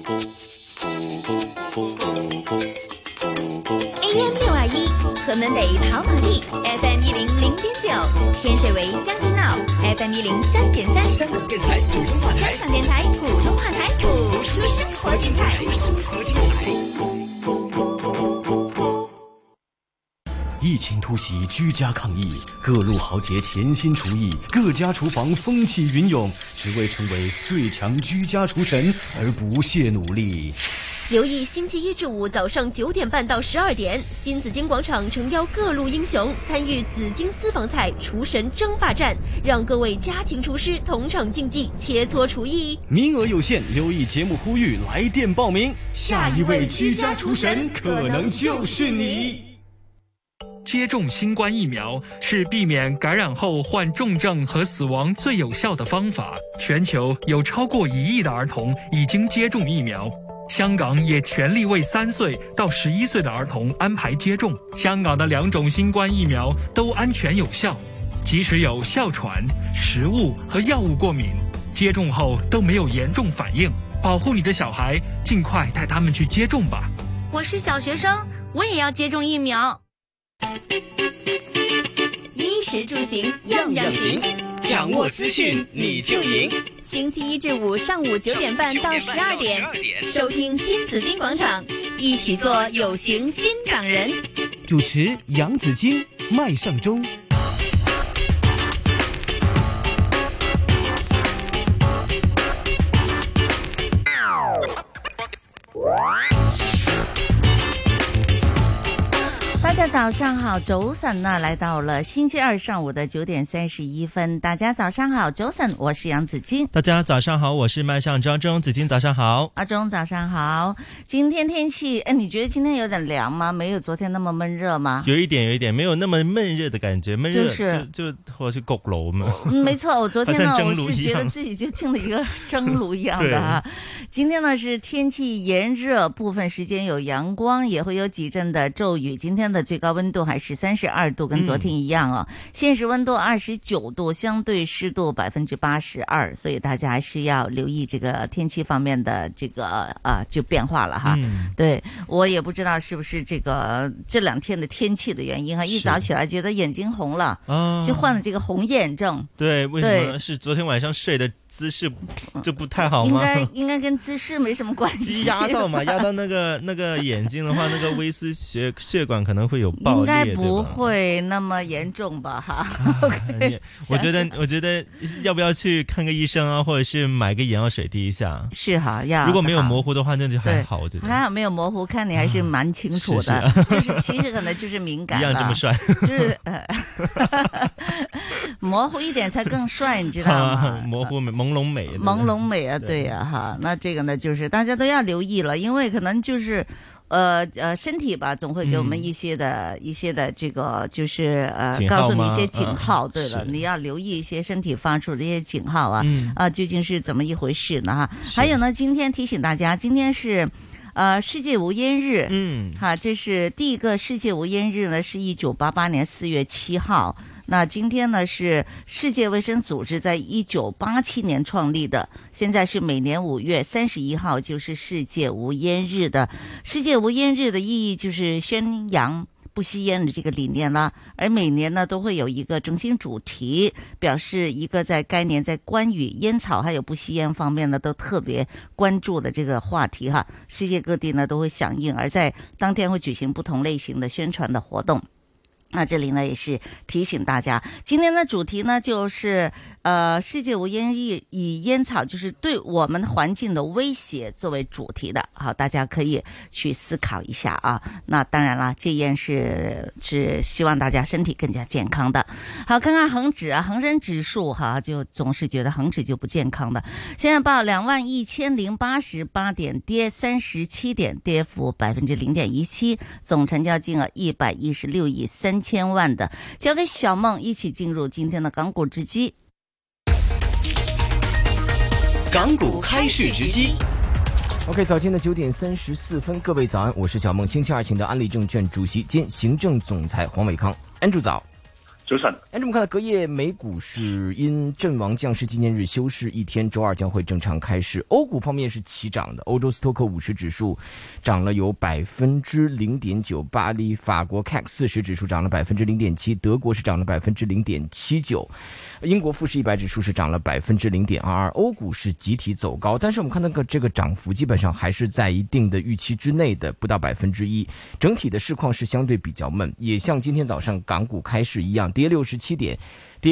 AM621河门北跑马地 FM100.9，天水围将军澳 FM103.3， 香港电台普通话台， 香港电台普通话台，谱出生活精彩。 疫情突袭，居家抗疫，各路豪杰潜心厨艺，各家厨房风起云涌，只为成为最强居家厨神而不懈努力。 留意星期一至五早上9点半到12点，新紫荆广场诚邀各路英雄参与紫荆私房菜厨神争霸战，让各位家庭厨师同场竞技，切磋厨艺。 名额有限，留意节目呼吁，来电报名。下一位居家厨神可能就是你。 接种新冠疫苗是避免感染后患重症和死亡最有效的方法。全球有超过1亿的儿童已经接种疫苗。香港也全力为3岁到11岁的儿童安排接种。香港的2种新冠疫苗都安全有效，即使有哮喘、食物和药物过敏，接种后都没有严重反应。保护你的小孩，尽快带他们去接种吧。 我是小学生，我也要接种疫苗。 衣食住行样样行， 掌握资讯你就赢。 星期一至五上午9点半到12点，收听新紫荆广场，一起做有型新港人。 主持杨紫荆、麦尚中。 大家早上好，早晨呢，来到了星期二上午的9点31分。大家早上好，早晨，我是杨紫荆。 大家早上好，我是麦尚中。紫荆早上好， 阿忠早上好。今天天气，你觉得今天有点凉吗？没有昨天那么闷热吗？ 有一点，没有那么闷热的感觉。闷热就或是焗爐嘛。 没错，我昨天呢，我是觉得自己就进了一个蒸炉一样的哈。今天呢是天气炎热，部分时间有阳光，也会有几阵的骤雨。今天的最高温度还是32度，跟昨天一样啊。现实温度29度，相对湿度82%，所以大家还是要留意这个天气方面的这个就变化了哈。对，我也不知道是不是这2天的天气的原因哈，一早起来觉得眼睛红了，就患了这个红眼症。 对，为什么是昨天晚上睡的姿势就不太好吗？ 应该跟姿势没什么关系。 压到那个眼睛的话，那个微丝血管可能会有爆裂， 应该不会那么严重吧？哈。 我觉得要不要去看个医生啊，或者是买个眼药水滴一下？ 是哈，要。 如果没有模糊的话，那就还好。我觉得还好没有模糊，看你还是蛮清楚的。就是其实可能就是敏感了， 一样这么帅， 就是模糊一点才更帅，你知道吗？ 模糊朦胧美啊，对呀哈。那这个呢，就是大家都要留意了，因为可能就是身体吧，总会给我们一些的这个就是告诉你一些警号。对了，你要留意一些身体发出的一些警号啊，究竟是怎么一回事呢哈？还有呢，今天提醒大家，今天是世界无烟日。这是第一个世界无烟日呢，是1988年4月7号。那今天呢是世界卫生组织在1987年创立的，现在是每年5月31号就是世界无烟日的。世界无烟日的意义就是宣扬不吸烟的这个理念了，而每年呢都会有一个中心主题，表示一个在该年在关于烟草还有不吸烟方面呢都特别关注的这个话题哈。世界各地呢都会响应，而在当天会举行不同类型的宣传的活动。那这里呢也是提醒大家，今天的主题呢就是世界无烟日，以烟草就是对我们环境的威胁作为主题的。好，大家可以去思考一下啊。那当然了，戒烟是希望大家身体更加健康的。好，看看恒生指数哈，就总是觉得恒指就不健康的。现在报21088点，跌37点，跌幅0.17%，总成交金额116亿3000万的。交给小梦一起进入今天的港股直击。 港股开市直击。 OK， 早间的9点34分，各位早安，我是小梦。星期二请的安利证券主席兼行政总裁黄伟康，安主早。 早晨。 这么看到隔夜美股是因阵亡将士纪念日休市一天，周二将会正常开市。欧股方面是齐涨的，欧洲斯托克50指数涨了有 0.9%， 巴黎法国 CAC 40指数涨了 0.7%， 德国是涨了 0.79%， 英国富时100指数是涨了 0.22%， 欧股是集体走高，但是我们看到这个涨幅基本上还是在一定的预期之内的，不到1%，整体的市况是相对比较闷，也像今天早上港股开市一样，跌67点，跌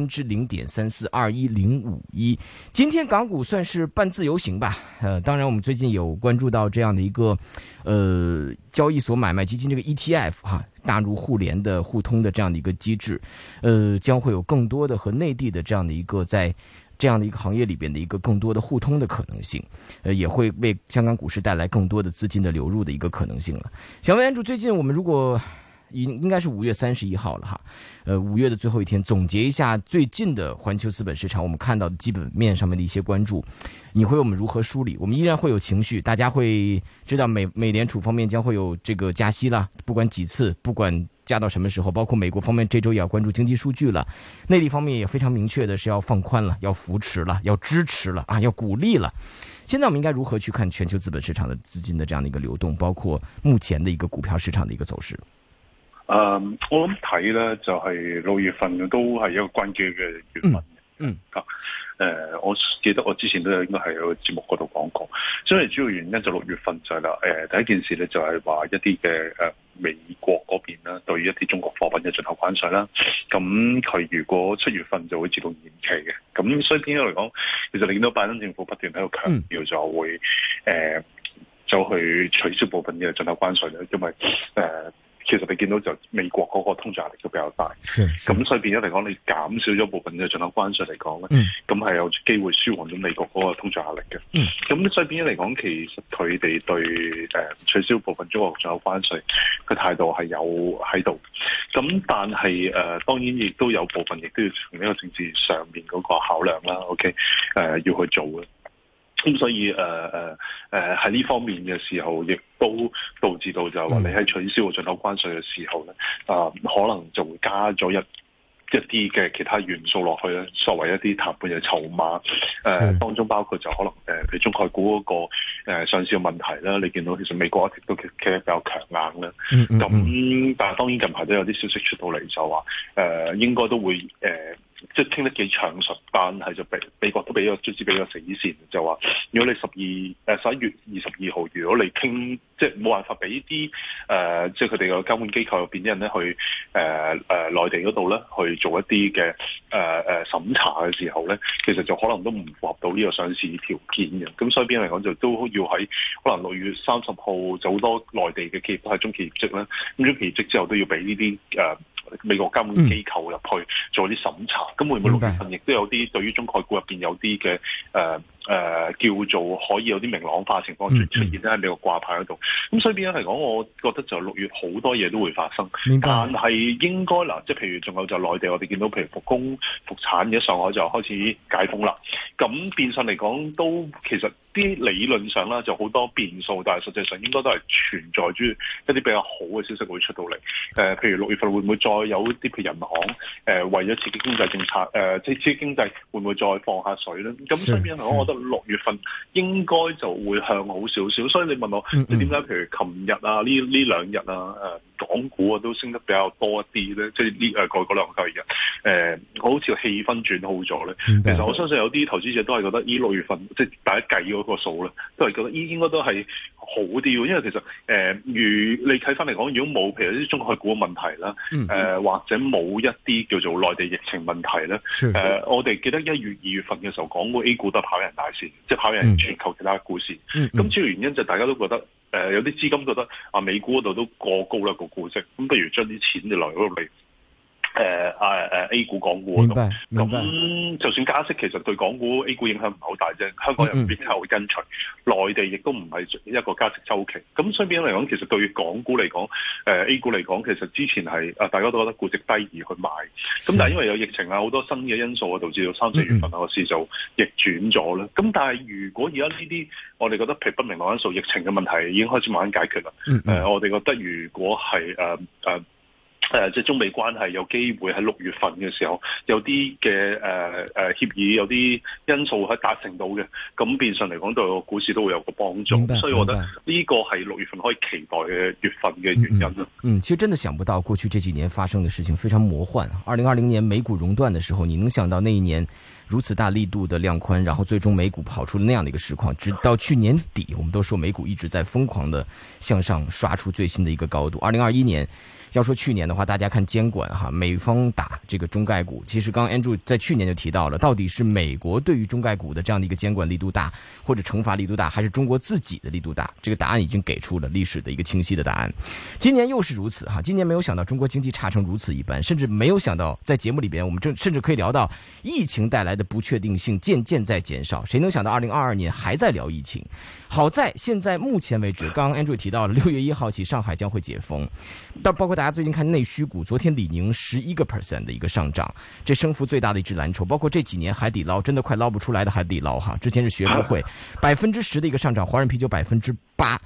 0.34210551。今天港股算是半自由行吧。当然我们最近有关注到这样的一个交易所买卖基金这个 ETF 哈，纳入互联的互通的这样的一个机制，将会有更多的和内地的这样的一个在这样的一个行业里边的一个更多的互通的可能性，也会为香港股市带来更多的资金的流入的一个可能性了。想问安主，最近我们如果应该是5月31号了哈，5月的最后一天，总结一下最近的环球资本市场我们看到的基本面上面的一些关注，你会我们如何梳理？我们依然会有情绪，大家会知道美联储方面将会有这个加息了，不管几次，不管加到什么时候，包括美国方面这周也要关注经济数据了，内地方面也非常明确的是要放宽了，要扶持了，要支持了啊，要鼓励了。现在我们应该如何去看全球资本市场的资金的这样的一个流动，包括目前的一个股票市场的一个走势？ 我諗睇咧就係6月份都係一個關鍵嘅月份。我記得我之前都應該係有個節目嗰度講過，所以主要原因就6月份就係啦。第一件事咧就係話一啲嘅美國嗰邊啦，對於一啲中國貨品嘅進口關稅啦，咁佢如果7月份就會自動延期嘅，咁所以變咗嚟講，其實你見到拜登政府不斷喺度強調就會就去取消部分嘅進口關稅咧，因為其實你見到就美國嗰個通脹壓力都比較大，咁所以變咗嚟講，你減少咗部分嘅進口關稅嚟講咧，咁係有機會舒緩咗美國嗰個通脹壓力嘅。咁所以變咗嚟講，其實佢哋對取消部分中國進口關稅嘅態度係有喺度。咁但係當然亦都有部分亦都要從呢個政治上面嗰個考量啦。OK， 要去做嘅。咁所以喺呢方面嘅時候，亦都導致到就係話你喺取消進口關稅嘅時候咧，可能就會加咗一啲嘅其他元素落去咧，作為一啲談判嘅籌碼。當中包括就可能譬如中概股嗰個上市嘅問題啦，你見到其實美國一直都企得比較強硬啦。咁但係當然近排都有啲消息出到嚟就話應該都會即係傾得幾暢順，但係就美國都俾咗死線，就話如果你11月22號，如果你傾即係冇辦法俾啲即係佢哋嘅監管機構入邊啲人咧去內地嗰度咧去做一啲嘅審查嘅時候咧，其實就可能都唔符合到呢個上市條件嘅。咁所以邊嚟講就都要喺可能6月30號就好多內地嘅企業都係中期業績啦，咁中期業績之後都要俾呢啲美國監管機構入去做啲審查，咁會唔會6月份亦都有啲對於中概股入邊有啲嘅叫做可以有啲明朗化情況出現咧喺美國掛牌嗰度？咁所以變咗嚟講，我覺得就6月好多嘢都會發生，但係應該嗱，即係譬如仲有就內地，我哋見到譬如復工復產嘅上海就開始解封啦，咁變相嚟講都其實啲理論上啦就好多變數，但係實際上應該都係存在住一啲比較好嘅消息會出到嚟。譬如6月份會唔會再有啲譬如人行為咗刺激經濟政策即係刺激經濟會唔會再放下水咧？咁所以變咗嚟講，我覺得6月份應該就會向好少少。所以你問我你點解譬如琴日啊呢兩日啊港股啊都升得比較多一啲咧？即係呢過去嗰2個交易日好似氣氛轉好咗咧。其實我相信有啲投資者都係覺得呢6月份即係大家計嗰個數咧，都係覺得應該都係好啲喎。因為其實如你睇翻嚟講，如果冇譬如啲中概股嘅問題啦，或者冇一啲叫做內地疫情問題咧，我哋記得1月2月份嘅時候，港股 A 股都跑贏大市，即係跑贏全球其他股市。咁主要原因就大家都覺得有啲資金覺得美股嗰度都過高啦個估值，咁不如將啲錢就來嗰度嚟A 股港股嗰度。咁就算加息，其實對港股 A 股影響唔係好大啫。香港人必定係會跟隨，內地亦都唔係一個加息週期。咁所以變咗嚟講，其實對港股嚟講，A 股嚟講，其實之前係大家都覺得估值低而去買。咁但係因為有疫情啊，好多新嘅因素啊，導致到3、4月份個市就逆轉咗啦。咁但係如果而家呢啲我哋覺得譬如不明朗因素、疫情嘅問題已經開始慢慢解決啦。我哋覺得如果係即係中美關係有機會喺6月份嘅時候有啲嘅協議，有啲因素係達成到嘅，咁變相嚟講對個股市都會有個幫助。所以我覺得呢個係6月份可以期待嘅月份嘅原因啦。 其實真的想不到過去這幾年發生的事情非常魔幻。2020年美股熔斷的時候，你能想到那一年如此大力度的量寬，然後最終美股跑出了那樣的一個實況，直到去年底，我們都說美股一直在瘋狂的向上刷出最新的一個高度。2021年要說去年的話，大家看監管美方打這個中概股，其實剛剛 Andrew 在去年就提到了，到底是美國對於中概股的這樣的一個監管力度大，或者懲罰力度大，還是中國自己的力度大？這個答案已經給出了歷史的一個清晰的答案。今年又是如此今年沒有想到中國經濟差成如此一般，甚至沒有想到在節目裏邊我們甚至可以聊到疫情帶來的不確定性漸漸在減少。誰能想到2022年還在聊疫情？好在現在目前為止，剛剛 Andrew 提到了6月1號起上海將會解封，包括大家最近看內需股，昨天李寧11% 的一個上漲，這升幅最大的一隻藍籌，包括這幾年海底撈真的快撈不出來的海底撈之前是學不會10%的一個上漲，華潤啤酒8%，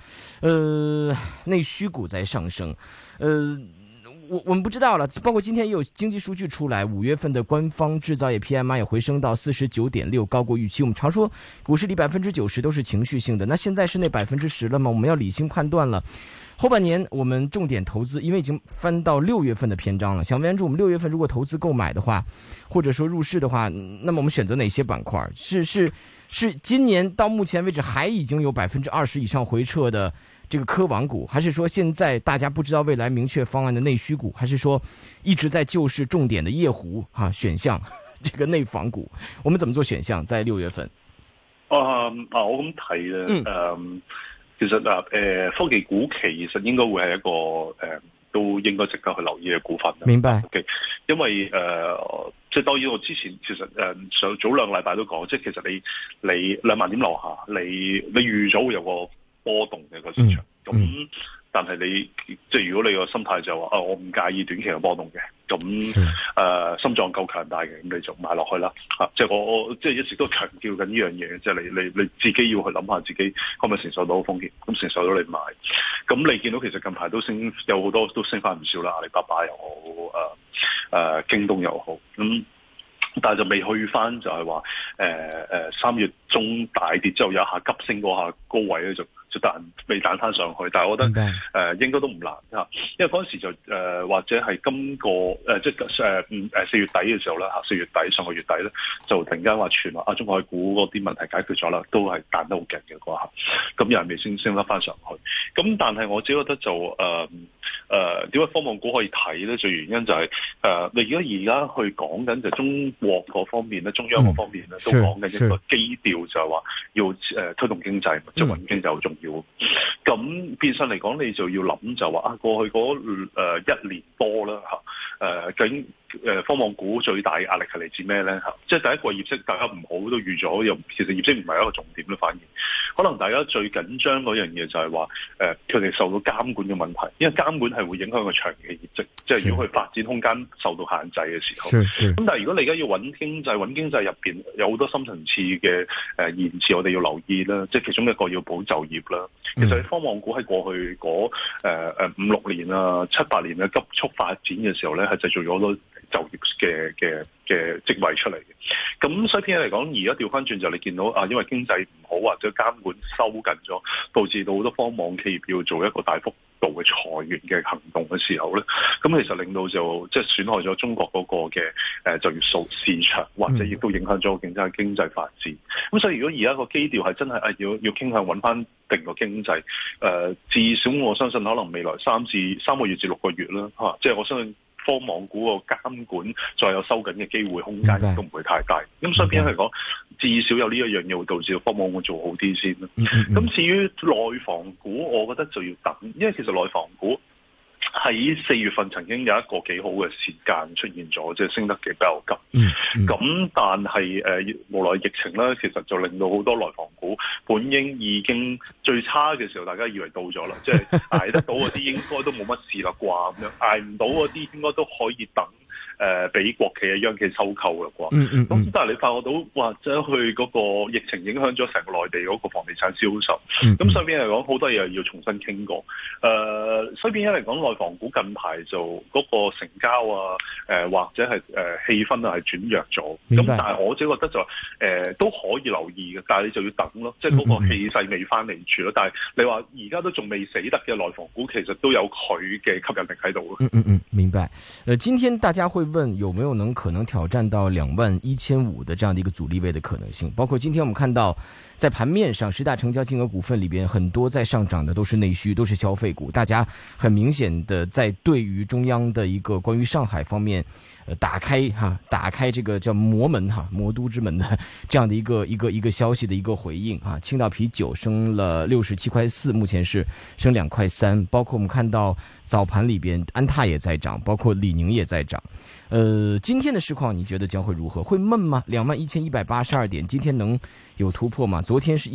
內需股在上升，我們不知道了，包括今天也有經濟數據出來，5月份的官方製造業 PMI 也回升到49.6，高過預期。我們常說股市裏90%都是情緒性的，那現在是那10%了嗎？我們要理性判斷了。後半年我們重點投資，因為已經翻到6月份的篇章了。想問住我們6月份如果投資購買的話，或者說入市的話，那麼我們選擇哪些板塊？是今年到目前為止還已經有20%以上回撤的這個科網股，還是說現在大家不知道未來明確方案的內需股，還是說一直在救市重點的夜湖選項這個內房股？我們怎麼做選項在6月份？ 我咁睇咧，其實科技股其實應該會係一個都應該值得去留意嘅股份。 明白。 Okay，因為即係當然我之前其實早2禮拜都講，即係其實你2萬點樓下，你預咗會有個波動嘅個市場。咁但係你即係如果你個心態就話我唔介意短期嘅波動嘅，咁心臟夠強大嘅，咁你就買落去啦。即係我即係一直都強調緊呢樣嘢，即係你自己要去諗下自己可唔可以承受到風險，咁承受到你買。咁你見到其實近排都升，有好多都升翻唔少啦，阿里巴巴又好，京東又好，咁但係就未去翻就係話3月中大跌之後有一下急升嗰下高位咧就未彈翻上去，但係我覺得應該都唔難因為嗰陣時就或者係今個即係4月底嘅時候啦4月底上個月底咧就突然間話傳話中概股嗰啲問題解決咗啦，都係彈得好勁嘅嗰下，咁又係未升得翻上去。咁但係我自己覺得就點解科網股可以睇咧？最原因就係你而家去講緊就中國嗰方面咧，中央嗰方面咧都講緊一個基調，就係話要推動經濟，即係穩經濟好重要。咁變相嚟講，你就要諗就話過去嗰1年多啦究竟科網股最大嘅壓力係嚟自咩咧？即係第一個業績大家唔好都預咗，又其實業績唔係一個重點咯，反而可能大家最緊張嗰樣嘢就係話佢哋受到監管嘅問題，因為監管係會影響個長期嘅業績，即係如果佢發展空間受到限制嘅時候。咁但係如果你而家要穩經濟入邊有好多深層次嘅言辭，我哋要留意啦。即係其中一個要保就業啦。其實科網股喺過去嗰5-6年啊、7-8年嘅急速發展嘅時候咧，係製造咗好多就業嘅職位出嚟嘅。咁所以偏嚟講，而家調翻轉就你見到因為經濟唔好或者監管收緊咗，導致到好多科網企業要做一個大幅度嘅裁員嘅行動嘅時候咧，咁其實令到就即係損害咗中國嗰個嘅就業市場，或者亦都影響咗經濟發展。咁所以如果而家個基調係真係要傾向揾翻定個經濟，至少我相信可能未來3個月至6個月啦，即係我相信科網股個監管再有收緊嘅機會空間都唔會太大。咁所以變咗嚟講，至少有呢一樣嘢會導致科網股做好啲先啦。咁至於內房股，我覺得就要等，因為其實內房股喺4月份曾經有一個幾好嘅時間出現咗，即係升得比較急。咁但係無奈疫情咧，其實就令到好多內房股本應已經最差嘅時候，大家以為到咗啦，即係捱得到嗰啲應該都冇乜事啦啩咁樣，捱唔到嗰啲應該都可以等俾國企嘅央企收購啦啩。咁但係你發覺到或者佢嗰個疫情影響咗成個內地嗰個房地產銷售。咁所以嚟講好多嘢要重新傾過。所以變咗嚟講，內房股近排就嗰個成交啊，或者係氣氛啊係轉弱咗。咁但係我自己覺得就都可以留意嘅，但係你就要等咯，即係嗰個氣勢未翻嚟住咯。但係你話而家都仲未死得嘅內房股，其實都有佢嘅吸引力喺度咯。 明白。今天大家會問有沒有可能挑戰到21,500的這樣的一個阻力位的可能性？包括今天我們看到在盤面上10大成交金額股份裏邊，很多在上漲的都是內需，都是消費股。大家很明顯的在對於中央的一個關於上海方面打開這個叫魔門魔都之門的這樣的一個消息的一個回應啊。青島啤酒升了67.4塊，目前是升2.3塊。包括我們看到早盤裏邊安踏也在漲，包括李寧也在漲。今天的市況你覺得將會如何？會悶嗎？21,182點，今天能有突破嗎？昨天是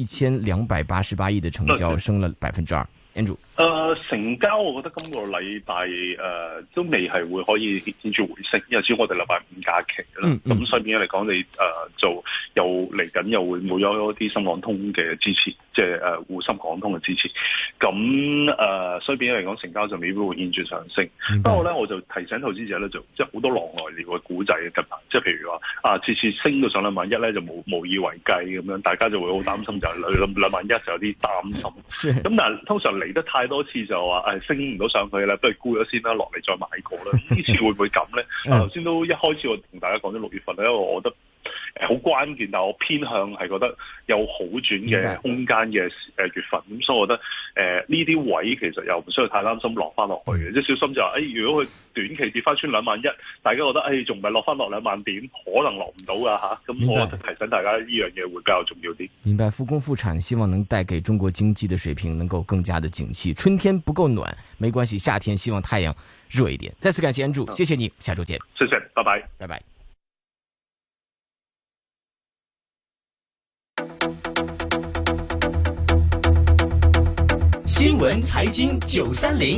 1,288億的成交，升了2%。Andrew， 成交我覺得今個禮拜都未係會可以顯著回升，因為始終我哋禮拜五假期啦。咁所以變咗嚟講，你就又嚟緊又會冇有一啲深港通嘅支持，即係滬深港通嘅支持。咁所以變咗嚟講，成交就未必會顯著上升。不過咧，我就提醒投資者咧，就即係好多狼來了嘅股仔嘅近排，即係譬如話次次升到上21,000咧，就無以為繼咁樣，大家就會好擔心，就係21,000就有啲擔心。咁但係通常嚟得太多次就話升唔到上去啦，不如沽咗先啦，落嚟再買過啦。呢次會唔會咁咧？頭先都一開始我同大家講咗6月份咧，因為我覺得好關鍵，但我偏向係覺得有好轉嘅空間嘅月份。咁所以我覺得呢啲位其實又唔需要太擔心落翻落去嘅，即係小心就話如果佢短期跌翻穿21,000，大家覺得仲唔係落翻落2萬點，可能落唔到噶嚇。咁我提醒大家呢樣嘢會比較重要啲。 明白，復工復產，希望能帶給中國經濟的水平能夠更加的景氣。春天不夠暖沒關係，夏天希望太陽熱一點。再次感謝Andrew，謝謝你，下周見。 謝謝，拜拜， 拜拜。 新聞財經930，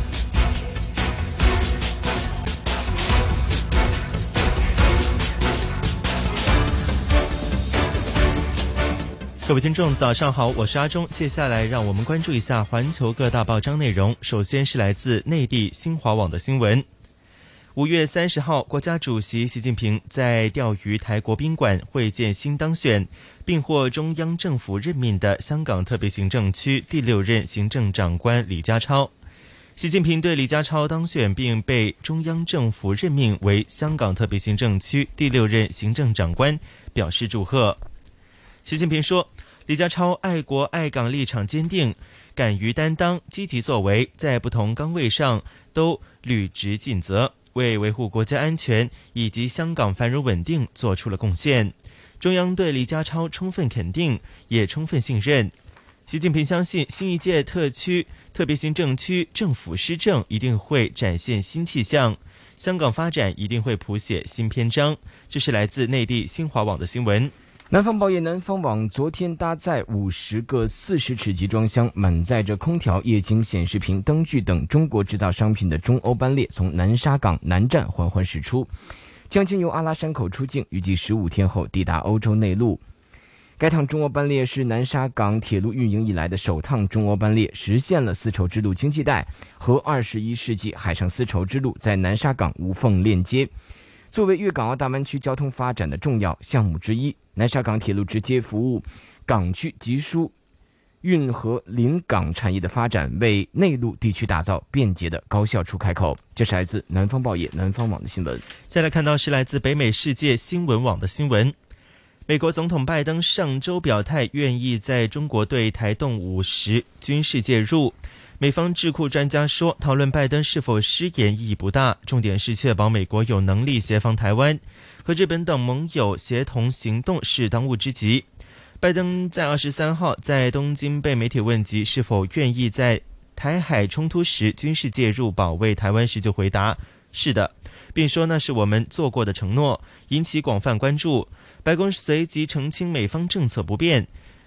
各位聽眾早上好，我是阿忠，接下來讓我們關注一下環球各大報章內容。首先是來自內地新華網的新聞。5月30號，國家主席習近平在釣魚台國賓館會見新當選並獲中央政府任命的香港特別行政區第6任行政長官李家超。習近平對李家超當選並被中央政府任命為香港特別行政區第6任行政長官表示祝賀。習近平說，李家超愛國愛港立場堅定，敢於擔當，積極作為，在不同崗位上都履職盡責，為維護國家安全以及香港繁榮穩定做出了貢獻。中央對李家超充分肯定，也充分信任。習近平相信新一屆特別行政區政府施政一定會展現新氣象，香港發展一定會譜寫新篇章。這是來自內地新華網的新聞。 南方報業南方網昨天搭載50個40尺集裝箱，滿載着空調、液晶顯示屏、燈具等中國製造商品的中歐班列從南沙港南站緩緩駛出，將經由阿拉山口出境，預計15天後抵達歐洲內陸。該趟中歐班列是南沙港鐵路運營以來的首趟中歐班列，實現了絲綢之路經濟帶和21世紀海上絲綢之路在南沙港無縫鏈接。作為粵港澳大灣區交通發展的重要項目之一，南沙港鐵路直接服務港區集輸運和臨港產業的發展，為內陸地區打造便捷的高效出海口。這是來自南方報業南方網的新聞。 再來看到是來自北美世界新聞網的新聞。美國總統拜登上周表態願意在中國對台動武時軍事介入。美方智庫專家說，討論拜登是否失言意義不大，重點是確保美國有能力協防台灣，和日本等盟友協同行動是當務之急。拜登在23號在東京被媒體問及是否願意在台海衝突時軍事介入保衛台灣時，就回答是的，並說那是我們做過的承諾，引起廣泛關注。白宮隨即澄清美方政策不變。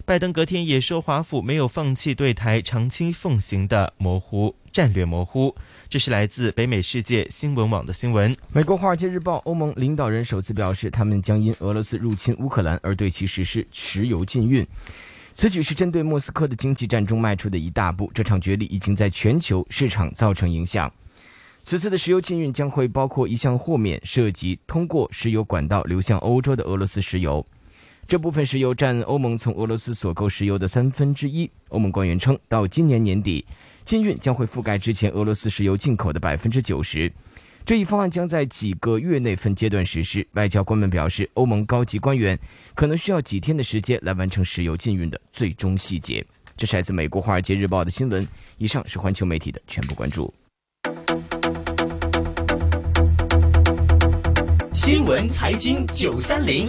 拜登隔天也说，华府没有放弃对台长期奉行的战略模糊。这是来自北美世界新闻网的新闻。 美国《华尔街日报》欧盟领导人首次表示，他们将因俄罗斯入侵乌克兰而对其实施石油禁运。此举是针对莫斯科的经济战中迈出的一大步，这场决议已经在全球市场造成影响。此次的石油禁运将会包括一项豁免，涉及通过石油管道流向欧洲的俄罗斯石油。这部分石油占欧盟从俄罗斯所购石油的1/3。欧盟官员称，到今年年底，禁运将会覆盖之前俄罗斯石油进口的90%。这一方案将在几个月内分阶段实施。外交官们表示，欧盟高级官员可能需要几天的时间来完成石油禁运的最终细节。这是来自美国《华尔街日报》的新闻。以上是环球媒体的全部关注。 新闻财经930，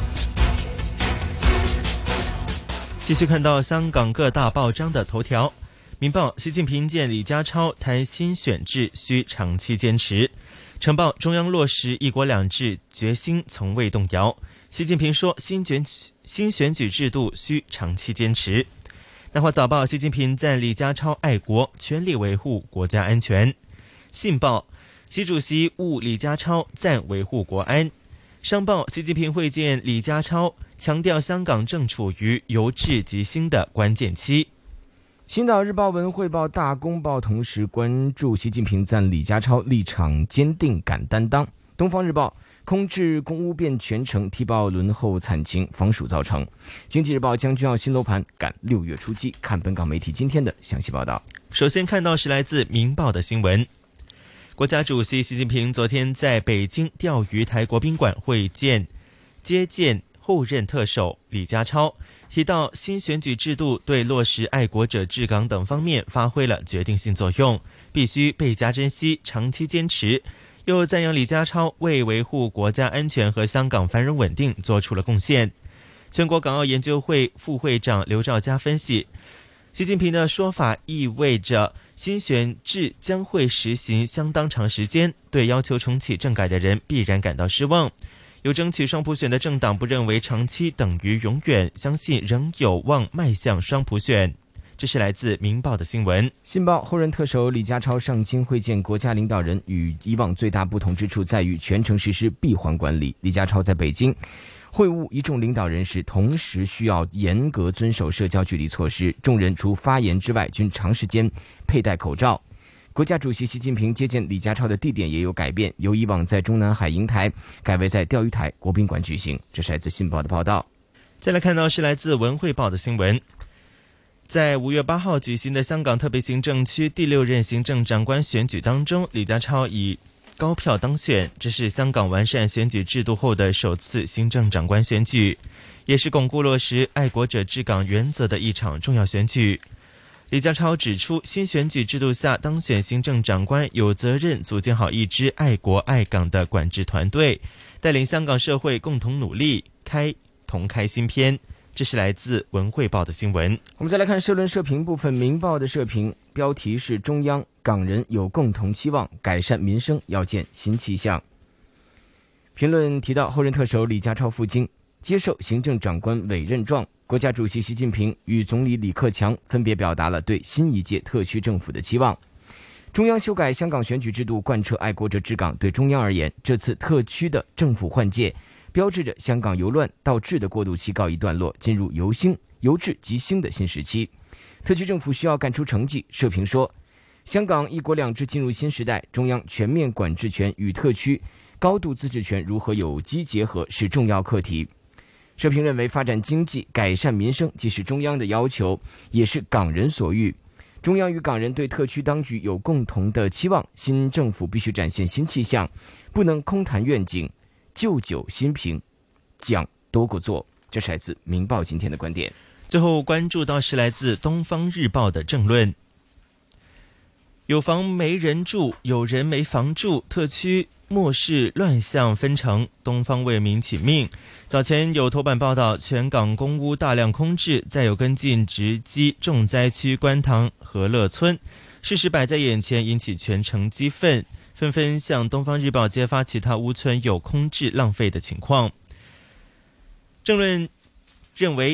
继续看到香港各大报章的头条。明报：习近平见李家超谈新选制需长期坚持。成报：中央落实一国两制决心从未动摇。习近平说，新选举制度需长期坚持。南华早报：习近平赞李家超爱国，全力维护国家安全。信报：习主席晤李家超，赞维护国安。商报：习近平会见李家超，强调香港正处于由治及兴的关键期。 星岛日报、文汇报、大公报同时关注习近平赞李家超立场坚定敢担当。东方日报：空置公屋变全城，踢爆轮候惨情，防暑造成。经济日报：将军澳新楼盘赶6月出击。看本港媒体今天的详细报道。 首先看到是来自明报的新闻。国家主席习近平昨天在北京钓鱼台国宾馆接见后任特首李家超，提到新选举制度对落实爱国者治港等方面发挥了决定性作用，必须倍加珍惜，长期坚持。又赞扬李家超为维护国家安全和香港繁荣稳定做出了贡献。全国港澳研究会副会长刘兆佳分析，习近平的说法意味着新选制将会实行相当长时间，对要求重启政改的人必然感到失望。有争取双普选的政党不认为长期等于永远，相信仍有望迈向双普选。这是来自明报的新闻。 信报：后任特首李家超上京会见国家领导人，与以往最大不同之处在于全程实施闭环管理。李家超在北京会晤一众领导人时，同时需要严格遵守社交距离措施，众人除发言之外均长时间佩戴口罩。国家主席习近平接见李家超的地点也有改变，由以往在中南海瀛台改为在钓鱼台国宾馆举行。这是来自信报的报道。 再来看到是来自文汇报的新闻。在5月8号举行的香港特别行政区第6任行政长官选举当中，李家超以高票当选，这是香港完善选举制度后的首次行政长官选举，也是巩固落实爱国者治港原则的一场重要选举。李家超指出，新选举制度下当选行政长官有责任组建好一支爱国爱港的管制团队，带领香港社会共同努力，同开新篇。这是来自文汇报的新闻。 我们再来看社论社评部分。明报的社评标题是中央港人有共同期望，改善民生要见新气象。评论提到，后任特首李家超赴京接受行政长官委任状，国家主席习近平与总理李克强分别表达了对新一届特区政府的期望。中央修改香港选举制度，贯彻爱国者治港，对中央而言，这次特区的政府换届标志着香港由乱到治的过渡期告一段落，进入由治及兴的新时期。特区政府需要干出成绩。社评说，香港一国两制进入新时代，中央全面管制权与特区高度自治权如何有机结合是重要课题。社评认为，发展经济、改善民生既是中央的要求，也是港人所欲。中央与港人对特区当局有共同的期望，新政府必须展现新气象，不能空谈愿景，旧酒新瓶，讲多过做。这是来自明报今天的观点。 最后关注到是来自东方日报的政论。有房没人住，有人没房住，特区末世乱象纷呈，东方为民请命。早前有头版报道全港公屋大量空置，再有跟进直击重灾区观塘和乐村，事实摆在眼前，引起全城激愤，纷纷向东方日报揭发其他屋村有空置浪费的情况。政论认为，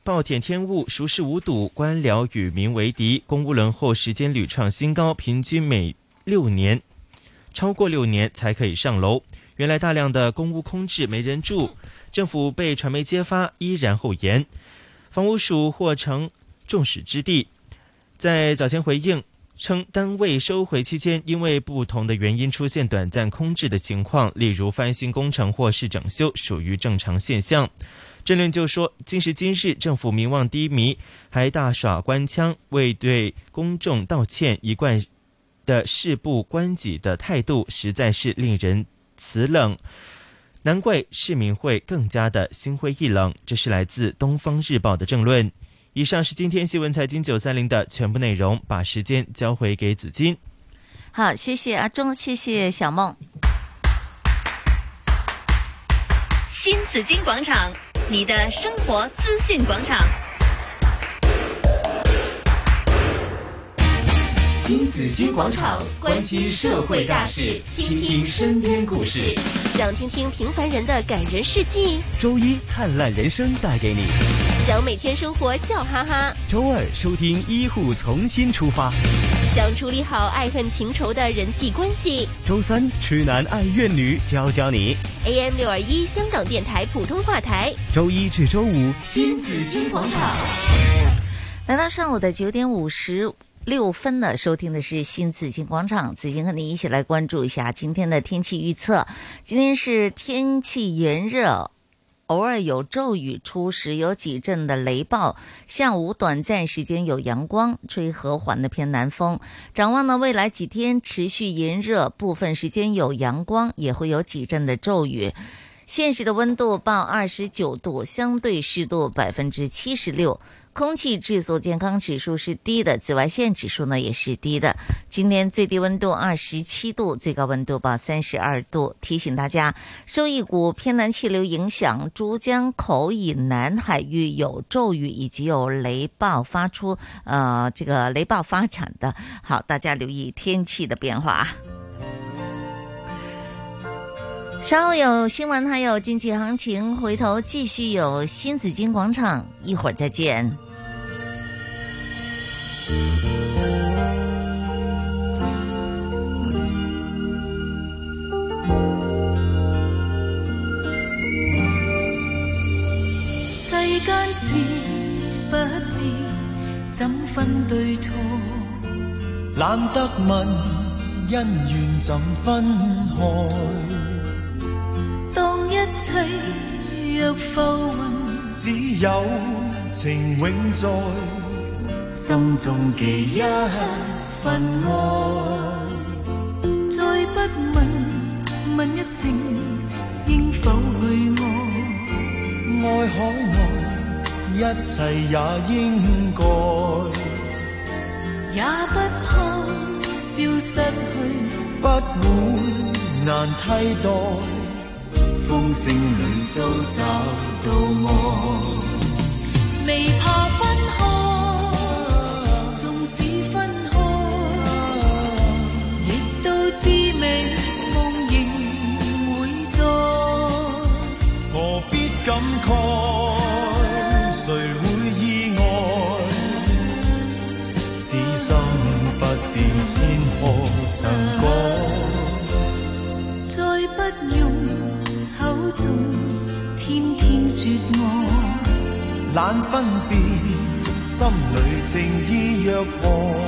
暴殄天物，孰是无睹？官僚与民为敌，公务轮候时间屡创新高，平均每超过6年才可以上楼。原来大量的公屋空置没人住，政府被传媒揭发依然后延，房屋署或成众矢之的。在早前回应称，单位收回期间因为不同的原因出现短暂空置的情况，例如翻新工程或是整修，属于正常现象。政论就说，今时今日政府民望低迷，还大耍官腔，未对公众道歉，一贯的事不关己的态度实在是令人慈冷，难怪市民会更加的心灰意冷。这是来自东方日报的政论。以上是今天新闻财经930的全部内容，把时间交回给子金。 好，谢谢阿忠，谢谢小梦。 新紫金广场，你的生活资讯广场。 新紫金广场，关心社会大事，倾听身边故事。 想听听平凡人的感人事迹？ 周一灿烂人生带给你。 想每天生活笑哈哈？ 周二收听医护重新出发。 想处理好爱恨情仇的人际关系？ 周三痴男爱怨女教教你。 AM 621香港电台普通话台。 周一至周五新紫金广场。 来到上午的9点56分呢，收听的是新紫金广场，紫金和你一起来关注一下今天的天气预测。今天是天气炎热，偶尔有骤雨，初时有几阵的雷暴，下午短暂时间有阳光，吹和缓的偏南风。展望呢，未来几天持续炎热，部分时间有阳光，也会有几阵的骤雨。现时的温度报29度，相对湿度76%，空气质素健康指数是低的，紫外线指数呢也是低的。今天最低温度27度，最高温度报32度。提醒大家，受一股偏南气流影响，珠江口以南海域有骤雨以及有雷暴发出，这个雷暴发展的。好，大家留意天气的变化。稍后有新闻，还有经济行情，回头继续有新紫金广场，一会儿再见。 世間事不知怎分對錯，懶得問恩怨怎分開。當一切若浮雲，只有情永在心中記一份愛。再不問一聲應否去愛，愛海外一切也應該，也不怕消失去，不會難替代。風聲裏都找到愛，未怕分開，縱使分開，亦都知美夢仍會在。何必感慨，誰會意外？此心不變，千何曾改，再不用口中天天說愛，懶分辨心裏情意若何，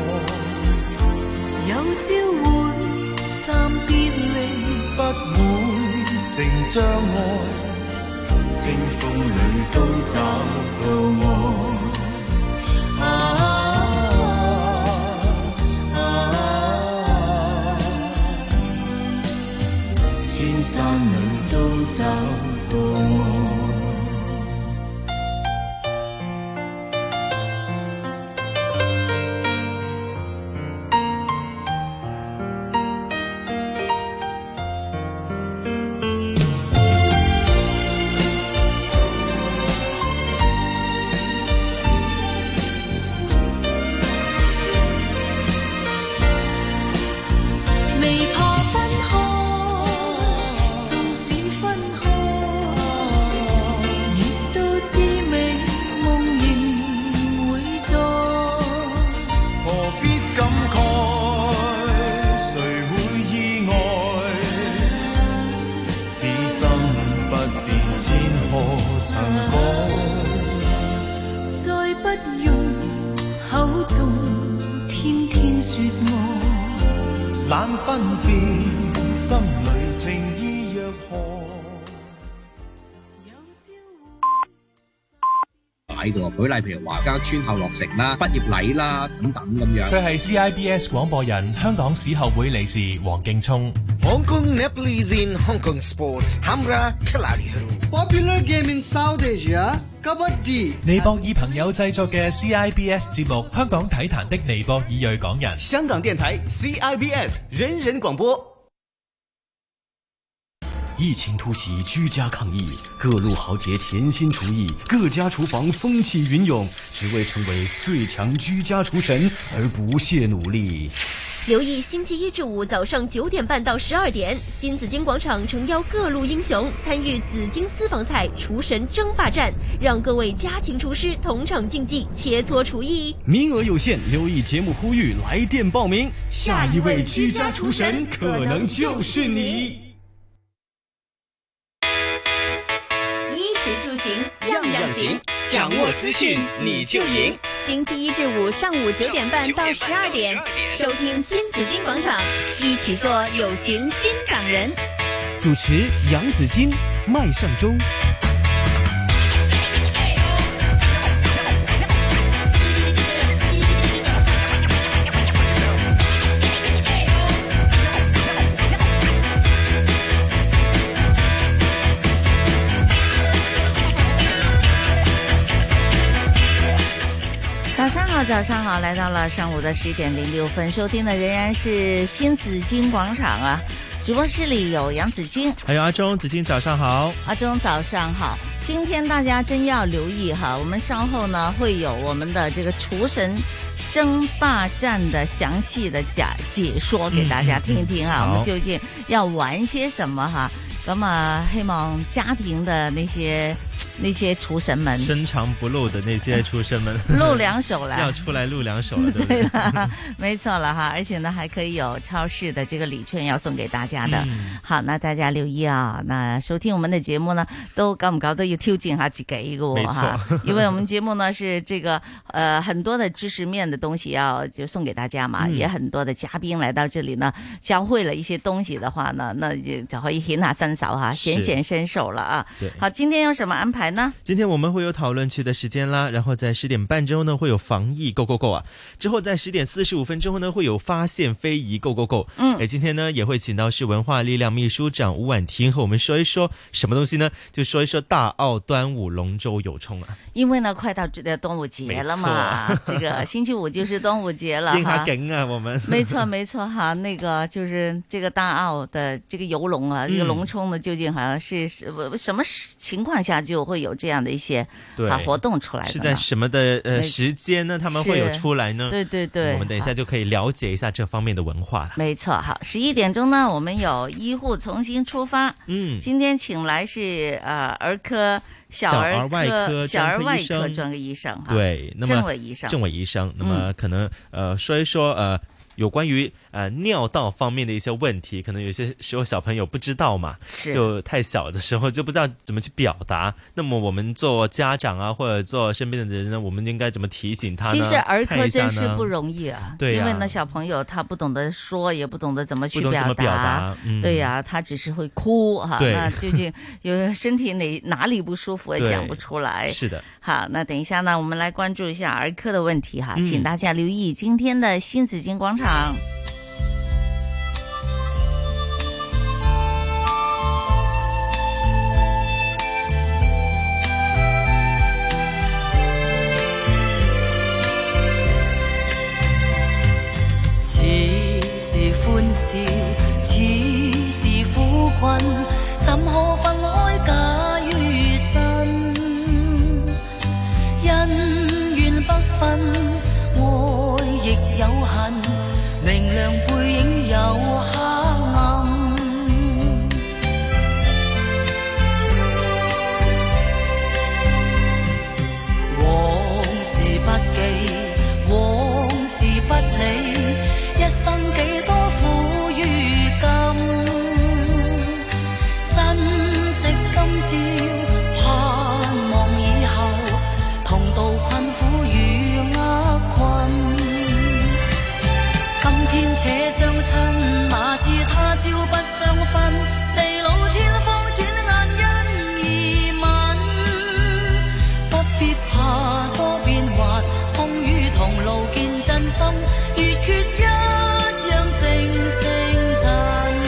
有朝會暫別離，不會成障礙，清風裏都找到愛。千山裏都找到我。 不用口中天天說愛，懶分辨心裏情意若何。 喺度舉例，譬如話家村後落成啦、畢業禮啦等等咁樣。 佢係 CIBS 廣播人、香港史學會理事黃敬聰。 Hong Kong Nepalese in Hong Kong sports. Hamra Kalariru. Popular game in South Asia. Kabaddi. 尼泊爾朋友製作嘅 CIBS 節目《香港體壇的尼泊爾裔港人》。 香港電台 CIBS 人人廣播。 疫情突袭，居家抗疫，各路豪傑潛心廚藝，各家廚房風起雲湧，只為成為最強居家廚神而不懈努力。 留意星期一至五早上9點半到12點，新紫荊廣場誠邀各路英雄參與紫荊私房菜廚神爭霸戰，讓各位家庭廚師同場競技，切磋廚藝。 名額有限，留意節目呼籲，來電報名。下一位居家廚神可能就是你。 衣食住行樣樣行，掌握資訊你就贏。星期一至五上午9點半到12點，收聽新紫荊廣場，一起做有型新港人。 主持楊紫荊、麥尚中。 早上好，來到了上午的10點06分，收聽的仍然是新紫荊廣場啊。直播室裏有楊紫荊， 還有阿忠。紫荊早上好， 阿忠早上好。今天大家真要留意哈，我們稍後呢會有我們的這個廚神爭霸戰的詳細的解說給大家聽聽哈。我們究竟要玩些什麼哈？咁啊，希望家庭的那些廚神們， 深藏不露的那些廚神們， 露兩手了， 要出來露兩手了， 對了，沒錯了哈，而且呢，還可以有超市的這個禮券要送給大家的。好，那大家留意啊，那收聽我們的節目呢，都搞唔搞都要挑戰下自己個哈，因為我們節目呢是這個很多的知識面的東西要就送給大家嘛，也很多的嘉賓來到這裡呢，教會了一些東西的話呢，那就可以顯下身手哈，顯身手了啊。好，今天有什麼安排呢？ 今天我們會有討論區的時間啦，然後在10點半之後呢會有防疫 Go Go Go 啊，之後在10點45分之後呢會有發現非遺 Go Go Go。今天呢也會請到市文化力量秘書長吳婉婷和我們說一說什麼東西呢？就說一說大澳端午龍舟遊衝啊。因為呢快到端午節了嘛，這個星期五就是端午節了。應下景啊，我們。沒錯沒錯哈，那個就是這個大澳的這個遊龍啊，這個龍衝呢究竟好像是什麼情況下就會有這樣的一些活動出來的？是在什麼的時間呢？他們會有出來呢？對對對，我們等一下就可以了解一下這方面的文化了。沒錯，好，11點鐘呢，我們有醫護重新出發。今天請來是兒科、小兒外科專科醫生哈。對，那麼鄭偉醫生，那麼可能說一說有關於尿道方面的一些問題，可能有些時候小朋友不知道嘛，就太小的時候就不知道怎麼去表達。那麼我們做家長啊，或者做身邊的人呢，我們應該怎麼提醒他呢？其實兒科真是不容易啊，對，因為呢小朋友他不懂得說，也不懂得怎麼去表達，對呀，他只是會哭哈，那究竟有身體哪裡不舒服也講不出來。是的，好，那等一下呢，我們來關注一下兒科的問題哈，請大家留意今天的新紫荊廣場。 似是歡笑，似是苦困，怎可分開假與真？恩怨不分，愛亦有恨，明亮背影有黑暗。往事不記，往事不理，一生幾多苦與甘，珍惜今朝，盼望以後同渡困苦與相親，哪知他朝不相分，地老天荒轉眼因而泯，不必怕多變幻，風雨同路見真心，月缺一樣星星塵。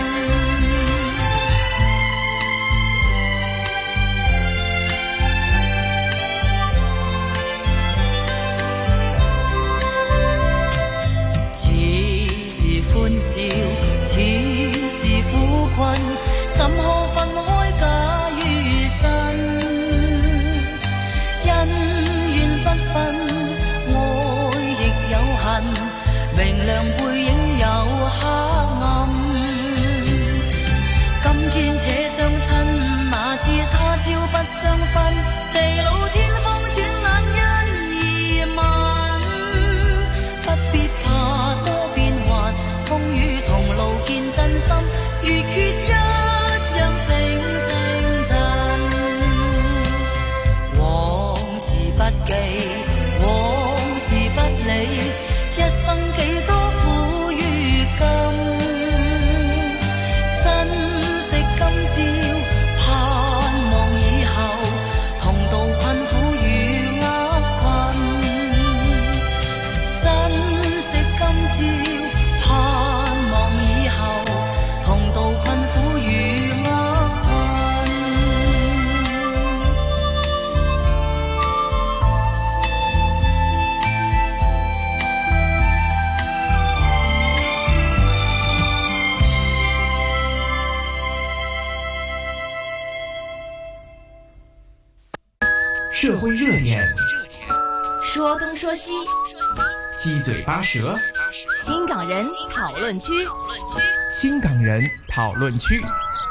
歡笑，似是苦困，怎可分開假與真？恩怨不分，愛亦有恨，明亮背影有黑暗。今天且相親，哪知他朝不相分，地老天荒轉眼因而泯，不必怕多變幻，風雨同路見真心，月缺一樣星星塵。往事不記，往事不理，一生幾多苦與甘，珍惜今朝，盼望以後，同渡困苦與厄困。珍惜今朝，盼望以後，同渡困苦與厄困。 社会热点， 说东说西， 七嘴八舌， 新港人讨论区。 新港人讨论区。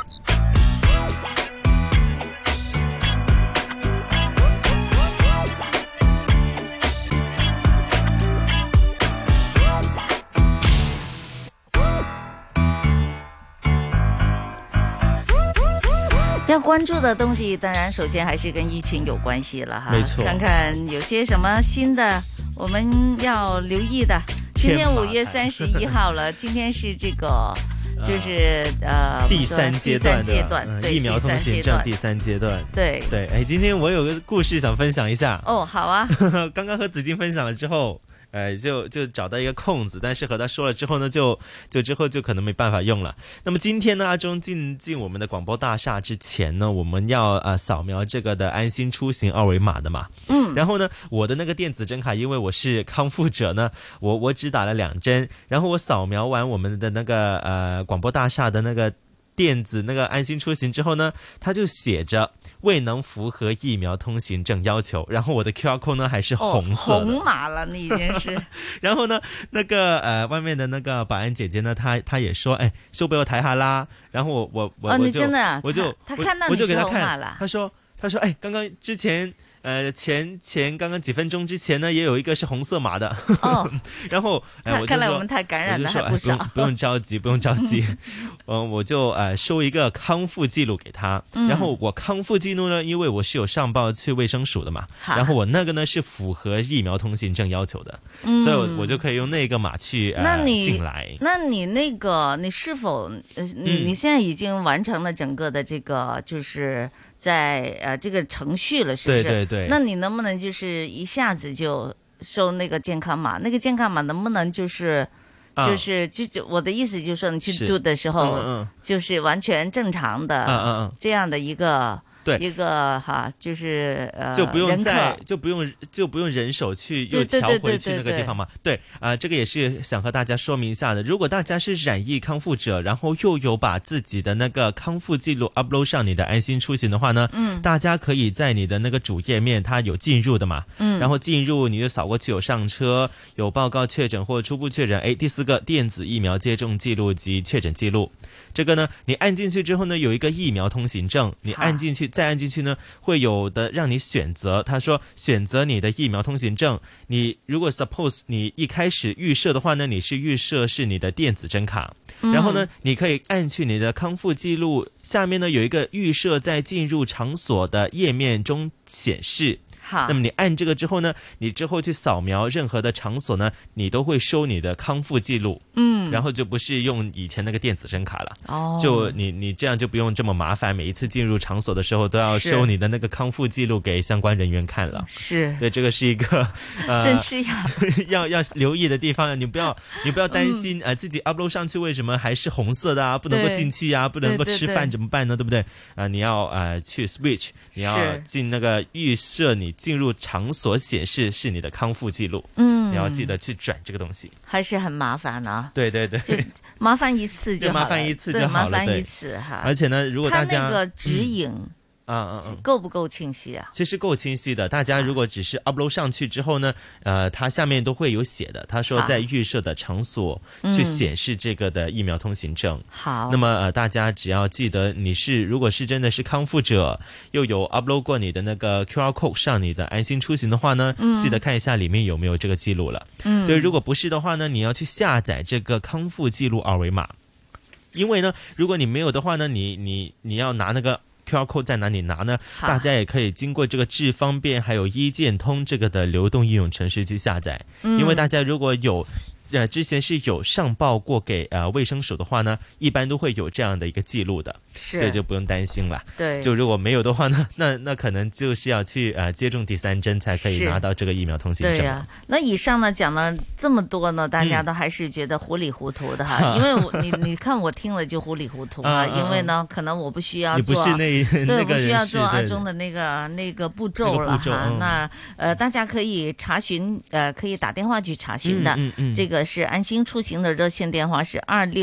要关注的东西，当然首先还是跟疫情有关系了哈。 没错， 看看有些什么新的我们要留意的。今天5月31号了，今天是这个就是第三阶段对， 疫苗通行证第三阶段。 对对，哎，今天我有个故事想分享一下。 哦，好啊。 刚刚和子金分享了之后。就找到一个空子，但是和他说了之后呢，就之后就可能没办法用了。那么今天呢，阿中进我们的广播大厦之前呢，我们要扫描这个的安心出行二维码的嘛。然后呢，我的那个电子针卡，因为我是康复者呢，我只打了2针，然后我扫描完我们的那个广播大厦的那个电子那个安心出行之后呢，它就写着未能符合疫苗通行证要求，然后我的 QR code 呢还是红色的， 红码了，你已经是。 然后呢，那个外面的那个保安姐姐呢，她也说，哎，手俾我睇下啦。然后我你真的， 他看到你是红码了， 他说，哎，刚刚之前。刚刚几分钟之前呢，也有一个是红色码的。 哦， 然后看来我们太感染的还不少。 不用着急，不用着急。我就收一个康复记录给他。然后我康复记录呢，因为我是有上报去卫生署的嘛，然后我那个呢是符合疫苗通行证要求的，所以我就可以用那个码去进来。 那你那个你是否你现在已经完成了整个的这个就是在这个程序了，是不是？ 对对对。 那你能不能就是一下子就收那个健康码？那个健康码能不能就是我的意思就是说，你去读的时候，就是完全正常的这样的一个。对一个哈，就是就不用人手去又调回去那个地方嘛。对这个也是想和大家说明一下的。如果大家是染疫康复者，然后又有把自己的那个康复记录 upload 上你的安心出行的话呢，大家可以在你的那个主页面，它有进入的嘛，然后进入你就扫过去，有上车，有报告确诊或初步确诊，第4个电子疫苗接种记录及确诊记录。这个呢，你按进去之后呢，有一个疫苗通行证，你按进去再按进去呢，会有的让你选择。他说选择你的疫苗通行证，你如果 suppose 你一开始预设的话呢，你是预设是你的电子针卡，然后呢，你可以按去你的康复记录下面呢有一个预设在进入场所的页面中显示。 那么你按这个之后呢，你之后去扫描任何的场所呢，你都会收你的康复记录，然后就不是用以前那个电子针卡了，就你这样就不用这么麻烦，每一次进入场所的时候都要收你的那个康复记录给相关人员看了。 是， 对，这个是一个真是要留意的地方，你不要担心自己 upload 上去为什么还是红色的啊，不能够进去啊，不能够吃饭怎么办呢？对不对？你要去 switch， 你要进那个预设你进入场所显示是你的康复记录，你要记得去转这个东西， 还是很麻烦啊。 对对对， 就麻烦一次就好了， 麻烦一次就好了， 麻烦一次哈。 而且呢，如果大家它那个指引够不够清晰啊？ 其实够清晰的。大家如果只是 upload 上去之后呢，它下面都会有写的。他说在预设的场所去显示这个的疫苗通行证。 好， 那么大家只要记得如果是真的是康复者，又有 upload 过你的那个 QR code 上你的安心出行的话呢，记得看一下里面有没有这个记录了。对，如果不是的话呢，你要去下载这个康复记录二维码。因为呢，如果你没有的话呢，你要拿那个QR code 在哪里拿呢？大家也可以经过这个智方便还有医健通这个的流动应用程式去下载，因为大家如果有之前是有上报过给卫生署的话呢，一般都会有这样的一个记录的，对，就不用担心了。 对， 就如果没有的话呢，那可能就是要去接种第3针才可以拿到这个疫苗通行证。 对呀，那以上呢讲了这么多呢，大家都还是觉得糊里糊涂的哈，因为你看我听了就糊里糊涂啊，因为呢可能我不需要做， 你不是对，我不需要做阿中的那个步骤了哈。那大家可以查询，可以打电话去查询的，这个是安心出行的热线电话是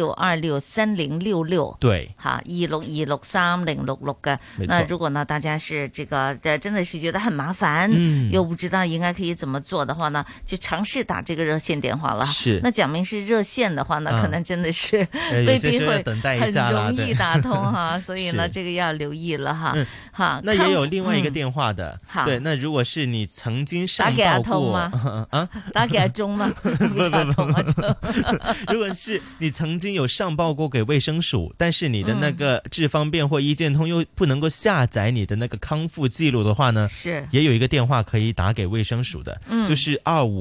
26263066， 对， 哈，26263066嘅。那如果呢大家是这个真的是觉得很麻烦，又不知道应该可以怎么做的话呢，就尝试打这个热线电话了。 是， 那讲明是热线的话呢，可能真的是未必会很容易打通哈，所以呢这个要留意了哈。好， 那也有另外一个电话的，对，那如果是你曾经上报过打给阿中吗？ 不，如果是你曾经有上报过给卫生署，但是你的那个智方便或医健通又不能够下载你的那个康复记录的话呢， 是也有一个电话可以打给卫生署的，就是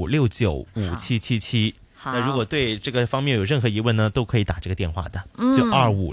25695777。那如果对这个方面有任何疑问呢，都可以打这个电话的，就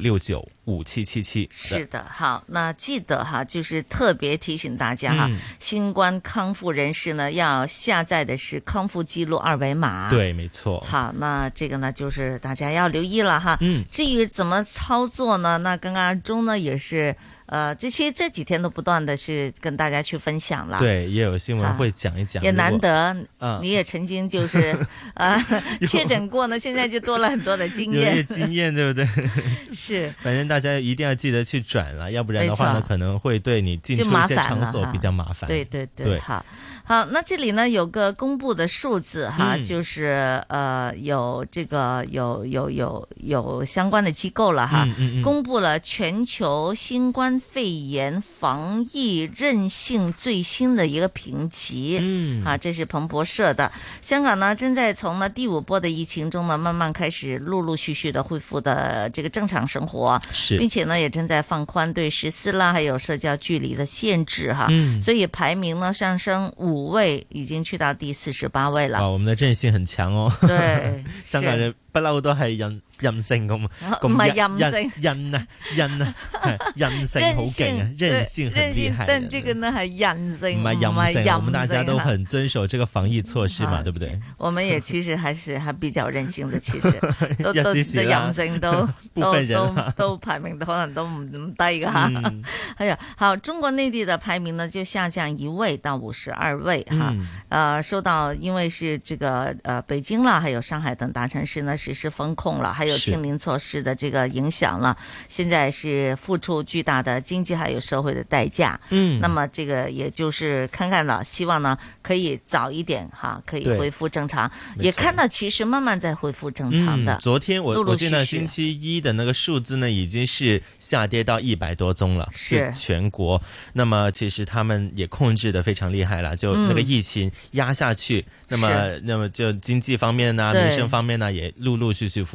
25695777。 是的，好，那记得哈，就是特别提醒大家哈，新冠康复人士呢要下载的是康复记录二维码。 对，没错。 好，那这个呢就是大家要留意了哈。至于怎么操作呢？那刚刚中呢也是。这几天都不断的是跟大家去分享了， 对，也有新闻会讲一讲， 也难得，你也曾经就是确诊过呢，现在就多了很多的经验， 有经验，对不对？ 是， 反正大家一定要记得去转了，要不然的话呢，可能会对你进出一些场所比较麻烦。 对，好，那这里呢有个公布的数字哈，就是有这个有相关的机构了哈，公布了全球新冠肺炎防疫韧性最新的一个评级，这是彭博社的。香港呢正在从第5波的疫情中呢慢慢开始陆陆续续的恢复的这个正常生活，并且呢也正在放宽对14啦还有社交距离的限制哈，所以排名呢上升5位，已經去到第48位了。 我們的韌性很強哦。 對， 香港人不嬲都係韌性咁， 唔係韌性， 韌性好勁啊，韌性很厲害。 但這個呢係韌性， 唔係韌性，我們大家都很遵守這個防疫措施嘛，對不對？ 我們也其實還比較韌性的，其實都韌性都排名可能都唔低噶吓。哎呀，好，中國內地的排名呢就下降1位到52位哈。受到因為是這個北京啦，還有上海等大城市呢實施封控了，還有清零措施的這個影響了，現在是付出巨大的經濟還有社會的代價。那麼這個也就是看看了，希望呢可以早一點哈，可以恢復正常。也看到其實慢慢在恢復正常的。 昨天我見到星期一的那個數字呢，已經是下跌到100多宗了，是全國。那麼其實他們也控制得非常厲害了，就那個疫情壓下去，那麼就經濟方面呢，民生方面呢，也陸陸續續復常了。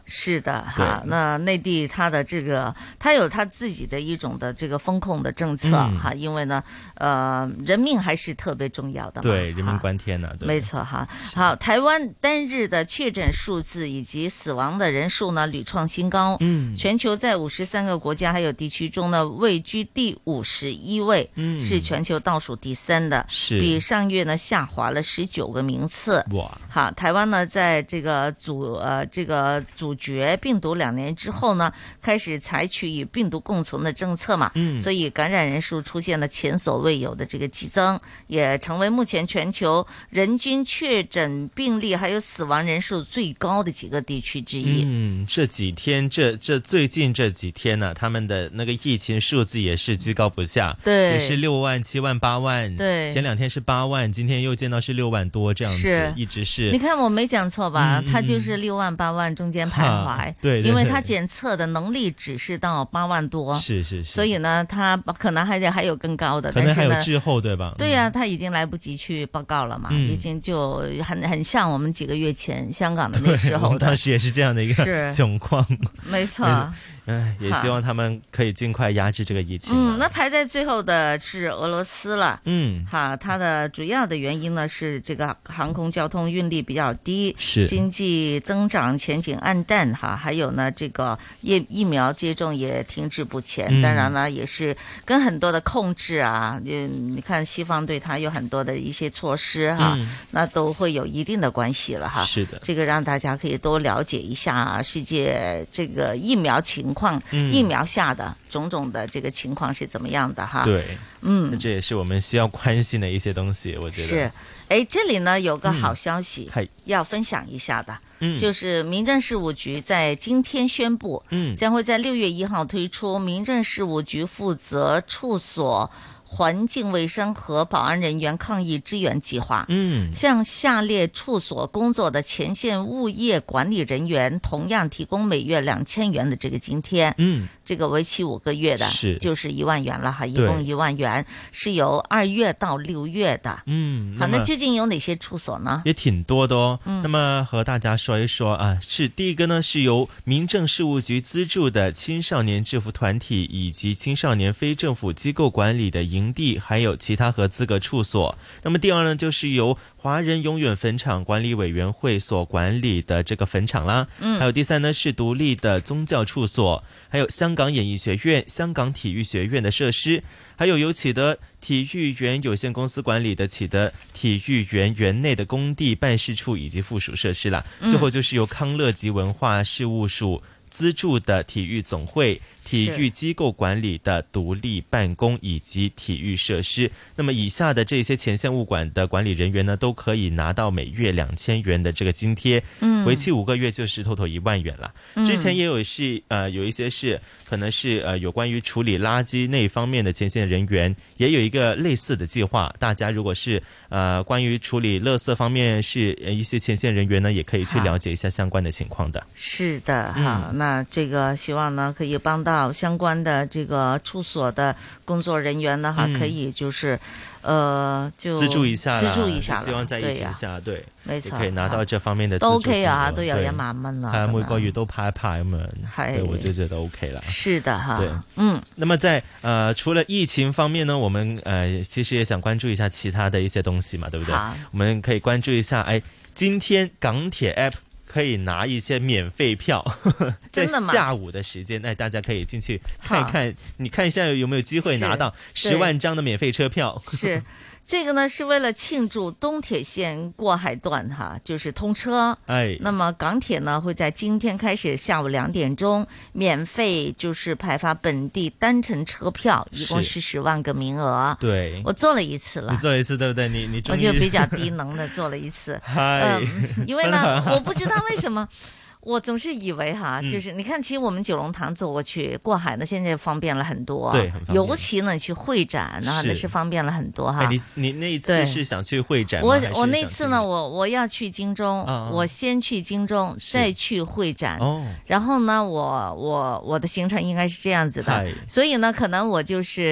是的哈，那内地它的这个它有它自己的一种的这个风控的政策哈，因为呢人命还是特别重要的嘛， 对，人命关天呢，对， 没错哈。好，台湾单日的确诊数字以及死亡的人数呢屡创新高，全球在53个国家还有地区中呢位居第51位，是全球倒数第3的，比上月呢下滑了19个名次。 哇， 好，台湾呢在这个阻绝病毒2年之后呢，开始采取与病毒共存的政策嘛，所以感染人数出现了前所未有的这个激增，也成为目前全球人均确诊病例还有死亡人数最高的几个地区之一。 这几天最近这几天呢，他们的那个疫情数字也是居高不下， 对， 也是6万、7万、8万， 对， 前2天是8万，今天又见到是6万多这样子，一直是。 你看我没讲错吧？它就是6万、8万中间徘徊， 对， 因为它检测的能力只是到8万多， 是， 所以呢，它可能还有更高的， 可能还有滞后，对吧？ 对呀，它已经来不及去报告了嘛，已经就很像我们几个月前香港的那时候的， 我们当时也是这样的一个情况， 没错。 也希望他们可以尽快压制这个疫情。 那排在最后的是俄罗斯了。它的主要的原因呢是这个航空交通运力比较低， 是经济增长前景暗淡哈，还有呢这个疫苗接种也停滞不前。当然呢也是跟很多的控制啊，你看西方对它有很多的一些措施哈，那都会有一定的关系了哈。 是的， 这个让大家可以多了解一下世界这个疫苗情况。疫苗下的种种的这个情况是怎么样的哈？ 对，这也是我们需要关心的一些东西，我觉得是。这里呢有个好消息，要分享一下的，就是民政事务局在今天宣布，将会在6月1号推出民政事务局负责处所环境卫生和保安人员抗疫支援计划，向下列处所工作的前线物业管理人员同样提供每月2000元的这个津贴，这个为期5个月的，就是1万元了哈，一共1万元，是由2月到6月的。好，那究竟有哪些处所呢？ 也挺多的哦。那么和大家说一说啊，是第一个呢是由民政事务局资助的青少年制服团体以及青少年非政府机构管理的营地，还有其他合资格处所。那么第二呢，就是由华人永远坟场管理委员会所管理的这个坟场啦。还有第三呢，是独立的宗教处所，还有香港演艺学院、香港体育学院的设施，还有由启德体育园有限公司管理的启德体育园园内的工地办事处以及附属设施啦。最后就是由康乐及文化事务署资助的体育总会、体育机构管理的独立办公以及体育设施。那么以下的这些前线物管的管理人员呢，都可以拿到每月2000元的这个津贴，为期5个月，就是头1万元了。之前也有有一些是可能是有关于处理垃圾那一方面的前线人员，也有一个类似的计划。大家如果是关于处理垃圾方面是一些前线人员呢，也可以去了解一下相关的情况的。 是的哈，那这个希望呢可以帮到相关的这个处所的工作人员呢哈，可以就是就资助一下， 希望在疫情下，对， 没錯， 可以拿到這方面的資助， 都 OK 啊，都有1萬蚊啊， 每個月都派一派咁樣，對，我就覺得 OK 啦。 是的哈， 對，那麼在除了疫情方面呢，我們其實也想關注一下其他的一些東西嘛，對不對？我們可以關注一下，今天港鐵 App 可以拿一些免費票，在下午的時間，大家可以進去看一看，你看一下有沒有機會拿到10萬張的免費車票。 是。这个呢是为了庆祝东铁线过海段哈，就是通车。那么港铁呢会在今天开始下午2点钟免费就是派发本地单程车票，一共是10万个名额。 对， 我做了一次了。 你做了一次对不对？你我就比较低能的做了一次。因为呢我不知道为什么。我总是以为哈，就是你看，其实我们九龍塘走過去過海呢，現在方便了很多， 對，很方便。 尤其呢去會展呢，那是方便了很多哈。 你那一次是想去會展嗎？ 我那次呢，我要去金鐘，我先去金鐘，再去會展。然後呢，我的行程應該是這樣子的，所以呢，可能我就是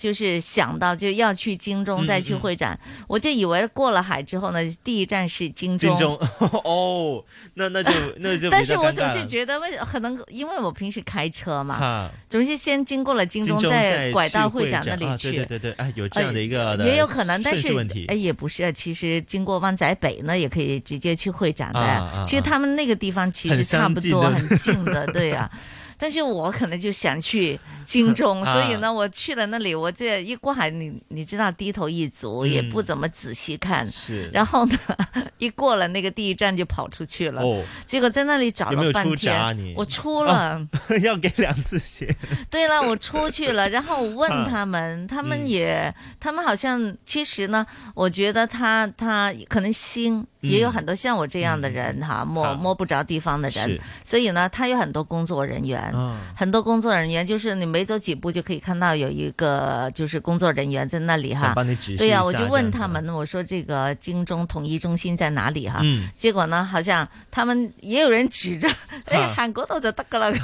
就是想到就要去京中再去会展，我就以为过了海之后呢，第一站是京中。 京中哦，那就但是我总是觉得可能因为我平时开车嘛，总是先经过了京中，再拐到会展那里去。 对，哎，有这样的一个也有可能，但是也不是，其实经过湾仔北呢，也可以直接去会展的。其实他们那个地方其实差不多，很近的，对啊。但是我可能就想去京中，所以呢，我去了那里，我这一过海，你知道低头一族，也不怎么仔细看，然后呢，一过了那个第一站就跑出去了，结果在那里找了半天，我出了， 要给2次钱。 对了，我出去了，然后我问他们，他们好像其实呢，我觉得他可能心也有很多像我这样的人哈，摸不着地方的人，所以呢，他有很多工作人员。很多工作人员就是你没走几步就可以看到有一个就是工作人员在那里哈。对呀，我就问他们，我说这个京中统一中心在哪里哈？结果呢，好像他们也有人指着，喊嗰度就得噶啦。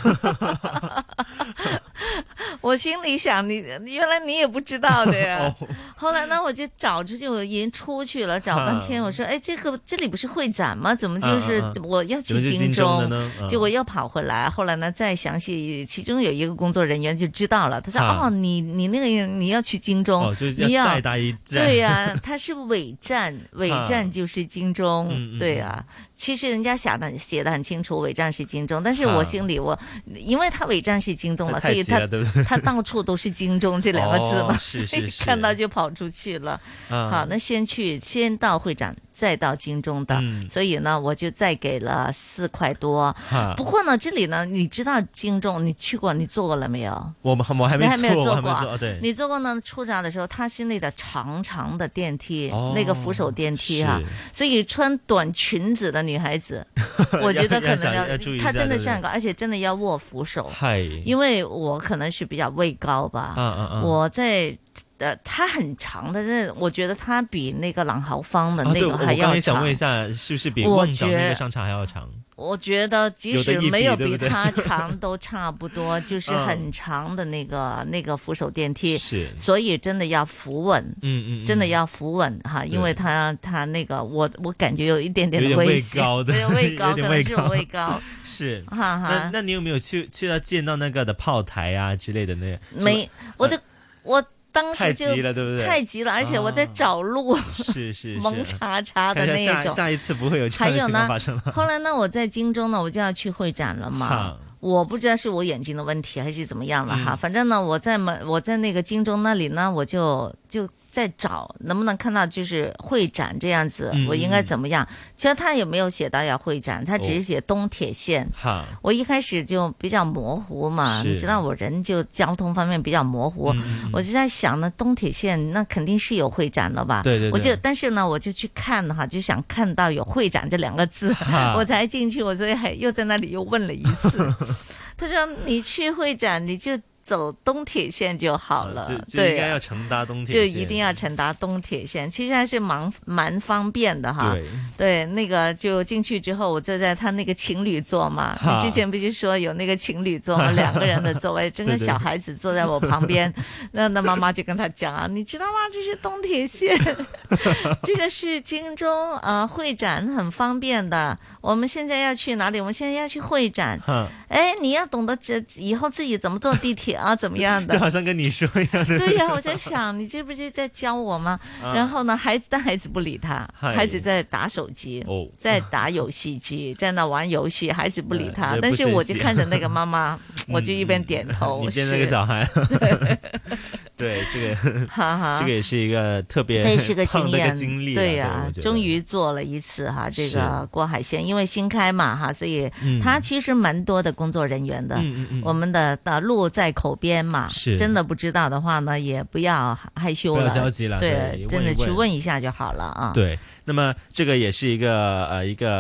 我心里想，你原来你也不知道的呀。后来呢，我就找出去，我已经出去了，找半天，我说，这里不是会展吗？怎么就是我要去京中？结果又跑回来，后来呢，再详细，其中有一个工作人员就知道了，他说，你那个你要去京中，你要再搭一站。对呀，他是尾站，尾站就是京中，对呀。其实人家写的很清楚，尾站是京中，但是我心里因为他尾站是京中了，所以他到处都是京中这2个字嘛，所以看到就跑出去了。好，那先到会展，再到京中的，所以呢，我就再给了4块多。不过呢，这里呢，你知道京中你去过，你坐过了没有？ 我还没坐过。对，你坐过呢？出闸的时候，它是那个长长的电梯，那个扶手电梯哈，所以穿短裙子的女孩子，我觉得可能要注意，她真的是很高，而且真的要握扶手。因为我可能是比较畏高吧，我在。它很长的，我觉得它比那个朗豪坊的那个还要长。我刚才想问一下，是不是比万象那个商场还要长？ 我觉得即使没有比它长都差不多，就是很长的那个扶手电梯，所以真的要扶稳，真的要扶稳哈，因为它那个我感觉有一点点危险，有点畏高，可能是我畏高， 是那你有没有去到见到那个的炮台啊之类的那？ 没，我。当时就太急了，对不对？ 太急了，而且我在找路， 是蒙查查的那种。 下一次不会有这样的情况发生了。 后来呢，我在京中呢，我就要去会展了嘛。我不知道是我眼睛的问题还是怎么样了哈。反正呢，我在那个京中那里呢，我就在找能不能看到就是会展这样子，我应该怎么样？其实他也没有写到要会展，他只是写东铁线。我一开始就比较模糊嘛，你知道我人就交通方面比较模糊，我就在想呢，东铁线那肯定是有会展了吧？ 对。 但是呢，我就去看哈，就想看到有会展这2个字，我才进去。我所以又在那里又问了一次，他说你去会展你就走东铁线就好了， 就应该要乘搭东铁线， 就一定要乘搭东铁线，其实还是蛮方便的哈。对，那个就进去之后，我就在他那个情侣座嘛，你之前不是说有那个情侣座吗？2个人的座位，整个小孩子坐在我旁边，那妈妈就跟他讲啊，你知道吗？这是东铁线，这个是京中会展很方便的。我们现在要去哪里？我们现在要去会展。你要懂得以后自己怎么坐地铁啊，怎么样的？ 就好像跟你说一样的。 对呀，我在想，你这不是在教我吗？然后呢，孩子不理他，孩子在打手机，在打游戏机，在那玩游戏，孩子不理他。但是我就看着那个妈妈，我就一边点头。 你变那个小孩。对，这个也是一个特别棒的一个经历。 对呀，终于做了一次哈，这个过海线，因为新开嘛哈，所以它其实蛮多的工作人员的。我们的路在口边嘛，真的不知道的话呢，也不要害羞了， 不要着急了， 对，真的去问一下就好了啊。 对，那么这个也是一个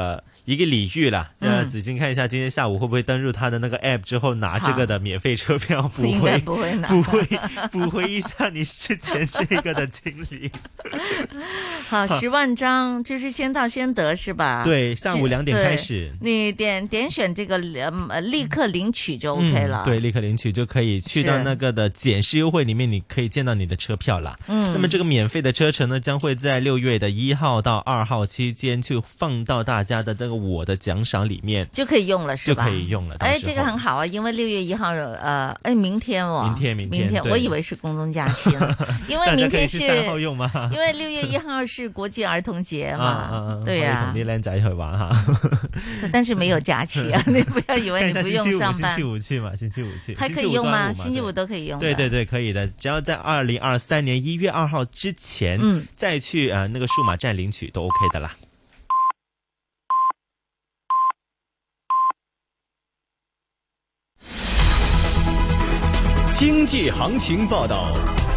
一个礼遇啦。子金看一下今天下午会不会登入他的那个 app 之后拿这个的免费车票补回一下你之前这个的经历。 好，10万张就是先到先得是吧？ 对，下午2点开始。 你点选这个立刻领取就 OK 了。 对，立刻领取就可以去到那个的减市优惠里面，你可以见到你的车票啦。那么这个免费的车程呢，将会在6月的1号到2号期间去放到大家的这个我的奖赏里面， 就可以用了是吧？ 就可以用了。 这个很好啊，因为6月1号明天明天我以为是公众假期了，因为明天是 3號用嘛， 因为6月1號是國際兒童節嘛，對呀， 同啲靚仔去玩下， 但是沒有假期啊，你不要以為你不用上班。 星期五去嘛，星期五去， 還可以用嗎？星期五都可以用。 對，可以的，只要在2023年1月2號之前，再去那個數碼站領取都 OK 的啦。 經濟行情報道。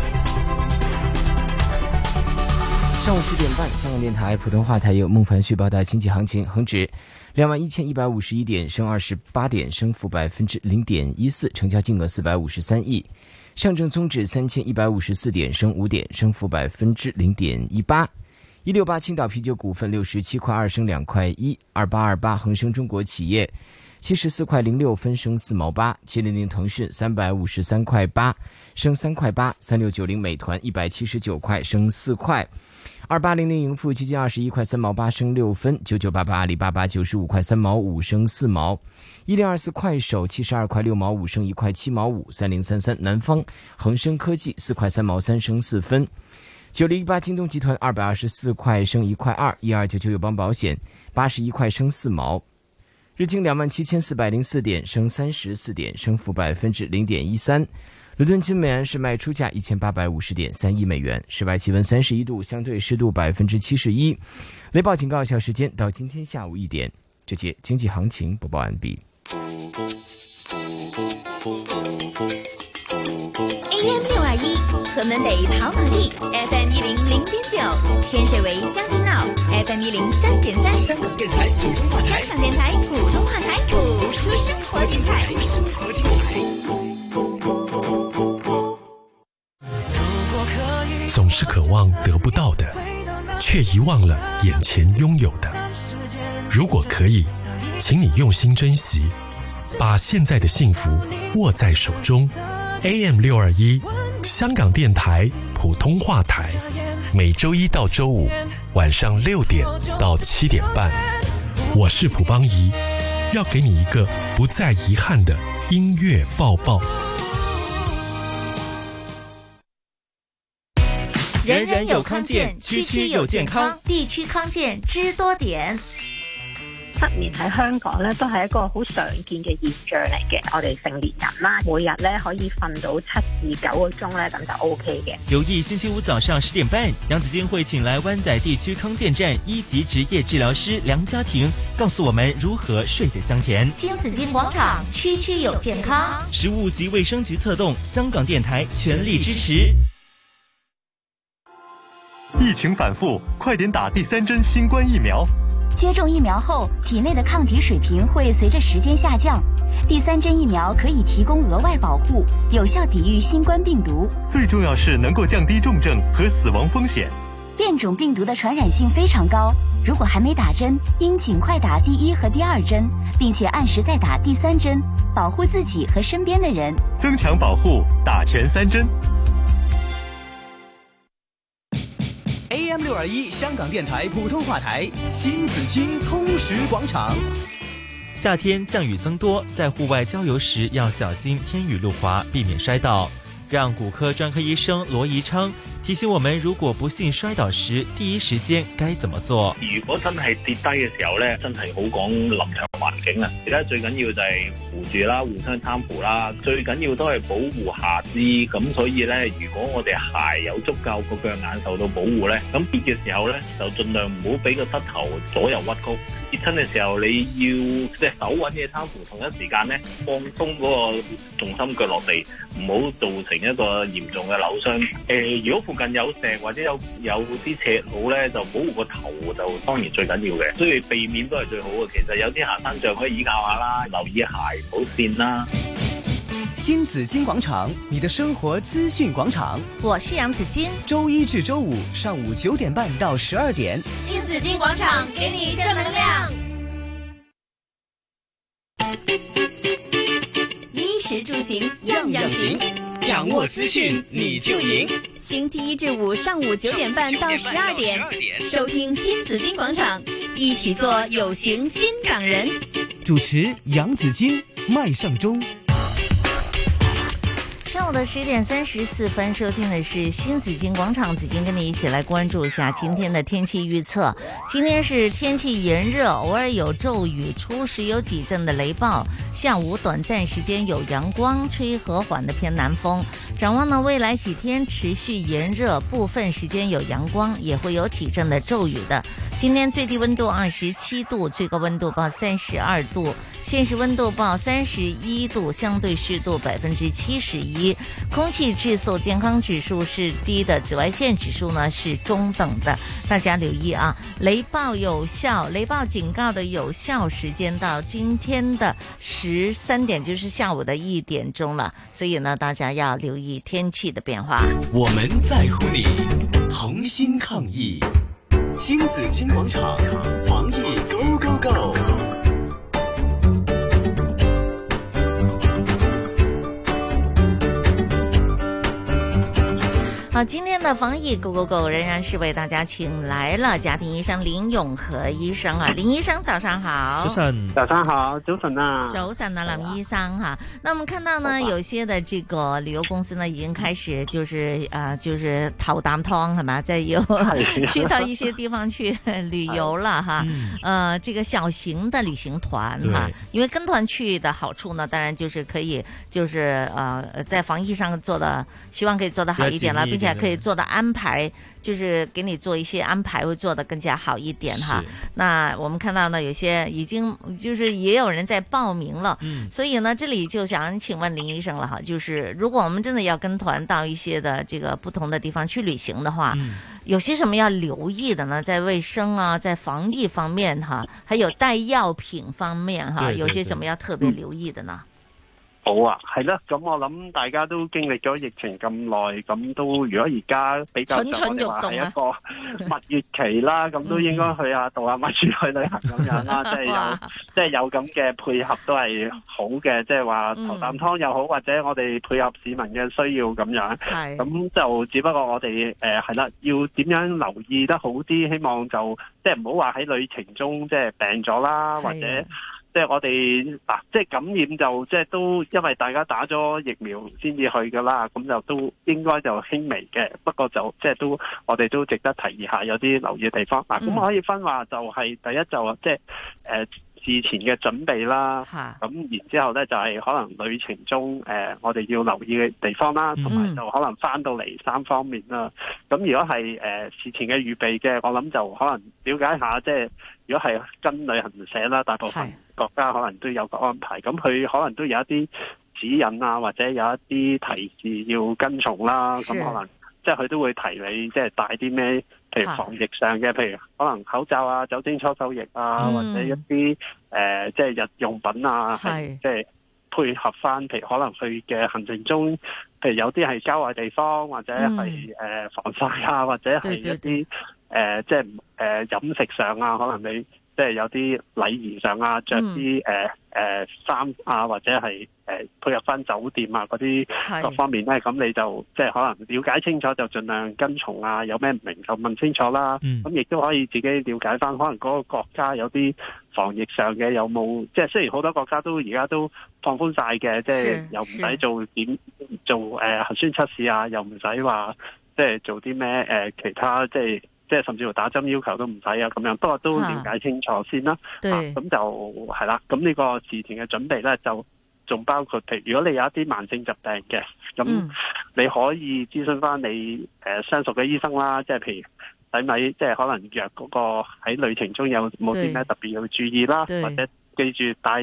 上午4點半，香港電台普通話台有孟凡旭報道經濟行情，恒指21,151點，升28點，升幅0.14%，成交金額453億。上證綜指3,154點，升5點，升幅0.18%。168青島啤酒股份67塊2升2塊1。2828恒生中國企業74塊06分升4毛8。700騰訊353塊8升3塊8。3690美團179塊升4塊。2800盈富基金21塊3毛8升6分。9988阿里巴巴95塊3毛5升4毛。1024快手72塊6毛5升1塊7毛5。3033南方恒生科技4塊3毛3升4分。9018京東集團224塊升1塊2。1299友邦保險81塊升4毛。日經27,404點升34點，升幅0.13%。倫敦金每安士賣出價1850.3億美元。室外氣溫31度，相對濕度71%。雷暴警告有效時間到今天下午1點。這節經濟行情播報完畢。 AM621河門北跑馬地 FM100.9，天水圍將軍澳 FM103.3，香港電台普通話台，香港電台普通話台，播出生活精彩。 總是渴望得不到的，卻遺忘了眼前擁有的。如果可以，請你用心珍惜，把現在的幸福握在手中。AM621香港電台普通話台，每周一到周五晚上6點到7點半，我是蒲邦儀，要給你一個不再遺憾的音樂抱抱。 人人有康健，區區有健康，地區康健知多點。 失眠喺香港咧都係一個好常見嘅現象嚟嘅，我哋成年人啦，每日咧可以瞓到7至9個鐘咧，咁就 OK 嘅。 留意星期五早上10點半，楊子矜會請來灣仔地區康健站1級職業治療師梁家婷，告訴我們如何睡得香甜。 新紫荊廣場區區有健康， 食物及衛生局策動，香港電台全力支持。 疫情反复，快點打第3針新冠疫苗。 接種疫苗後，體內的抗體水平會隨着時間下降。第3針疫苗可以提供額外保護，有效抵禦新冠病毒。 最重要是能夠降低重症和死亡風險。 變種病毒的傳染性非常高，如果還沒打針，應盡快打第1和第2針，並且按時再打第3針，保護自己和身邊的人。 增強保護，打全3針。 AM621香港電台普通話台，新紫荊通識廣場。 夏天降雨增多，在戶外郊遊時要小心天雨路滑，避免摔倒。讓骨科專科醫生羅宜昌提醒我們，如果不幸摔倒時，第一時間該怎麼做？ 如果真係跌低嘅時候呢，真係好講臨場環境啊！而家最緊要就係扶住啦，互相攙扶啦，最緊要都係保護下肢。咁所以呢，如果我哋鞋有足夠個腳眼受到保護呢，咁跌嘅時候呢，就盡量唔好俾個膝頭左右屈曲。跌親嘅時候，你要隻手揾嘢攙扶，同一時間呢，放鬆嗰個重心腳落地，唔好造成一個嚴重嘅扭傷。如果附近有石或者有啲斜路咧，就保護個頭就當然最緊要嘅，所以避免都係最好嘅。其實有啲行山杖可以依靠下啦，留意鞋唔好跣啦。 新紫金廣場，你的生活資訊廣場。 我是楊子矜， 周一至周五上午9點半到12點。 新紫金廣場給你正能量。衣食住行樣樣行， 掌握資訊你就贏。 星期一至五上午9點半到12點，收聽新紫金廣場，一起做有型新港人。 主持楊子矜、麥尚中。 上午的11點34分，收聽的是新紫荊廣場，紫荊跟你一起來關注一下今天的天氣預測。今天是天氣炎熱，偶爾有驟雨，初時有幾陣的雷暴，下午短暫時間有陽光，吹和緩的偏南風。展望呢，未來幾天持續炎熱，部分時間有陽光，也會有幾陣的驟雨的。今天最低溫度27度，最高溫度報32度，現時溫度報31度，相對濕度71%，空氣質素健康指數是低的，紫外線指數呢是中等的，大家留意啊！雷暴警告的有效時間到今天的13點，就是下午的1點鐘了，所以呢，大家要留意天氣的變化。 我們在乎你，同心抗疫。新紫荊廣場，防疫 Go Go Go！ 好，今天的防疫 Go Go Go 仍然是為大家請來了家庭醫生林永和醫生啊，林醫生早上好。 早晨， 早上好，早晨啊， 早晨啊，林醫生哈。那我們看到呢，有些的這個旅遊公司呢，已經開始就是頭啖湯係嘛，在有去到一些地方去旅遊了哈。這個小型的旅行團哈，因為跟團去的好處呢，當然就是可以在防疫上做的，希望可以做得好一點了，並且可以做的安排，就是給你做一些安排，會做得更加好一點哈。那我們看到呢，有些已經就是也有人在報名了，所以呢，這裡就想請問林醫生了哈，就是如果我們真的要跟團到一些的這個不同的地方去旅行的話，有些什麼要留意的呢？在衛生啊，在防疫方面哈，還有帶藥品方面哈，有些什麼要特別留意的呢？ 好啊，係啦，咁我諗大家都經歷咗疫情咁耐，咁都如果而家比較就我哋話係一個蜜月期啦，咁都應該去下度下蜜月去旅行咁樣啦，即係有咁嘅配合都係好嘅，即係話頭啖湯又好，或者我哋配合市民嘅需要咁樣，咁就只不過我哋係啦，要點樣留意得好啲，希望就即係唔好話喺旅程中即係病咗啦，或者。即係我哋即係感染就即係都因為大家打咗疫苗先至去噶啦，咁就都應該就輕微嘅。不過就即係都我哋都值得提議下有啲留意嘅地方。咁可以分話就係第一就即係事前嘅準備啦。咁然之後咧就係可能旅程中我哋要留意嘅地方啦，同埋就可能翻到嚟3方面啦。咁如果係事前嘅預備嘅，我諗就可能了解下即係如果係跟旅行社啦，大部分國家可能都有個安排，咁佢可能都有一啲指引啊，或者有一啲提示要跟從啦。咁可能即係佢都會提你，即係帶啲咩，譬如防疫上嘅，譬如可能口罩啊、酒精搓手液啊，或者一啲即係日用品啊，係即係配合翻。譬如可能去嘅行程中，譬如有啲係郊外地方，或者係防曬啊，或者係一啲即係飲食上啊，可能你。即係有啲禮儀上啊，着啲衫啊，或者係配合翻酒店啊嗰啲各方面咧，咁你就即係可能了解清楚就盡量跟從啊，有咩唔明就問清楚啦。咁亦都可以自己了解翻，可能嗰個國家有啲防疫上嘅有冇，即係雖然好多國家都而家都放寬晒嘅，即係又唔使做核酸測試啊，又唔使話即係做啲咩其他即係甚至乎打針要求都唔使啊咁樣，不過都了解清楚先啦。咁就係啦。咁呢個事前嘅準備咧，就仲包括譬如如果你有一啲慢性疾病嘅，咁你可以諮詢翻你相熟嘅醫生啦。即係譬如使咪即係可能藥嗰個喺旅程中有冇啲咩特別要注意啦，或者記住帶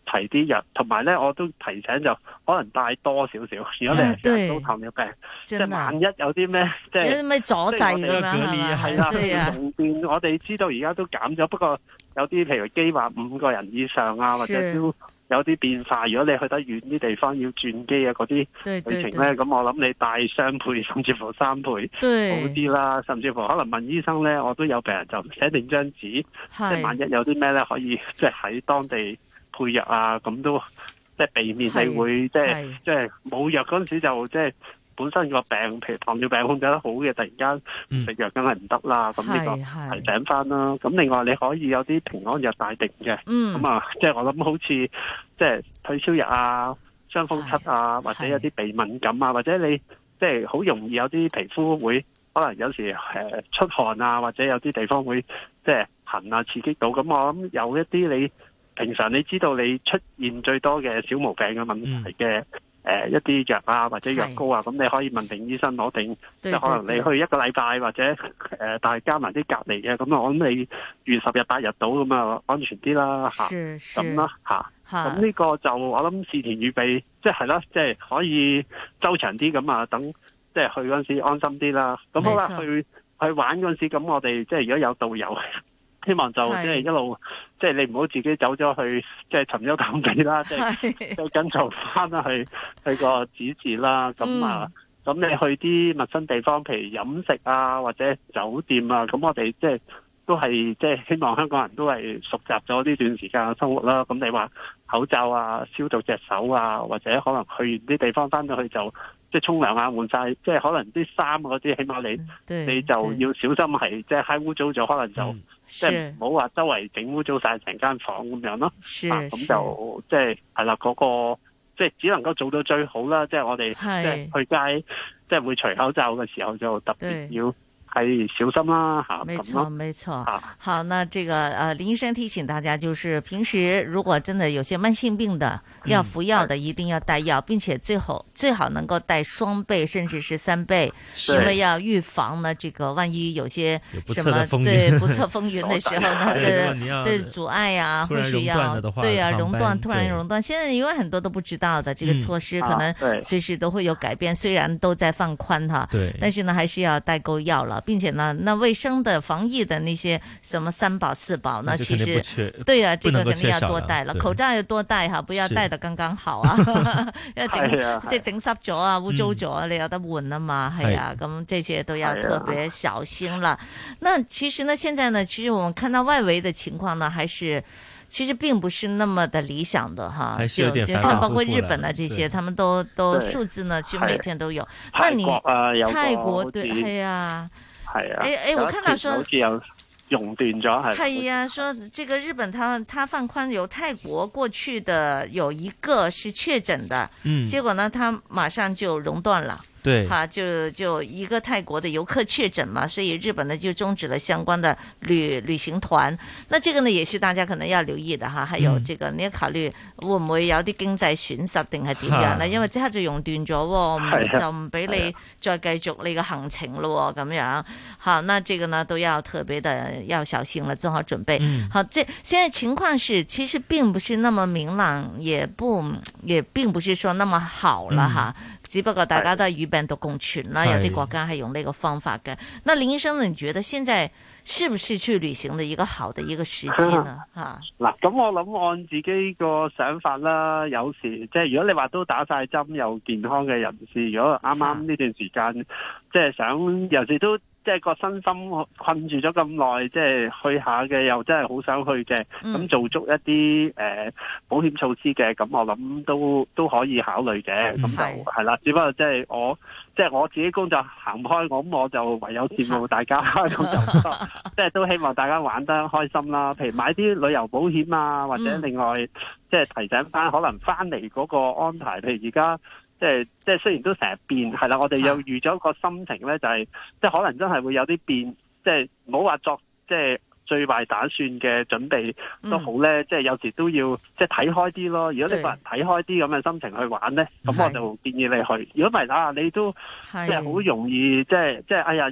提啲藥，同埋咧我都提醒就可能帶多少少。如果你係成日都糖尿病，即係萬一有啲咩即係有啲咩阻滯咁樣係啦，用電我哋知道而家都減咗，不過有啲譬如機話5個人以上啊，或者都有啲變化。如果你去得遠啲地方要轉機啊嗰啲旅程咧，咁我諗你帶雙倍甚至乎3倍好啲啦。甚至乎可能問醫生咧，我都有病人就寫定張紙，即係萬一有啲咩咧可以即係喺當地配藥啊，咁都即係避免你會即係冇藥嗰陣時就即係本身個病，譬如糖尿病控制得好嘅，突然間食藥梗係唔得啦。咁呢個提醒翻啦。咁另外你可以有啲平安藥帶定嘅，咁啊，即係我諗好似即係退燒藥啊、傷風咳啊，或者有啲鼻敏感啊，或者你即係好容易有啲皮膚會可能有時出汗啊，或者有啲地方會即係痕啊，刺激到。咁我諗有一啲你平常你知道你出現最多嘅小毛病嘅問題嘅一啲藥啊或者藥膏啊，咁你可以問定醫生攞定，即係可能你去1個禮拜或者但係加埋啲隔離嘅，咁我諗你預10日8日到咁啊安全啲啦嚇，咁啦嚇。咁呢個就我諗事前預備，即係啦，即係可以周長啲咁啊，等即係去嗰陣時安心啲啦。咁好啦，去玩嗰陣時，咁我哋即係如果有導遊。希望就即係一路，即係你唔好自己走咗去，即係尋幽探秘啦，即係跟隨翻去個指示啦。咁啊，咁你去啲陌生地方，譬如飲食啊或者酒店啊，咁我哋即係都係即係希望香港人都係熟習咗呢段時間嘅生活啦。咁你話口罩啊、消毒隻手啊，或者可能去完啲地方翻到去就即係沖涼啊、換晒，即係可能啲衫嗰啲，起碼你就要小心係即係揩污糟咗，可能就即係唔好話周圍整污糟晒成間房咁樣咯。咁就即係係啦，嗰個即係只能夠做到最好啦。即係我哋即係去街，即係會除口罩嘅時候就特別要係小心啦嚇。 沒錯，沒錯。好，那這個林醫生提醒大家，就是平時如果真的有些慢性病的要服藥的，一定要帶藥，並且最好能夠帶雙倍甚至是3倍，因為要預防呢，這個萬一有些什麼對不測風雲的時候呢，對阻礙啊，或許要對啊熔斷，突然熔斷。現在因為很多都不知道的這個措施，可能隨時都會有改變。雖然都在放寬哈，但是呢，還是要帶夠藥了。並且呢，那衛生的、防疫的那些什麼3寶4寶，那其實對啊，這個肯定要多帶了。口罩要多帶哈，不要帶得剛剛好啊。要整即係整濕咗啊、污糟咗，你有得換啊嘛，係啊，咁這些都要特別小心了。那其實呢，現在呢，其實我們看到外圍的情況呢，還是其實並不是那麼的理想的哈。還是有點反反复复。包括日本啊這些，他們都數字呢，其實每天都有。那你泰國對，係啊。係啊，我看到說好似有熔斷咗，係啊，說這個日本他放寬，由泰國過去的有一個是確診的，結果呢，他馬上就熔斷了。對，哈，就一個泰國的遊客確診嘛，所以日本呢就終止了相關的旅行團。那這個呢也是大家可能要留意的哈。還有這個你要考慮會唔會有啲經濟損失定係點樣呢？因為即刻就熔斷咗，就唔俾你再繼續你個行程咯，咁樣。好，那這個呢都要特別的要小心了，做好準備。好，這現在情況是其實並不是那麼明朗，也並不是說那麼好了哈。只不過大家都係與病毒共存啦，有啲國家係用呢個方法嘅。那林醫生，你覺得現在是不是去旅行的一個好的一個時機呢？吓嗱，咁我諗按自己個想法啦，有時即係如果你話都打晒針又健康嘅人士，如果啱啱呢段時間即係想，有時都即係個身心困住咗咁耐，即係去下嘅又真係好想去嘅，咁做足一啲保險措施嘅，咁我諗都可以考慮嘅，咁就係啦。只不過即係我自己工作行唔開，咁我就唯有羨慕大家，咁就即係都希望大家玩得開心啦。譬如買啲旅遊保險啊，或者另外即係提醒翻可能翻嚟嗰個安排，譬如而家。即係雖然都成日變，係啦，我哋又預咗個心情咧，就係即係可能真係會有啲變，即係唔好話作即係最壞打算嘅準備都好咧，即係有時都要即係睇開啲咯。如果你個人睇開啲咁嘅心情去玩咧，咁我就建議你去。如果唔係你都即係好容易即係哎呀一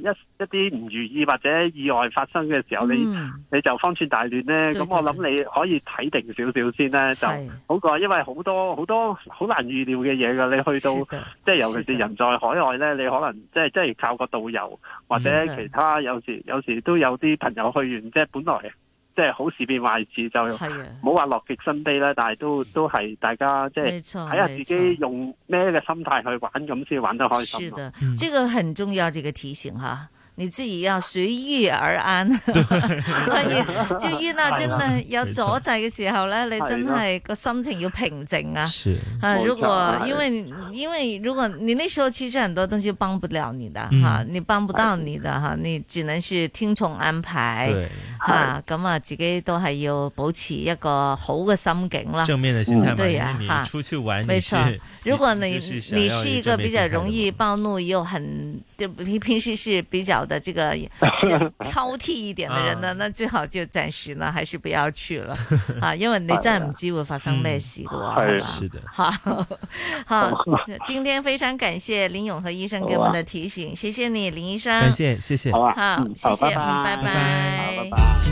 啲唔如意或者意外發生嘅時候，你就方寸大亂咧，咁我諗你可以睇定少少先咧，就好過，因為好多好難預料嘅嘢㗎。你去到即係尤其是人在海外咧，你可能即係靠個導遊或者其他，有時都有啲朋友去完，即係本來即係好事變壞事，就唔好話樂極生悲啦。但係都係大家即係睇下自己用咩嘅心態去玩，咁先玩得開心。 是的，這個很重要，這個提醒哈。你自己要隨遇而安，就遇到真的有阻滯嘅時候咧，你真係個心情要平靜啊。是啊，如果因為如果你那時候其實很多東西幫不了你的哈，你幫不到你的哈，你只能是聽從安排。對，哈，咁啊，自己都係要保持一個好嘅心境啦， 正面的心態嘛。 對呀，哈， 出去玩， 沒錯。如果你是一個比較容易暴怒又很就平時是比較的這個挑剔一點的人呢，那最好就暫時呢，還是不要去了啊，因為你真係唔知會發生咩事嘅喎，係嘛？是的，好，今天非常感謝林永和醫生給我們的提醒，謝謝你，林醫生， 感謝，謝謝， 好， 謝謝，拜拜。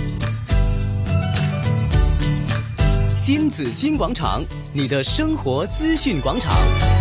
新紫荊廣場，你的生活資訊廣場。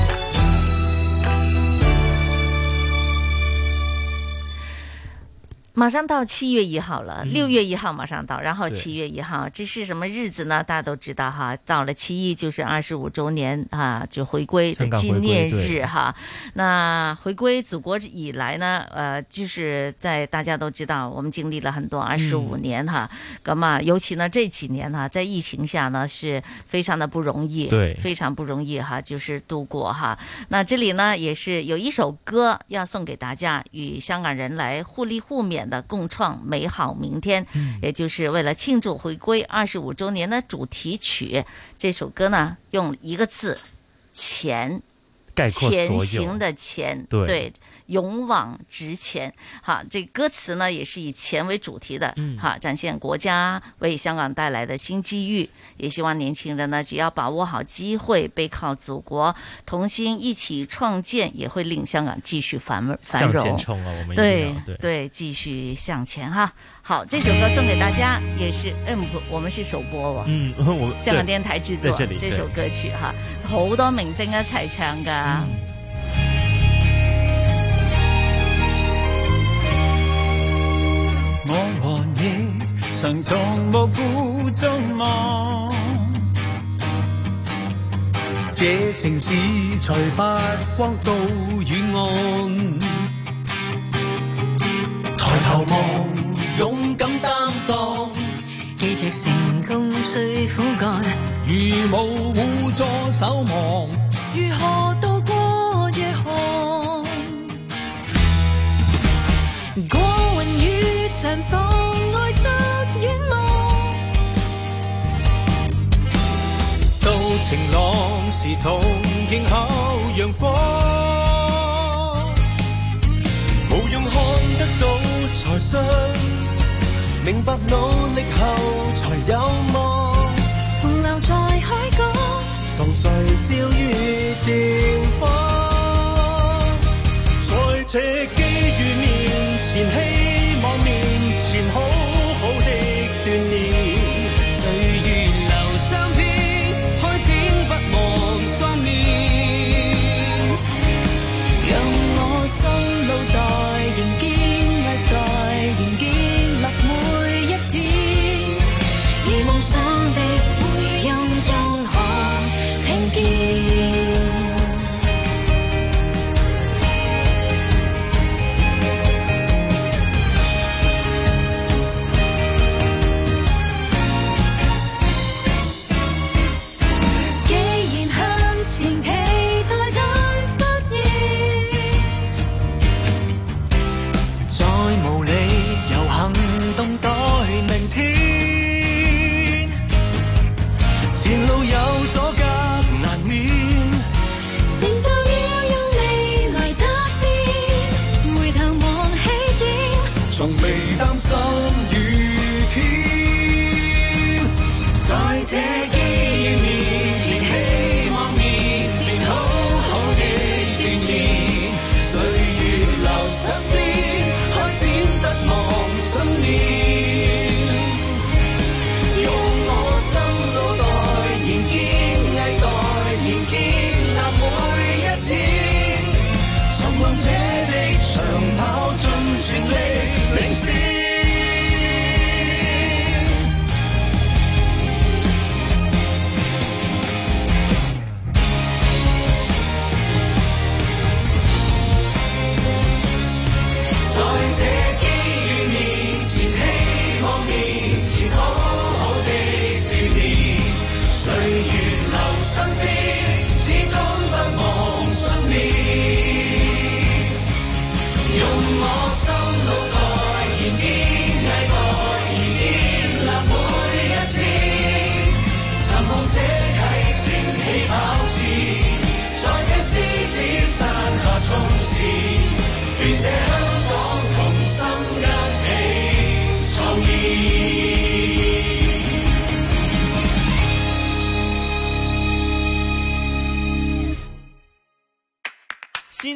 馬上到7月1號了，6月1號馬上到，然後7月1號，這是什麼日子呢？大家都知道哈，到了7月就是25周年啊，就回歸的紀念日哈。那回歸祖國以來呢，就是在大家都知道，我們經歷了很多25年哈，咁啊，尤其呢這幾年哈，在疫情下呢，是非常的不容易，對，非常不容易哈，就是度過哈。那這裡呢，也是有一首歌要送給大家，與香港人來互利互勉的共創美好明天，也就是為了慶祝回歸25周年的主題曲。這首歌呢，用一個字前，概括所有，前行的前，對，勇往直前。好，這歌詞呢也是以錢為主題的，好，展現國家為香港帶來的新機遇。也希望年輕人呢，只要把握好機會，背靠祖國，同心一起創建，也會令香港繼續繁榮。 向前衝啊！我們對，繼續向前哈。好，這首歌送給大家，也是我們是首播喎，香港電台製作這首歌曲哈，好多明星一齊唱噶。 我和你常從無負中望，這城市才發光到遠岸。抬頭望，勇敢擔當，記着成功需苦幹。如無互助守望，如何渡過夜寒？過雲雨上妨礙着遠望，到晴朗時同迎候陽光，無用看得到才信，明白努力後才有望，同留在海角，同聚焦於前方。在這機遇面前，希望面前好好的鍛鍊，歲月留相片，開展不忘雙面，讓我心路帶仍堅毅帶仍建立每一天，而夢想的回音中可聽見。開展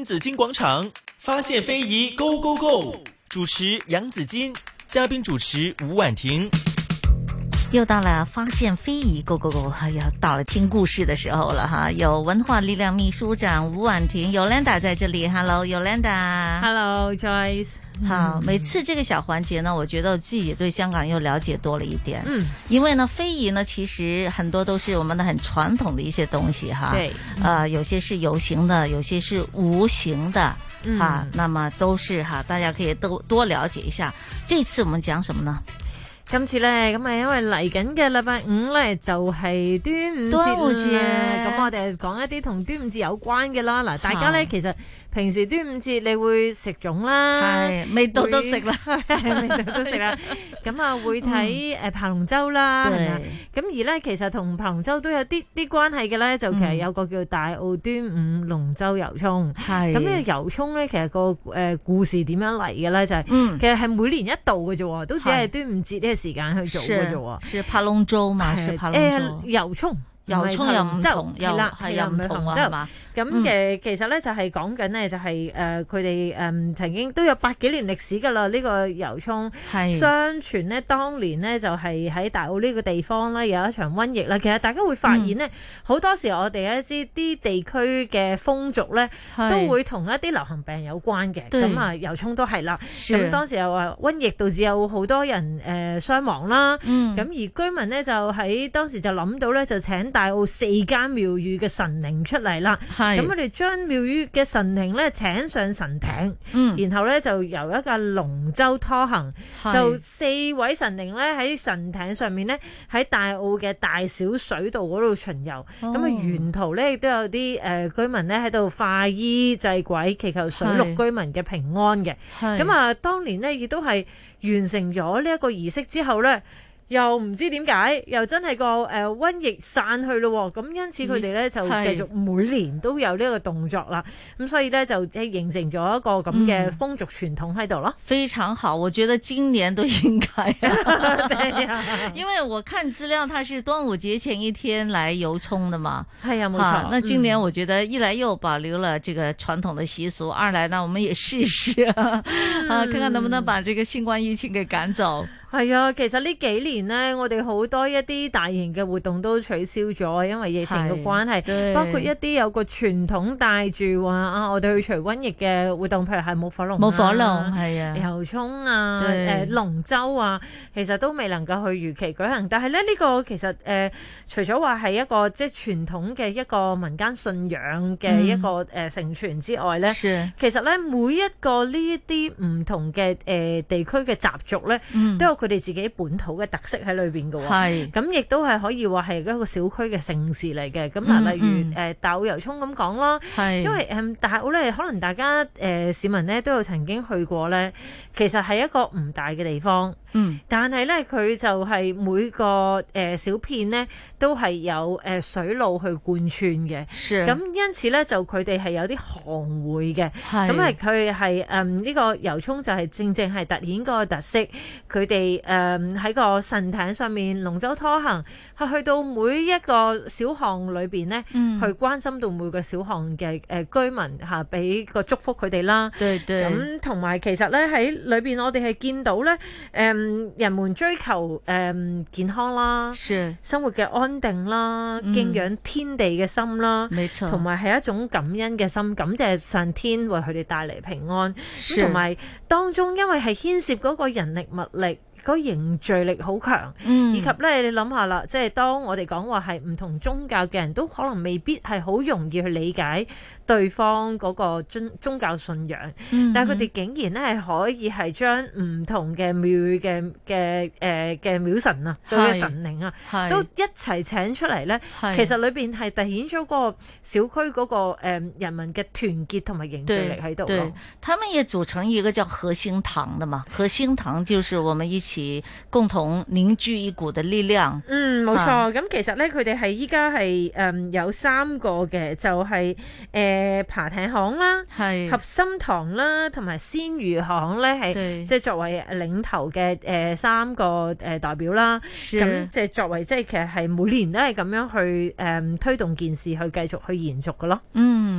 新紫荊廣場，發現非遺 Go Go Go， 主持楊子矜，嘉賓主持吳婉婷。 又到了發現非遺 Go Go Go， 又到了聽故事的時候了哈。有文化力量秘書長吳婉婷 Yolanda 在這裡 ，Hello Yolanda，Hello Joyce。 好，每次這個小環節呢，我覺得我自己對香港又了解多了一點。因為呢，非遺呢，其實很多都是我們的很傳統的一些東西哈。對。有些是有形的，有些是無形的。哈，那麼都是哈，大家可以多了解一下。這次我們講什麼呢？ 今次咧，咁啊，因為嚟緊嘅禮拜五咧就係端午節啦，咁我哋講一啲同端午節有關嘅啦。嗱，大家咧其實平時端午節你會食粽啦， 係味道都食啦， 味道都食啦。咁啊會睇爬龍舟啦，係咪？咁而咧其實同爬龍舟都有啲關係嘅咧，就其實有個叫大澳端午龍舟遊涌。係咁呢個遊涌咧，其實個故事點樣嚟嘅咧，就係其實係每年一度嘅啫，都只係端午節呢個時間去做嘅啫。 是爬龍舟嘛？是爬龍舟。 遊涌。 遊涌又唔同，又唔同啊，係嘛？ 咁其實咧就係講緊咧就係佢哋曾經都有百幾年歷史㗎啦。呢個遊涌相傳咧當年咧就係喺大澳呢個地方咧有一場瘟疫啦。其實大家會發現咧好多時我哋一啲地區嘅風俗咧都會同一啲流行病有關嘅。咁啊遊涌都係啦。咁當時又話瘟疫導致有好多人傷亡啦。咁而居民咧就喺當時就諗到咧就請大澳4間廟宇嘅神靈出嚟啦，咁我哋將廟宇嘅神靈咧請上神艇，然後咧就由一架龍舟拖行，就4位神靈咧喺神艇上面咧喺大澳嘅大小水道嗰度巡遊，咁啊沿途咧亦都有啲居民咧喺度化衣祭鬼，祈求水陸居民嘅平安嘅。咁啊當年咧亦都係完成咗呢一個儀式之後咧，又唔知點解，又真係個瘟疫散去咯，咁因此佢哋咧就繼續每年都有呢個動作啦，咁所以咧就形成咗一個咁嘅風俗傳統喺度咯。 非常好，我覺得今年都應該因為我看資料，它是端午節前一天來遊涌的嘛。 係啊，冇錯。 那今年我覺得一來又保留了這個傳統的習俗，二來呢我們也試試看看能不能把這個新冠疫情給趕走。 係啊，其實呢幾年呢，我哋好多一啲大型嘅活動都取消咗，因為疫情嘅關係，包括一啲有個傳統帶住話我哋去除瘟疫嘅活動，譬如係舞火龍， 係啊， 遊涌啊，龍舟啊，其實都未能夠去如期舉行。但係咧，呢個其實除咗話係一個即係傳統嘅一個民間信仰嘅一個承傳之外咧，其實咧每一個呢一啲唔同嘅地區嘅習俗咧，都有佢哋自己本土嘅特色喺裏邊嘅喎，咁亦都係可以話係一個小區嘅盛事嚟嘅。咁嗱，例如大澳遊涌咁講啦，因為大澳咧，可能大家市民咧都有曾經去過咧，其實係一個唔大嘅地方，但係咧佢就係每個小片咧都係有水路去貫穿嘅，咁因此咧就佢哋係有啲行會嘅，咁係佢係呢個遊涌就係正正係突顯嗰個特色，佢哋喺個神艇上面龍舟拖行，去到每一個小巷裏邊咧，去關心到每個小巷嘅居民嚇，俾個祝福佢哋啦。咁同埋其實咧喺裏邊，我哋係見到咧，人們追求健康啦，生活嘅安定啦，敬仰天地嘅心啦，同埋係一種感恩嘅心，感謝上天為佢哋帶嚟平安。咁同埋當中，因為係牽涉嗰個人力物力。個凝聚力好強，以及咧你諗下啦，即係當我哋講話係唔同宗教嘅人都可能未必係好容易去理解對方嗰個宗教信仰，但係佢哋竟然咧係可以係將唔同嘅廟嘅廟神啊，對嘅神靈啊，都一齊請出嚟咧。其實裏邊係凸顯咗個小區嗰個人民嘅團結同埋凝聚力喺度咯。 他們也組成一個叫和興堂的嘛，和興堂就是我們一起共同凝聚一股的力量。 冇錯。咁其實咧，佢哋係依家係有3個嘅，就係爬艇行啦、合心堂啦，同埋鮮魚行咧，係即係作為領頭嘅3個代表啦。咁即係作為即係其實係每年都係咁樣去推動件事去繼續去延續嘅咯。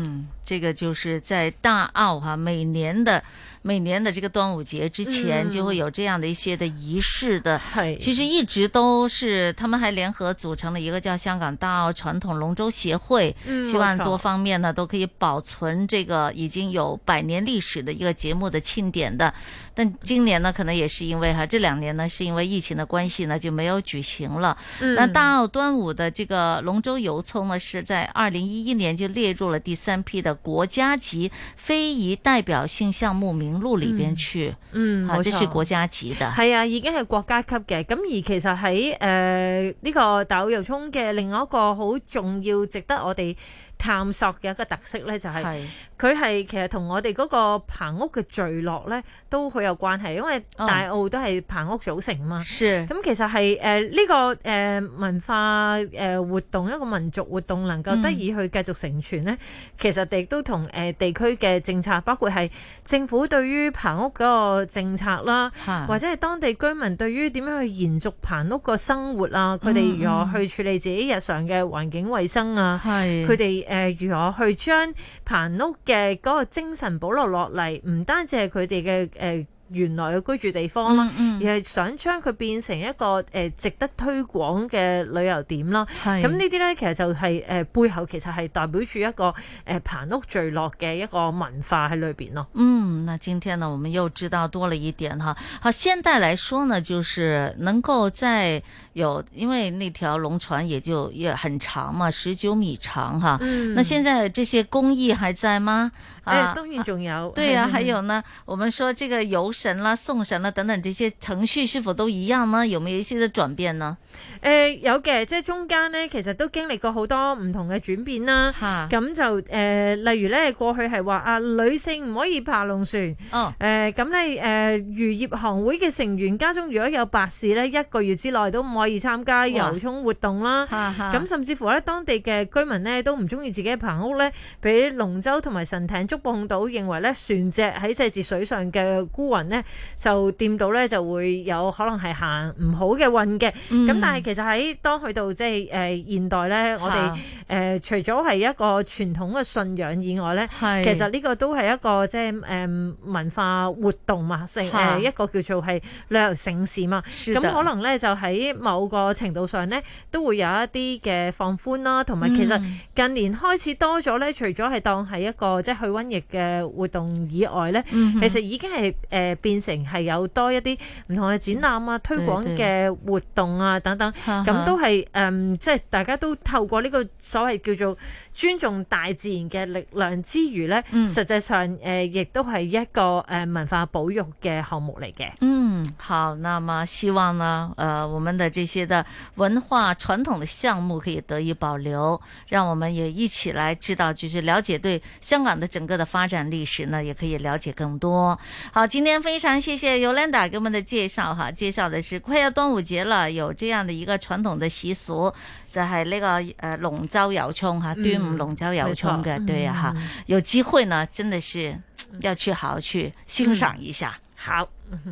这个就是在大澳哈，每年的这个端午节之前就会有这样的一些的仪式的。其實一直都是他們還聯合組成了一個叫香港大澳傳統龍舟協會，希望多方面呢都可以保存這個已經有100年歷史的一個節目的慶典的。但今年呢可能也是因為這2年呢是因為疫情的關係呢就沒有舉行了。那大澳端午的這個龍舟遊涌呢是在2011年就列入了第3批的國家級非遺代表性項目名錄裏邊去。這是國家級的。 係啊，已經係國家級嘅。咁而其實喺呢個大澳遊涌嘅另外一個好重要值得我哋探索嘅一個特色咧，就係佢係其實同我哋嗰個棚屋嘅聚落咧都好有關係，因為大澳都係棚屋組成嘛。咁其實係呢個文化活動，一個民族活動能夠得以去繼續承傳咧，其實亦都同地區嘅政策，包括係政府對於棚屋嗰個政策啦，或者係當地居民對於點樣去延續棚屋個生活啊，佢哋如何去處理自己日常嘅環境衛生啊，佢哋如何去將棚屋嘅嗰個精神保留落嚟，唔單止係佢哋嘅原來嘅居住地方啦，而係想將佢變成一個值得推廣嘅旅遊點啦。咁呢啲咧，其實就係背後其實係代表住一個棚屋聚落嘅一個文化喺裏邊咯。 那今天呢，我們又知道多了一點哈。好，現代來說呢，就是能夠在因為那條龍船也很長嘛，19米長哈。那現在這些工藝還在嗎？ 當然仲有。 對啊，還有呢，我們說這個遊神啦、送神啦等等這些程序是否都一樣呢？有沒有一些的轉變呢？ 有嘅，即係中間呢，其實都經歷過好多唔同嘅轉變啦。咁就例如咧，過去係話女性唔可以爬龍船。咁咧漁業行會嘅成員家中如果有白事咧，1個月之內都唔可以參加遊涌活動啦。咁甚至乎咧，當地嘅居民咧都唔中意自己嘅棚屋咧，俾龍舟同埋神艇觸碰到，認為咧船隻喺祭祀水上嘅孤魂咧就掂到咧就會有可能係行唔好嘅運嘅。咁但係其實喺當去到即係現代咧，我哋除咗係一個傳統嘅信仰以外咧，其實呢個都係一個即係文化活動嘛，一個叫做係旅遊盛事嘛。咁可能咧就喺某個程度上咧都會有一啲嘅放寬啦，同埋其實近年開始多咗咧，除咗係當係一個即係去瘟疫嘅活動以外咧，其實已經係變成係有多一啲唔同嘅展覽啊、推廣嘅活動啊等等，咁都係即係大家都透過呢個所謂叫做尊重大自然嘅力量之餘咧，實際上亦都係一個文化保育嘅項目嚟嘅。 好，那麼希望呢，我們的這些的文化傳統的項目可以得以保留，讓我們也一起來知道，就是了解對香港的整個的發展歷史呢，也可以了解更多。好，今天非常謝謝 Yolanda 給我們的介紹哈，介紹的是快要端午節了，有這樣的一個傳統的習俗，就係呢個龍舟遊涌哈，端午龍舟遊涌嘅，對啊哈，有機會呢，真的是要去好好去欣賞一下。 好。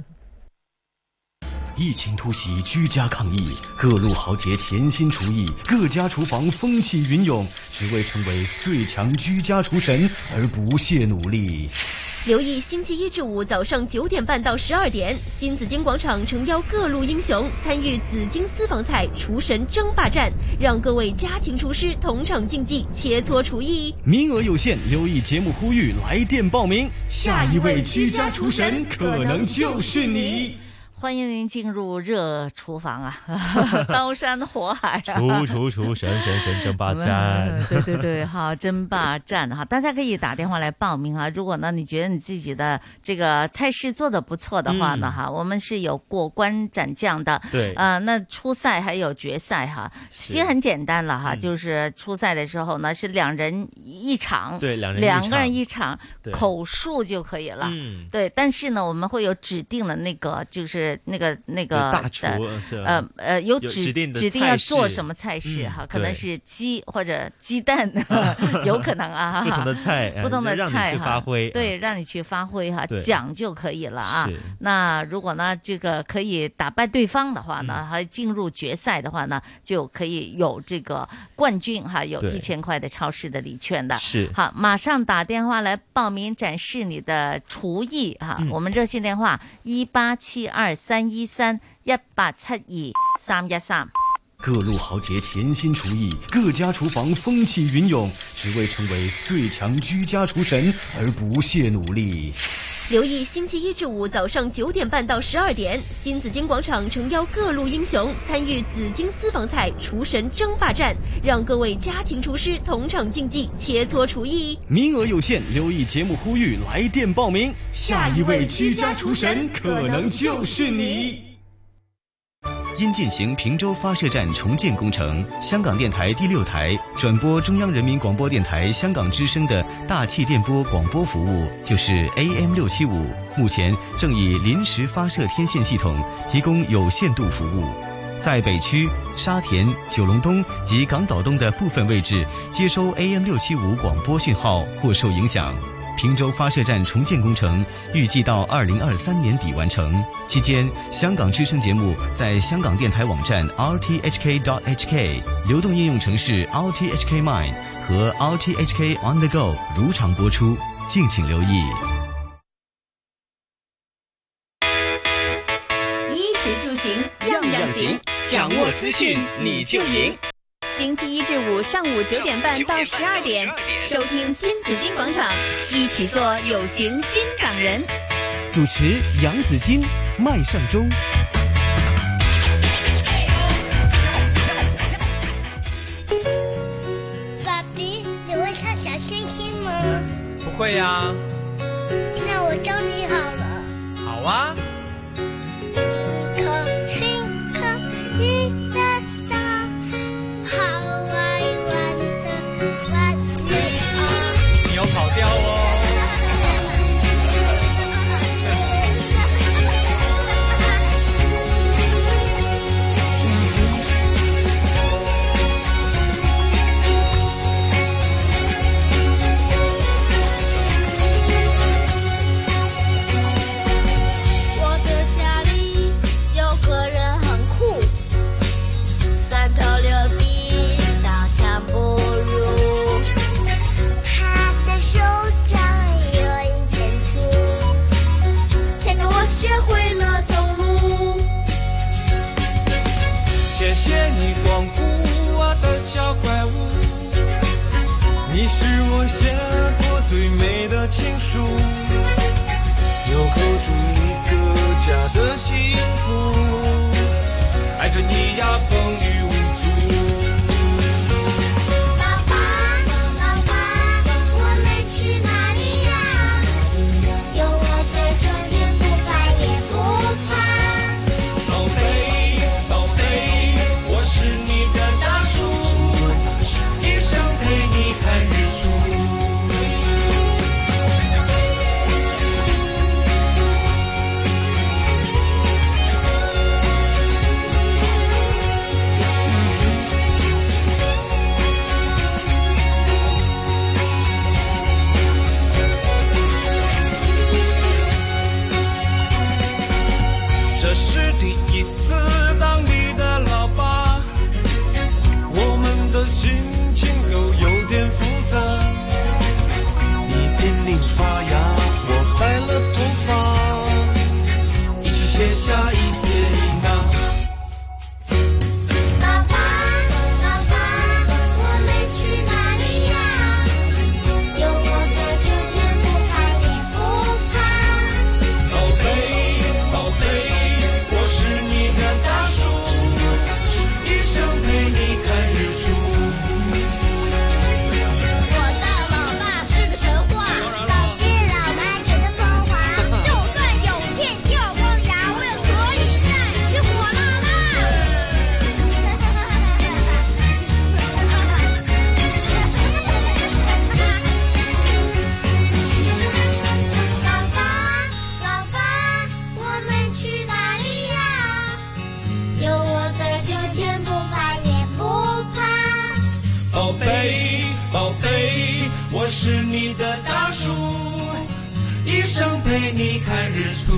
疫情突襲，居家抗疫，各路豪傑潛心廚藝，各家廚房風起雲湧，只為成為最強居家廚神而不懈努力。 留意星期一至五早上9點半到12點，新紫荊廣場誠邀各路英雄參與紫荊私房菜廚神爭霸戰，讓各位家庭廚師同場競技，切磋廚藝。 名額有限，留意節目呼籲，來電報名。下一位居家廚神可能就是你。 歡迎您進入熱廚房啊！刀山火海啊！ 廚神爭霸戰， 對，好，爭霸戰哈！大家可以打電話來報名哈。如果呢，你覺得你自己的這個菜式做得不錯的話呢，哈，我們是有過關斬將的。 對， 那初賽還有決賽哈，其實很簡單了哈，就是初賽的時候呢是2人一場， 對，兩個人一場， 口述就可以了。對，但是呢，我們會有指定的那個就是。 就是那个大厨有指定要做什么菜式哈，可能是鸡或者鸡蛋，有可能啊， 不同的菜哈， 对， 让你去发挥哈，讲就可以了啊。那如果呢这个可以打败对方的话呢，还进入决赛的话呢，就可以有这个冠军哈，有1000块的超市的礼券的。 是， 好，马上打电话来报名展示你的厨艺哈，我们热线电话18723131872，1872313。 各路豪杰潜心厨艺，各家厨房风起云涌，只为成为最强居家厨神而不懈努力。 留意星期1至5早上9点半到12点，新紫荆广场诚邀各路英雄参与紫荆私房菜厨神争霸战，让各位家庭厨师同场竞技，切磋厨艺。 名额有限，留意节目呼吁，来电报名。下一位居家厨神可能就是你。 因进行平洲发射站重建工程，香港电台第6台转播中央人民广播电台香港之声的大气电波广播服务，就是 AM675，目前正以临时发射天线系统提供有限度服务。在北区、沙田、九龙东及港岛东的部分位置接收 AM675 广播讯号或受影响。平洲发射站重建工程预计到2023年底完成，期间香港之声节目在香港电台网站 rthk.hk、 流动应用程式 rthk Mine 和 rthk On The Go 如常播出，敬请留意。 衣食住行样样行，掌握资讯你就赢。星期1至5上午9点半到12点，收听新紫荆广场，一起做有型新港人。 主持杨紫荆、麦尚中。 爸比，你会唱小星星吗？ 不会呀。 那我教你好了。 好啊。 跑调哦。我的家里有个人很酷，3头6臂，刀枪不入。手掌有1千粗，牵着我学会了走路。 谢谢你光顾我的小怪物，你是我写过最美的情书，有口住一个家的幸福，爱着你呀风雨无阻。 生陪你看日出。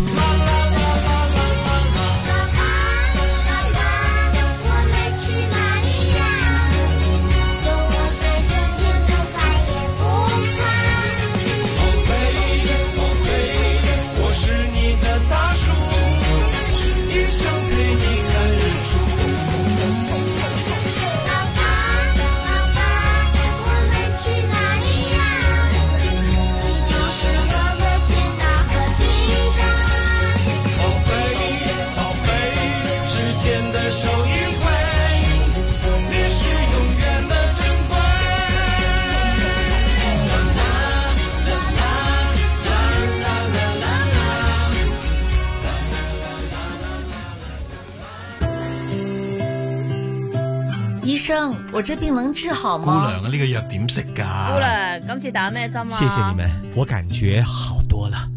醫生，我這病能治好嗎？ 姑娘啊，呢個藥點食㗎？ 姑娘，今次打咩針啊？ 謝謝你們，我感覺好多了。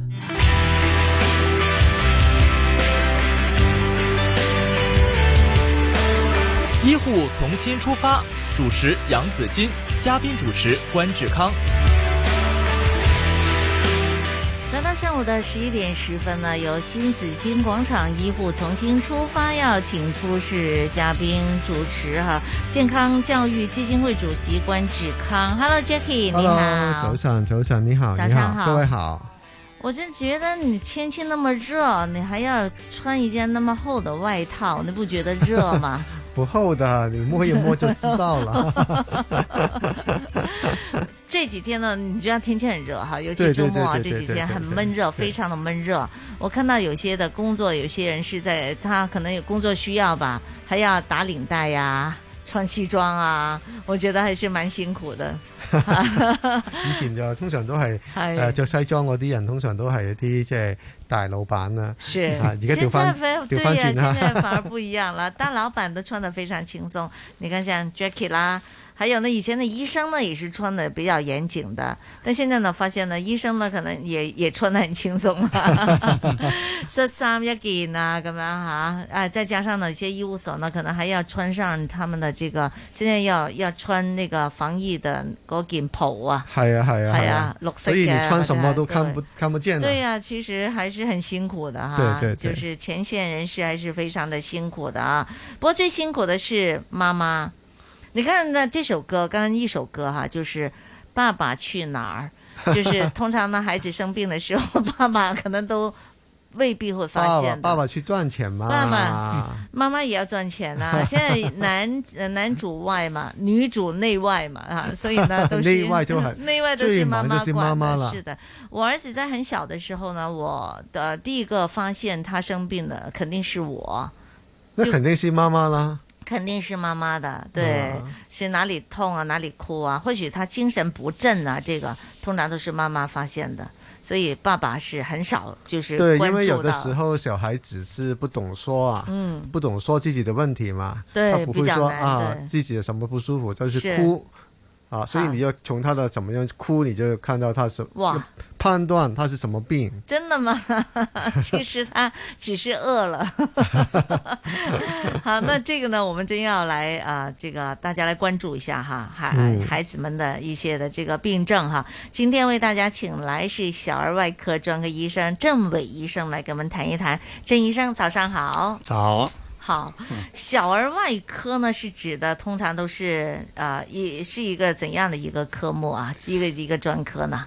醫護從新出發，主持楊子矜，嘉賓主持關志康。 來到上午的11點10分呢，由新紫荊廣場醫護重新出發，要請出是嘉賓主持哈，健康教育基金會主席關志康。Hello Jackie， 你好。 早晨，你好， 早上好， 各位好。 我就覺得你天氣那麼熱，你還要穿一件那麼厚的外套，你不覺得熱嗎？ 不厚的，你摸一摸就知道了。 這幾天呢，你知道天氣很熱哈，尤其周末啊，這幾天很悶熱，非常的悶熱。我看到有些的工作，有些人是在他可能有工作需要吧，還要打領帶呀，穿西裝啊，我覺得還是蠻辛苦的。 以前就通常都係着西裝嗰啲人，通常都係一啲即係大老闆啦。 是， 而家調翻轉啦， 現在反而不一樣了，大老闆都穿得非常輕鬆。你看像 Jackie 啦。還有呢，以前的醫生呢也是穿的比較嚴謹的，但現在呢發現呢，醫生呢可能也穿得很輕鬆啦，恤衫一件啊咁樣吓，再加上呢，有些醫務所呢可能還要穿上他們的這個，現在要穿那個防疫的嗰件袍啊， 係啊， 綠色嘅， 所以你穿什麼都看不見。 對呀，其實還是很辛苦的哈， 對， 就是前線人士還是非常的辛苦的啊。不過最辛苦的是媽媽。你看呢這首歌，剛剛一首歌哈，就是爸爸去哪兒，就是通常呢孩子生病的時候，爸爸可能都未必會發現的。 爸爸去賺錢嘛， 媽媽也要賺錢啊。現在男主外嘛，女主內外嘛啊，所以呢都是內外都是媽媽管的。是的，我兒子在很小的時候呢，我的第一個發現他生病的肯定是我， 那肯定是媽媽啦。 肯定是媽媽的，對，是哪裡痛啊，哪裡哭啊，或許他精神不振啊，這個通常都是媽媽發現的，所以爸爸是很少就是關注到。對，因為有的時候小孩子是不懂說啊，不懂說自己的問題嘛， 對， 他不會說啊自己有什麼不舒服，就是哭啊，所以你要從他的怎麼樣哭，你就看到他是判斷他是什麼病。 真的嗎？其實他只是餓了。好，那這個呢，我們真要來這個大家來關注一下哈，孩子們的一些的這個病症哈。今天為大家請來是小兒外科專科醫生鄭偉醫生來跟我們談一談。鄭醫生早上好。 早。 好，小兒外科呢是指的通常都是是一個怎樣的一個科目啊？一個專科呢？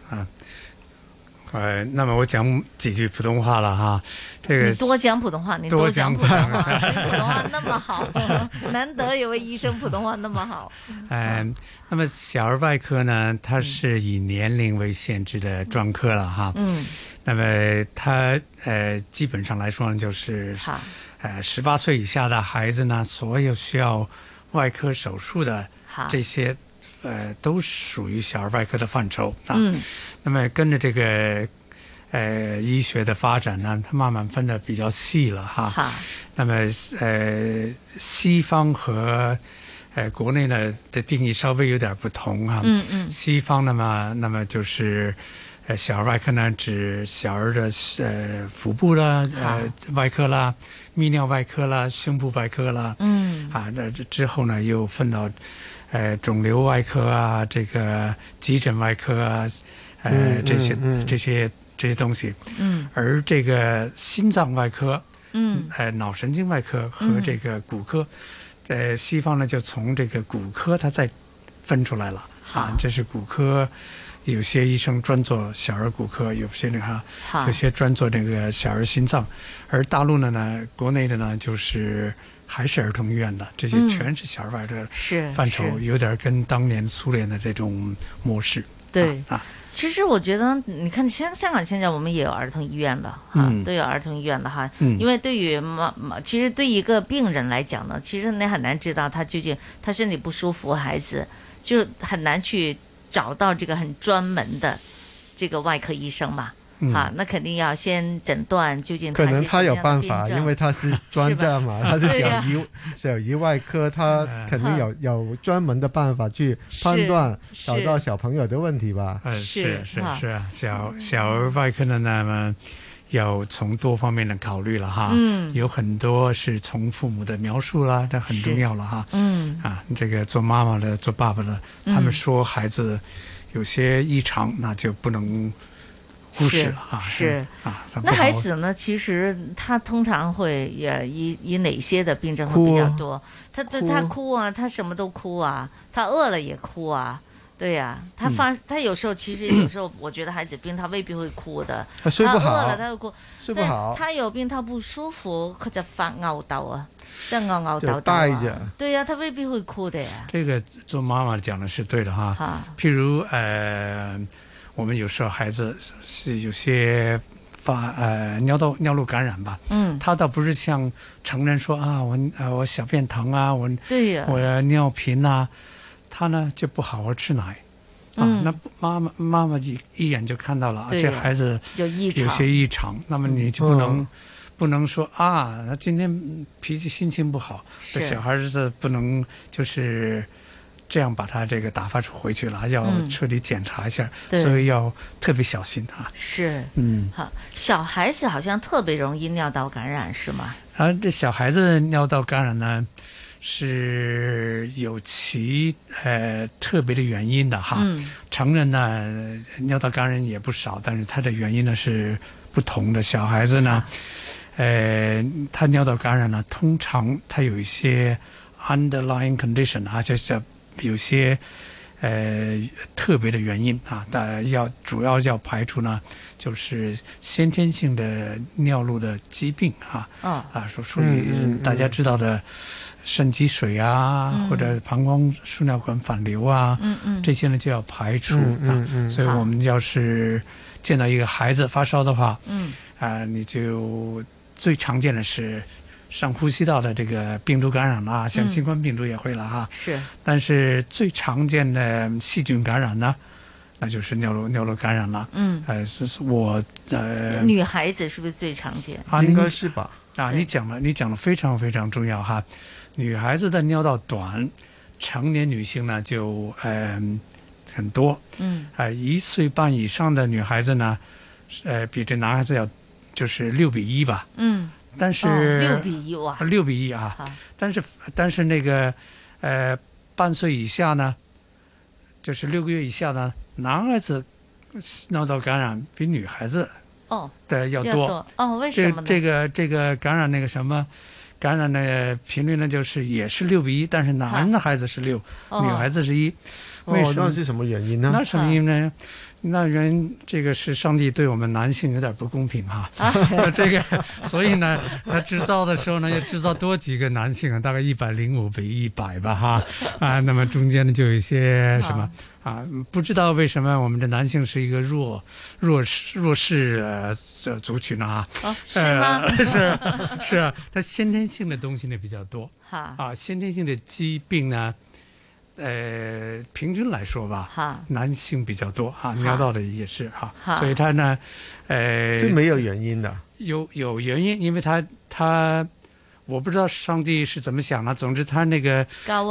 那麼我講幾句普通話了哈。這個你多講普通話，你多講普通話，你普通話那麼好，難得有位醫生普通話那麼好。 那麼小兒外科呢，它是以年齡為限制的專科了哈。那麼它基本上來說呢，就是18歲以下的孩子呢，所有需要外科手術的這些都屬於小兒外科的範疇啊。那麼跟着這個醫學的發展呢，它慢慢分得比較細了哈。那麼西方和國內呢的定義稍微有點不同哈。西方那麼就是小兒外科呢指小兒的腹部啦外科啦、泌尿外科啦、胸部外科啦。那之後呢又分到腫瘤外科啊，這個急診外科啊，這些这些东西。而这个心脏外科，脑神经外科和这个骨科，在西方呢就从这个骨科它再分出来了啊，这是骨科。有些医生专做小儿骨科，有些有些专做这个小儿心脏，而大陆呢，国内的呢就是还是儿童医院的，这些全是小儿外科范畴，有点跟当年苏联的这种模式。 对其实我觉得，你看香港现在我们也有儿童医院了都有儿童医院了哈。因为对于其实对一个病人来讲呢，其实你很难知道他究竟他身体不舒服，孩子就很难去找到这个很专门的这个外科医生嘛。那肯定要先诊断究竟他是什么样的病症。 可能他有办法，因为他是专家嘛，他是小儿外科，他肯定有专门的办法去判断找到小朋友的问题吧。 是小儿外科的那么要从多方面的考虑了哈。有很多是从父母的描述啦，这很重要了哈。这个做妈妈的做爸爸的，他们说孩子有些异常，那就不能忽视了那孩子呢？其实他通常会以哪些的病症会比较多？他哭啊，他什么都哭啊，他饿了也哭啊。对呀，他有时候其实有时候我觉得孩子病他未必会哭的，他饿了他会哭， 睡不好。 他有病他不舒服，他就发吽哣啊，这吽哣带着。 对呀，他未必会哭的呀。 这个做妈妈讲的是对的哈。譬如我们有时候孩子是有些尿路感染吧，他倒不是像成人说啊，我小便疼啊，我尿频啊，他呢就不好好吃奶那妈妈一眼就看到了这孩子有些异常，那么你就不能说啊，他今天脾气心情不好，这小孩子不能就是这样把他这个打发出回去了，要彻底检查一下，所以要特别小心是，好，小孩子好像特别容易尿道感染，是吗？ 这小孩子尿道感染呢，是有其特别的原因的哈。成人呢尿道感染也不少，但是它的原因呢是不同的。小孩子呢，他尿道感染呢，通常他有一些 underlying condition 就是有些特别的原因但主要要排除呢，就是先天性的尿路的疾病属于大家知道的肾积水或者膀胱输尿管反流这些呢就要排除所以我们要是见到一个孩子发烧的话你就最常见的是上呼吸道的这个病毒感染啦，像新冠病毒也会了是， 但是最常见的细菌感染呢，那就是尿路感染了。是我女孩子是不是最常见？ 应该是吧？ 你讲的非常非常重要哈。女孩子的尿道短，成年女性呢就很多。1岁半以上的女孩子呢，比这男孩子要就是6比1吧。但是 6比1哇 ，6比1但是那个半岁以下呢，就是6个月以下呢，男孩子尿道感染比女孩子要多为什么呢？ 这个感染那个什么感染的频率呢，就是也是6比1，但是男的孩子是6，女孩子是1。 那是什么原因呢？ 那什么原因呢？那这个是上帝对我们男性有点不公平这个，所以呢，他制造的时候呢，要制造多几个男性大概105比100吧那么中间呢就有一些什么不知道为什么我们的男性是一个弱势族群呢是吗？ 是他先天性的东西呢比较多先天性的疾病呢。平均来说吧，男性比较多尿道的也是所以他呢， 这没有原因的， 有原因，因为他我不知道上帝是怎么想的，总之他那个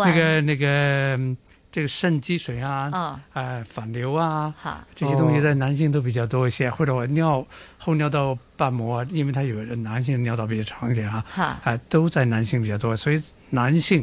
这个肾积水反流这些东西在男性都比较多一些，或者我后尿道瓣膜，因为它有男性尿道比较长一点都在男性比较多，所以男性。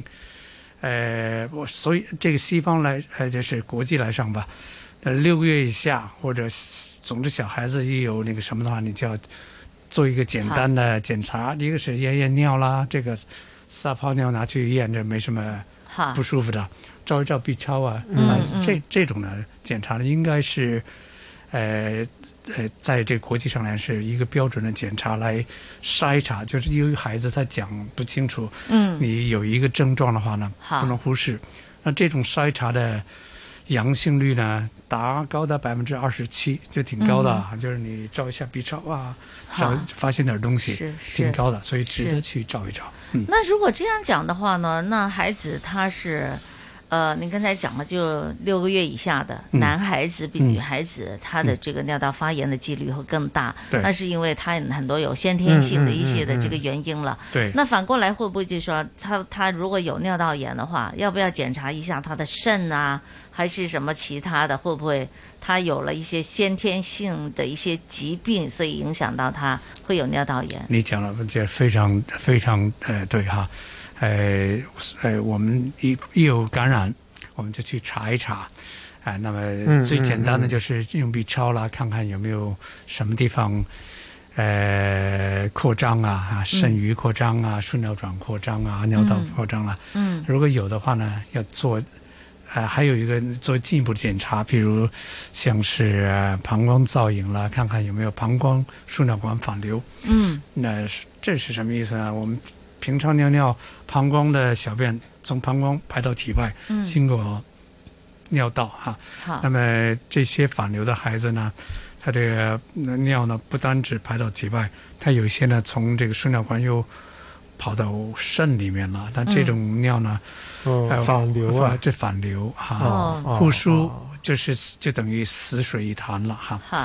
所以这个西方来就是国际来上吧，6个月以下或者总之小孩子一有那个什么的话，你就要做一个简单的检查，一个是验尿啦，这个撒泡尿拿去验着没什么不舒服的，照一照 B 超啊，这种的检查呢，应该是在这国际上来是一个标准的检查来筛查，就是由于孩子他讲不清楚，你有一个症状的话呢，不能忽视。那这种筛查的阳性率呢，高达27%，就挺高的，就是你照一下 B 超啊，发现点东西，挺高的，所以值得去照一照。 那如果这样讲的话呢，那孩子他是。您刚才讲了，就6个月以下的男孩子比女孩子，他的这个尿道发炎的几率会更大。那是因为他很多有先天性的一些的这个原因了。 对。 那反过来会不会就说他如果有尿道炎的话，要不要检查一下他的肾啊，还是什么其他的？会不会他有了一些先天性的一些疾病，所以影响到他会有尿道炎？ 你讲了，这非常非常对哈。我们一有感染，我们就去查一查，那么最简单的就是用 B 超啦，看看有没有什么地方扩张啊，肾盂扩张啊，输尿管扩张啊，尿道扩张啊，如果有的话呢，要做，还有一个做进一步的检查，比如像是膀胱造影啦，看看有没有膀胱输尿管反流。那这是什么意思呢？我们平常尿膀胱的小便从膀胱排到体外，经过尿道那么这些反流的孩子呢，他这个尿呢不单只排到体外，他有些呢从这个输尿管又跑到肾里面了。但这种尿呢， 反流啊， 这反流复苏就等于死水一潭了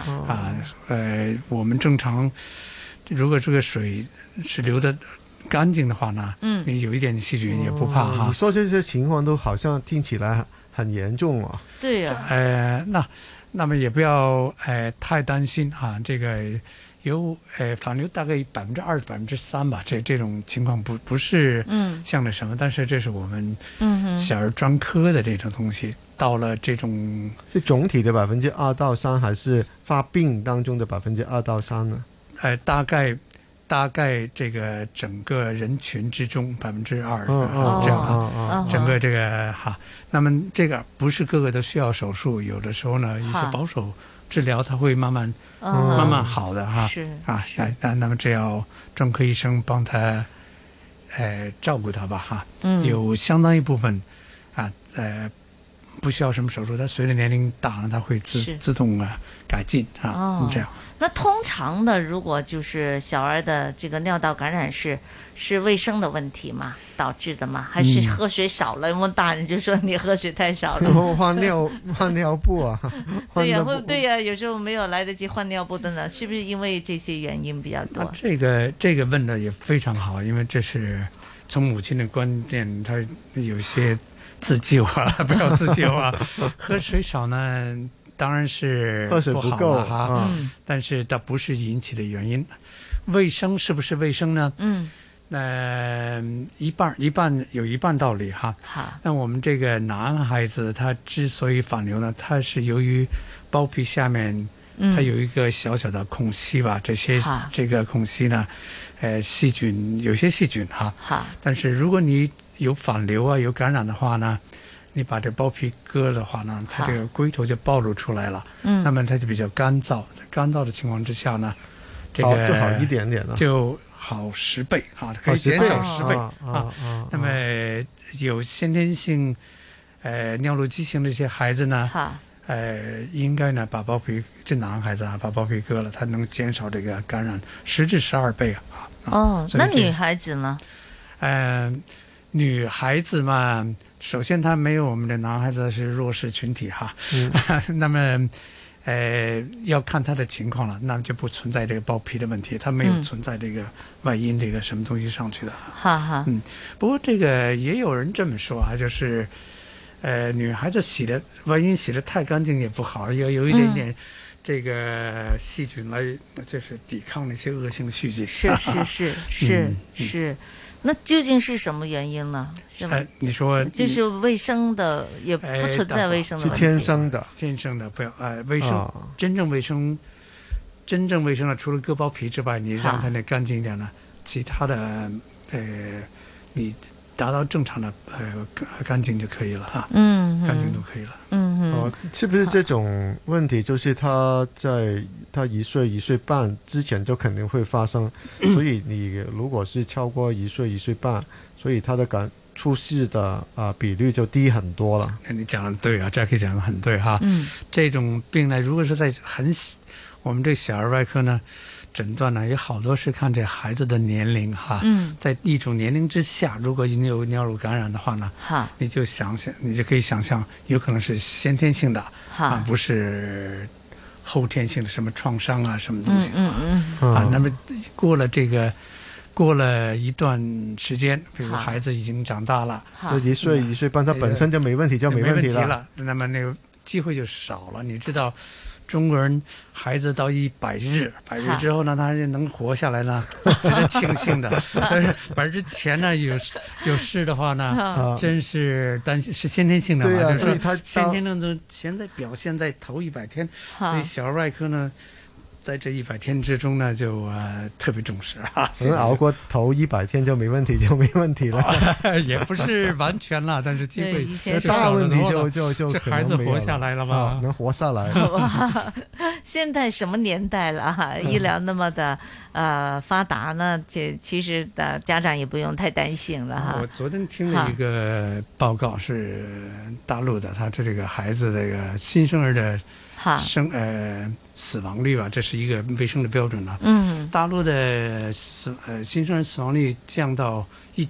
我们正常如果这个水是流的干净的话呢，你有一点细菌也不怕你说这些情况都好像听起来很严重啊。 对呀。 那么也不要太担心这个有反流大概2%、3%吧，这种情况不是像那什么，但是这是我们小儿专科的这种东西，到了这种是总体的2%到3%，还是发病当中的2%到3%呢？ 大概这个整个人群之中2%这样整个这个那么这个不是个个都需要手术，有的时候呢一些保守治疗它会慢慢好的那么这要专科医生帮他照顾他吧有相当一部分不需要什么手术，它随着年龄大呢，它会自动改进这样。 那通常的，如果就是小儿的这个尿道感染是卫生的问题吗？导致的吗？还是喝水少了？因为大人就说你喝水太少了， 换尿布啊。 对呀，有时候没有来得及换尿布的呢，是不是因为这些原因比较多？ 这个问的也非常好，因为这是从母亲的观念，他有些自救不要自救喝水少呢当然是不好了但是它不是引起的原因。卫生是不是卫生呢？一半道理那我们这个男孩子他之所以反流呢，他是由于包皮下面它有一个小小的空隙吧，这个空隙呢有些细菌但是如果你有反流有感染的话呢，你把这包皮割的话呢，它这个龟头就暴露出来了那么它就比较干燥，在干燥的情况之下呢，这个就好一点点了， 就好10倍可以减少10倍那么有先天性尿路畸形的一些孩子呢应该呢把包皮，这男孩子把包皮割了，它能减少这个感染10至12倍那女孩子呢？ 女孩子嘛，首先她没有我们的男孩子是弱势群体那么要看她的情况了，那就不存在这个包皮的问题，她没有存在这个外阴这个什么东西上去的不过这个也有人这么说就是女孩子外阴洗的太干净也不好，要有一点点这个细菌来就是抵抗那些恶性细菌。 是那究竟是什么原因呢？ 你说就是卫生的也不存在卫生的问题， 是天生的不要卫生真正卫生真正卫生的，除了割包皮之外，你让它那干净一点呢，其他的你达到正常的干净就可以了哈。干净度可以了。 是不是这种问题就是他1岁1岁半之前就肯定会发生，所以你如果是超过1岁1岁半，所以他的出事的比率就低很多了。 你讲的对啊，Jackie 讲的很对哈。这种病呢，如果是在我们这小儿外科呢，诊断呢有好多是看这孩子的年龄哈。在一种年龄之下，如果你有尿路感染的话呢，你就可以想象，有可能是先天性的不是后天性的什么创伤啊什么东西那么过了一段时间，比如孩子已经长大了， 就1岁1岁半，他本身就没问题，就没问题了。 那么那个机会就少了。你知道，中国人孩子到100日之后呢，他就能活下来呢，值得庆幸的。所以100日之前呢，有事的话呢，真是担心是先天性的嘛，就是他先天的现在表现在头100天，所以小儿外科呢，在这100天之中呢，就特别重视能熬过头100天就没问题了。 也不是完全了，但是机会大问题就孩子活下来了吗？ 能活下来。 现在什么年代了哈？医疗那么的发达呢，其实的家长也不用太担心了哈。 我昨天听了一个报告，是大陆的，他这个孩子这个新生儿的死亡率吧，这是一个卫生的标准了。大陆的新生儿死亡率降到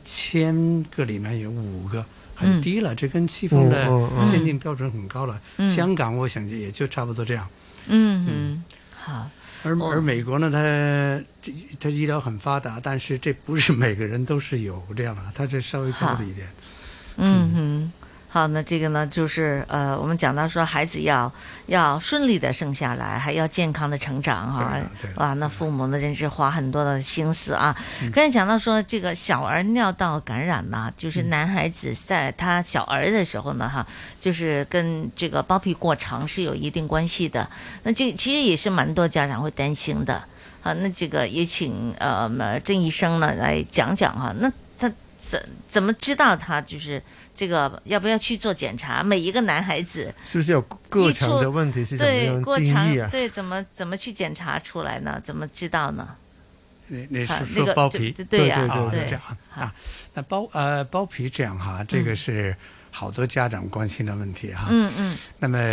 1000个里面有5个，很低了。这跟西方的先进标准很高了。香港我想也就差不多这样。 好。 而美国呢，它医疗很发达，但是这不是每个人都是有这样的，它这稍微高了一点。 好，那这个呢，就是我们讲到说，孩子要顺利的生下来，还要健康的成长哈。哇，那父母呢，真是花很多的心思啊。刚才讲到说，这个小儿尿道感染嘛，就是男孩子在他小儿的时候呢，就是跟这个包皮过长是有一定关系的。那这其实也是蛮多家长会担心的。那这个也请郑医生呢来讲讲哈。那他怎么知道他就是这个要不要去做检查？每一个男孩子是不是有过长的问题？是怎么样定义啊？ 对，怎么去检查出来呢？怎么知道呢？ 你是说包皮？ 对呀， 这样啊。那包皮这样哈，这个是好多家长关心的问题哈。那么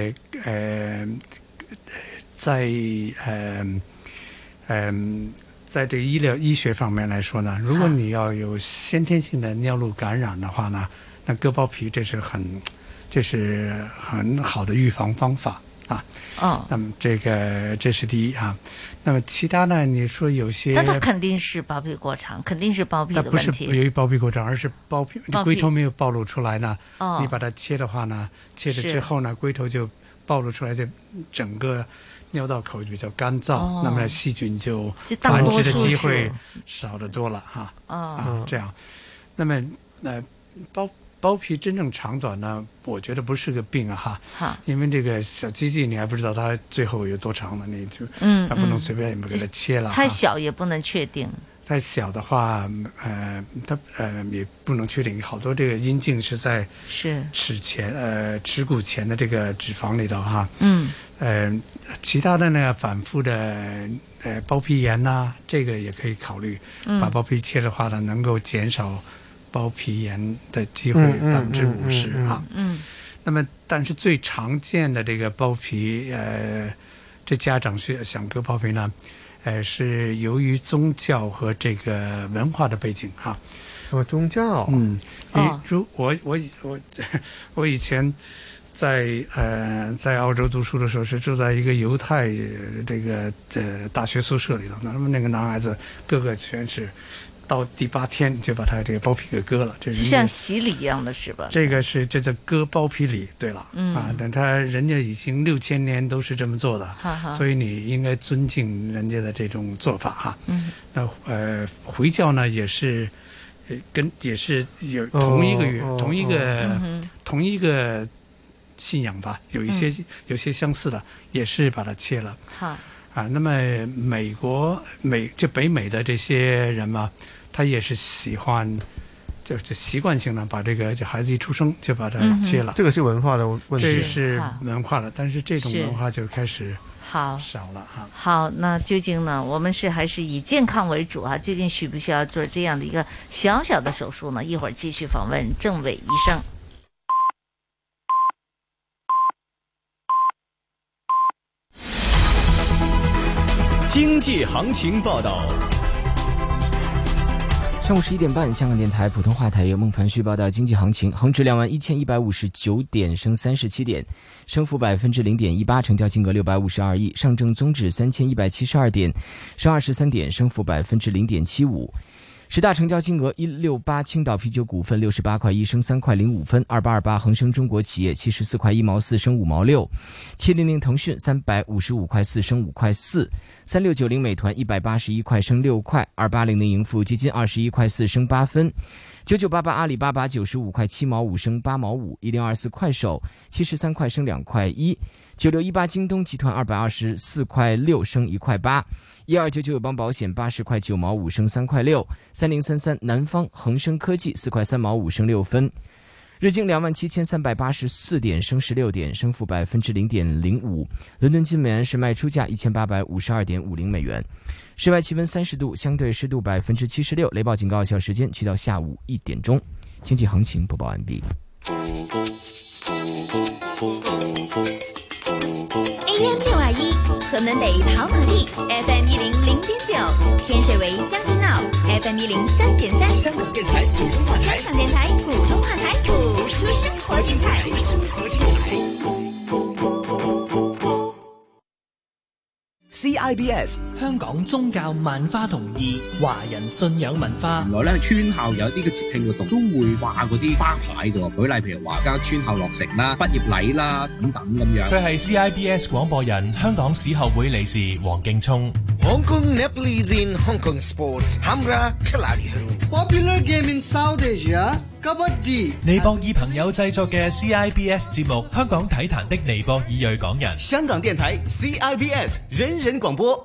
在这个医学方面来说呢，如果你要有先天性的尿路感染的话呢，那割包皮这是很好的预防方法啊。那么这是第一啊。那么其他呢？你说有些， 那它肯定是包皮过长，肯定是包皮的问题。 不是由于包皮过长，而是龟头没有暴露出来呢。你把它切的话呢，切了之后呢，龟头就暴露出来，就整个尿道口比较干燥，那么细菌就繁殖的机会少得多了哈。这样，那么包皮真正长短呢，我觉得不是个病啊哈。因为这个小鸡鸡你还不知道它最后有多长呢，你就不能随便给它切了。 太小也不能确定。 太小的话，它也不能确定。好多这个阴茎是在耻骨前的这个脂肪里头哈。其他的呢，反复的包皮炎呐，这个也可以考虑。把包皮切的话呢，能够减少包皮炎的机会50%啊。那么，但是最常见的这个包皮，这家长想割包皮呢，是由于宗教和这个文化的背景哈。 宗教？ 我以前在澳洲读书的时候，是住在一个犹太大学宿舍里头，那个男孩子个个全是。到第8天就把他这个包皮给割了，这是像洗礼一样的是吧？ 这叫割包皮礼。对了，但人家已经6000年都是这么做的，所以你应该尊敬人家的这种做法哈。那回教呢也是有同一个信仰吧，有些相似的，也是把它切了。 那么就北美的这些人嘛，他也是喜欢。就习惯性的把这个孩子一出生就把它接了， 这个是文化的问题， 这是文化了，但是这种文化就开始少了哈。 好，那究竟呢，我们还是以健康为主啊？究竟需不需要做这样的一个小小的手术呢？一会儿继续访问郑伟医生。 经济行情报道。 上午11点半，香港电台普通话台由孟凡旭报道经济行情。恒指21,159点，升37点，升幅0.18%，成交金额652亿。上证综指3172点，升23点，升幅0.75%。十大成交金额168，青岛啤酒股份68块1升3块05分，2828恒生中国企业74块1毛4升5毛6，700腾讯355块4升5块4，3690美团181块升6块，2800盈富基金21块4升8分，9988阿里巴巴95块7毛5升8毛5，1024快手73块升2块1，9618京东集团224块6升1块8，1299友邦保险80块9毛5升3块6，3033南方恒生科技4块3毛5升6分，日经27384点升16点，升幅0.05%。伦敦金每安士卖出价1852.50美元。室外气温30度，相对湿度76%。雷暴警告有效时间去到下午1点钟。经济行情播报完毕。 AM621河门北跑马地 FM100.9天水围将军澳 FM103.3 香港电台普通话台， 香港电台普通话台，谱出生活精彩。 CIBS 香港宗教萬花筒2華人信仰文化。 原來咧村校有啲嘅節慶活動都會掛嗰啲花牌嘅，舉例譬如話間村校落成啦、畢業禮啦等等咁樣。 佢係 CIBS 廣播人、香港史學會理事黃敬聰。 Hong Kong Nepalese in Hong Kong sports. Hamra Kalari. Popular game in South Asia. Kabaddi。 尼泊爾朋友製作嘅 CIBS 節目《香港體壇的尼泊爾裔港人》。 香港電台 CIBS 人人廣播。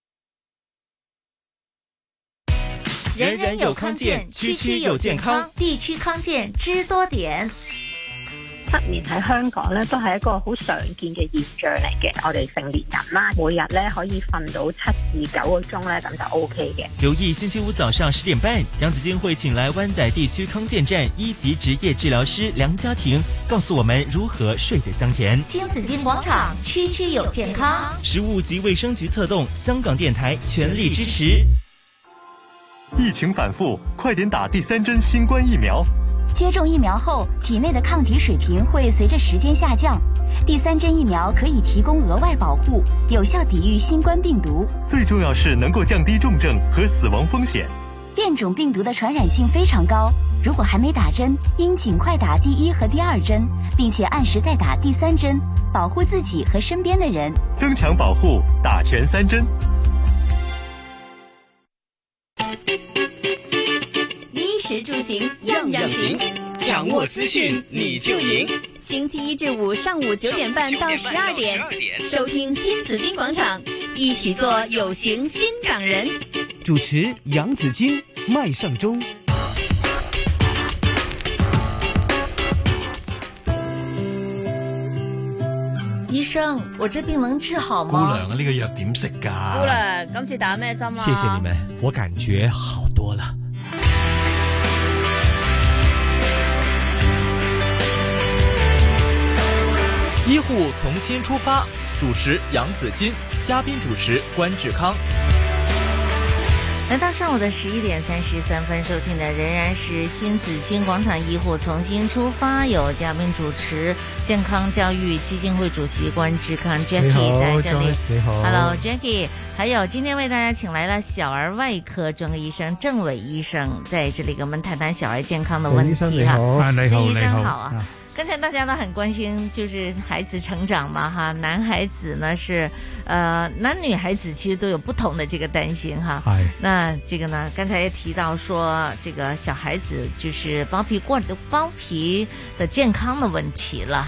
人人有康健，區區有健康，地區康健知多點。 失眠喺香港咧都係一個好常見嘅現象嚟嘅，我哋成年人啦，每日咧可以瞓到7至9個鐘咧，咁就 OK 嘅。 留意星期五早上10點半，楊子矜會請來灣仔地區康健站1級職業治療師梁家庭，告訴我們如何睡得香甜。 新紫荊廣場區區有健康， 食物及衛生局策動，香港電台全力支持。 疫情反覆，快點打第3針新冠疫苗。 接種疫苗後，體內的抗體水平會隨着時間下降。第3針疫苗可以提供額外保護，有效抵禦新冠病毒。 最重要是能夠降低重症和死亡風險。 變種病毒的傳染性非常高，如果還沒打針，應盡快打第1和第2針，並且按時再打第3針，保護自己和身邊的人。 增強保護，打全3針。 衣食住行樣樣行，掌握資訊你就贏。星期1至5上午9點半到12點，收聽新紫荊廣場，一起做有型新港人。 主持楊子矜、麥尚中。 醫生，我這病能治好嗎？ 姑娘啊，呢個藥點食㗎？ 姑娘，今次打咩針啊？ 謝謝你們，我感覺好多了。 醫護從新出發，主持楊子矜，嘉賓主持關志康。 來到上午的11點33分，收聽的仍然是新紫荊廣場醫護重新出發，有嘉賓主持健康教育基金會主席關志康 Jackie 在這裡。 你好 Hello Jackie， 還有今天為大家請來了小兒外科專科醫生鄭偉醫生，在這裡跟我們談談小兒健康的問題哈。 你好， 鄭醫生好啊。剛才大家都很關心，就是孩子成長嘛，哈，男孩子呢是，男女孩子其實都有不同的這個擔心哈。那這個呢，剛才也提到說，這個小孩子就是包皮的健康的問題了哈。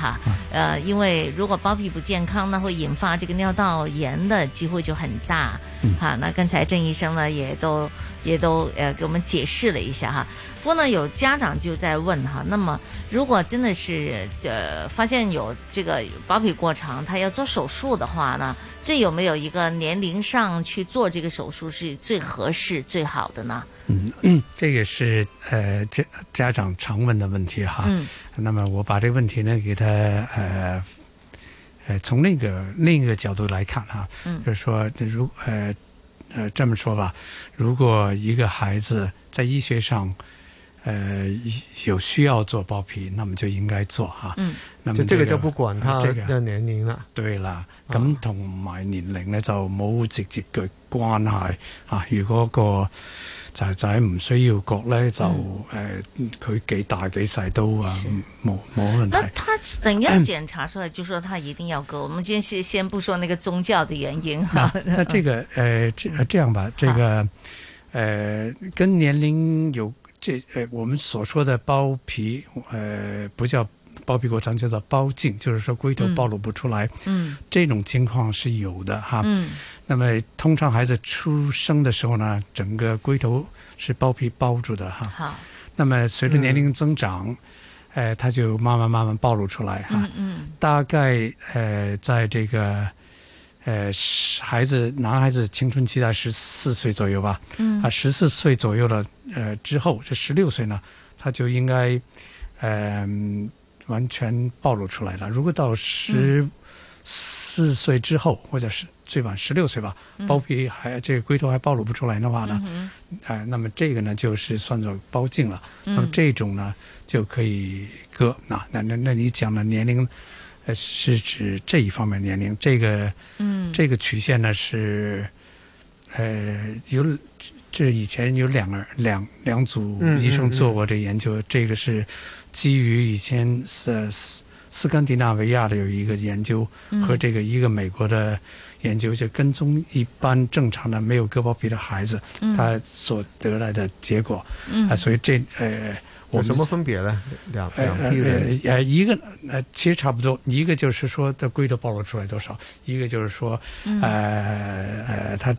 因为如果包皮不健康呢，会引发这个尿道炎的机会就很大。好，那刚才郑医生呢也都给我们解释了一下哈。不过呢，有家长就在问哈，那么如果真的是发现有这个包皮过长，他要做手术的话呢，这有没有一个年龄上去做这个手术是最合适最好的呢？ 这个是家长常问的问题哈。那么我把这个问题呢给他从另一个角度来看哈，就是说这么说吧，如果一个孩子在医学上有需要做包皮，那麼就應該做嚇。 那麼這個就不管他嘅年齡啦。 對啦，咁同埋年齡咧就冇直接嘅關係啊。如果個仔唔需要割咧，就佢幾大幾細都冇問題。 那他怎樣檢查出來就說他一定要割？我們今天先不說那個宗教的原因哈。 那這個這樣吧，這個跟年齡有。我們所說的包皮，不叫包皮過長，叫做包莖，就是說龜頭暴露不出來。這種情況是有的哈。那麼通常孩子出生的時候呢，整個龜頭是包皮包住的哈。好。那麼隨着年齡增長，它就慢慢暴露出來哈。大概在這個。男孩子青春期在14歲左右吧，14歲左右了，之後這16歲呢，他就應該完全暴露出來了。如果到14歲之後，或者是最晚16歲吧，包皮這個龜頭還暴露不出來的話呢，那麼這個呢就是算作包莖了。那麼這種呢就可以割。那你講的年齡。是指這一方面年齡，這個曲線呢是，這以前有兩組醫生做過這個研究，這個是基於以前斯堪的納維亞的有一個研究，和這個一個美國的研究，就跟蹤一般正常的沒有割包皮的孩子，他所得來的結果，所以這有什麼分別呢？兩批人， 一個其實差不多，一個就是說的龜頭暴露出來多少，一個就是說它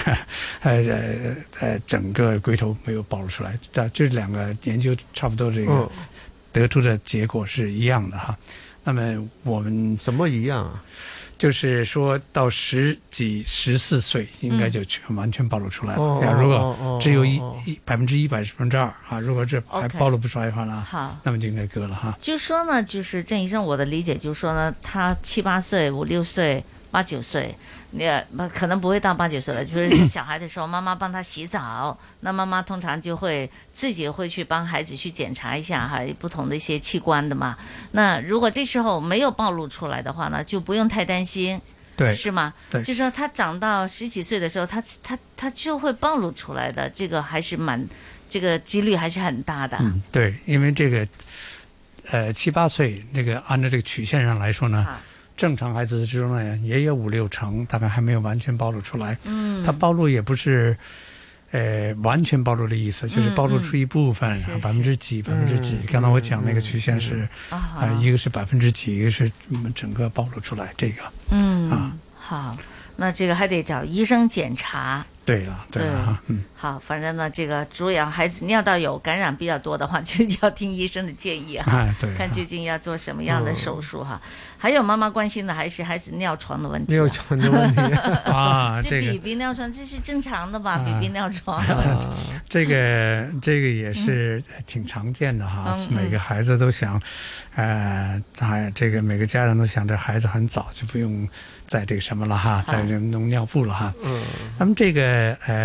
整個龜頭沒有暴露出來，這兩個研究差不多，這個得出的結果是一樣的哈。那麼我們什麼一樣啊？ 就是說到14歲應該就完全暴露出來了。如果只有100%、2%啊，如果這還暴露不出來的話呢，好，那麼就應該割了哈。 就說呢，就是鄭醫生，我的理解就是說呢，他7、8歲、5、6歲、8、9歲，可能不會到8、9歲了。就是小孩的時候，媽媽幫他洗澡，那媽媽通常就會自己會去幫孩子去檢查一下哈，不同的一些器官的嘛。那如果這時候沒有暴露出來的話呢，就不用太擔心， 對， 是嗎？ 對， 就是說他長到10幾歲的時候，他就會暴露出來的，這個還是這個幾率還是很大的。 對，因為這個7、8歲那個按照這個曲線上來說呢。正常孩子之中呢，也有5、6成，大概還沒有完全暴露出來。它暴露也不是，完全暴露的意思，就是暴露出一部分，10%幾。剛才我講那個曲線是，一個是10%幾，一個是整個暴露出來。這個， 好，那這個還得找醫生檢查。 對了， 好，反正呢，這個主要孩子尿道有感染比較多的話，就要聽醫生的建議哈，看究竟要做什麼樣的手術哈。還有媽媽關心的還是孩子尿床的問題。 尿床的問題啊， 這比比尿床這是正常的吧？比比尿床。 這個也是挺常見的哈，每個孩子都想，這個每個家長都想着孩子很早就不用再這個什麼了哈，再弄尿布了哈。那麼這個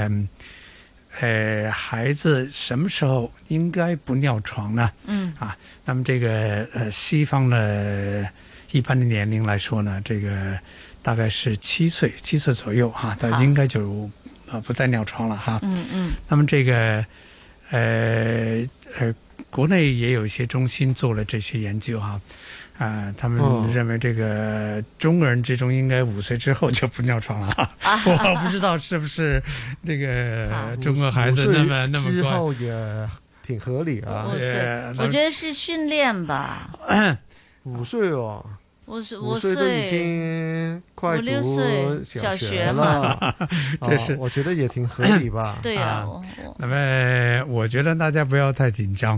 孩子什麼時候應該不尿床呢？那麼這個西方的一般的年齡來說呢，這個大概是7歲左右哈，他應該就不再尿床了哈。那麼這個國內也有一些中心做了這些研究哈。他們認為這個中國人之中應該5歲之後就不尿床了。我不知道是不是這個中國孩子那麼乖。 之後也挺合理啊。 我覺得是訓練吧。 5歲哦。 5岁都已经快读小学了， 这是我觉得也挺合理吧。 对啊， 那么我觉得大家不要太紧张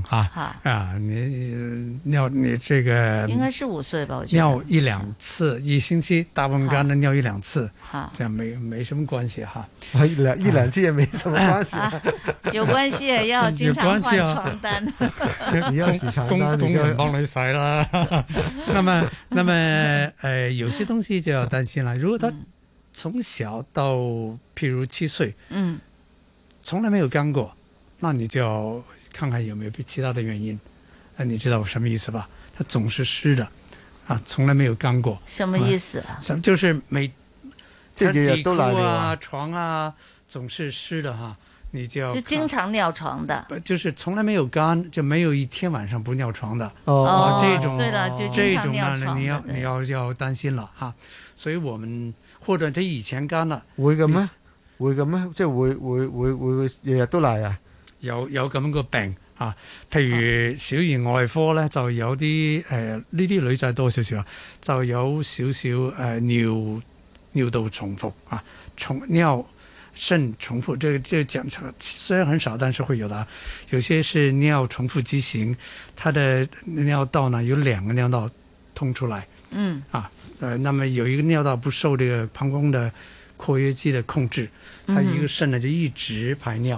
你这个应该是5岁吧，我觉得尿1-2次，1星期大部分干的尿1-2次，这样没什么关系哈。 一两次也没什么关系， 有关系，要经常换床单。 你要洗床单， 工人帮你洗啦。那么有些东西就要担心了。如果他从小到譬如7岁，从来没有干过，那你就要看看有没有其他的原因。你知道我什么意思吧？他总是湿的，从来没有干过。 什么意思就是这底裤床啊总是湿的你就经常尿床的， 就是从来没有干，就没有一天晚上不尿床的。这种对了，就经常尿床的， 你要担心了所以我们或者他以前干了， 會咁咩？即係會日日都嚟啊？ 有咁樣個病譬如小兒外科咧，就有啲呢啲女仔多少少就有少少尿道重複尿肾重复，这讲虽然很少，但是会有的。有些是尿重复畸形，它的尿道呢有2个尿道通出来，那么有一个尿道不受这个膀胱的括约肌的控制，它一个肾呢就一直排尿。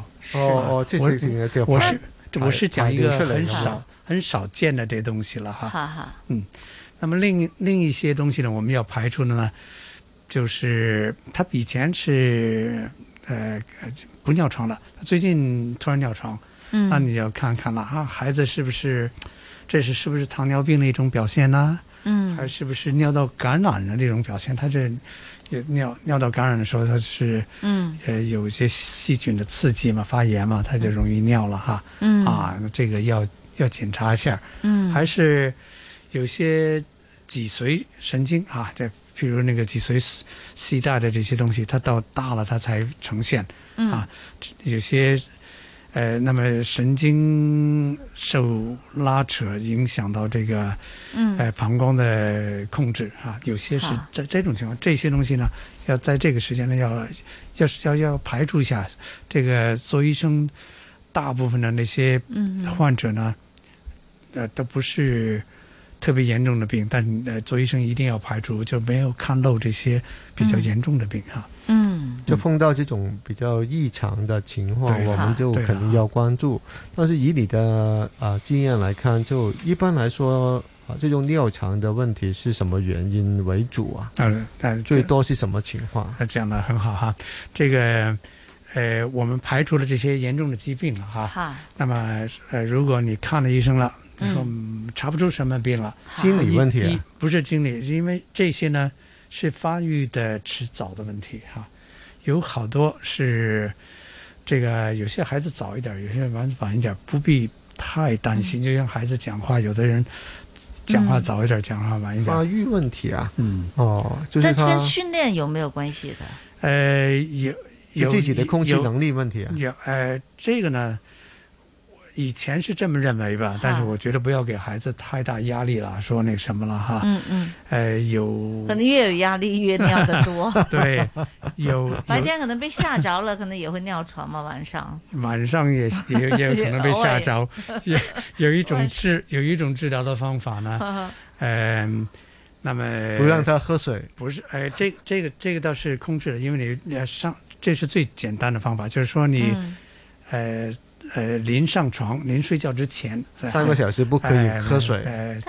我是讲一个很少见的这东西了那么另一些东西呢，我们要排除的呢，就是他以前是不尿床的，他最近突然尿床，那你要看看了孩子是不是糖尿病的一种表现呢？还是不是尿道感染的这种表现？他这尿道感染的时候，他是有一些细菌的刺激嘛，发炎嘛，他就容易尿了这个要检查一下。还是有些脊髓神经这譬如那个脊髓系带的这些东西，它到大了它才呈现有些那么神经受拉扯，影响到这个膀胱的控制有些是这种情况。这些东西呢，要在这个时间呢要排除一下。这个做医生，大部分的那些患者呢，都不是特别严重的病，但做医生一定要排除，就没有看漏这些比较严重的病就碰到这种比较异常的情况，我们就肯定要关注。但是以你的经验来看，就一般来说这种尿床的问题是什么原因为主最多是什么情况？ 讲得很好这个我们排除了这些严重的疾病了那么如果你看了医生了，你说查不出什么病了， 心理问题不是心理，因为这些呢是发育的迟早的问题有好多是这个有些孩子早一点，有些晚一点，不必太担心。就像孩子讲话，有的人讲话早一点，讲话晚一点， 发育问题就是但跟训练有没有关系的？有自己的控制能力问题这个呢，以前是这么认为吧，但是我觉得不要给孩子太大压力了，说那什么了有可能越有压力越尿得多对， 白天可能被吓着了，可能也会尿床嘛，晚上也可能被吓着有一种治疗的方法呢那么不让他喝水， 不是这个倒是控制的，因为你这是最简单的方法，就是说你临上床，临睡觉之前 3个小时不可以喝水。 那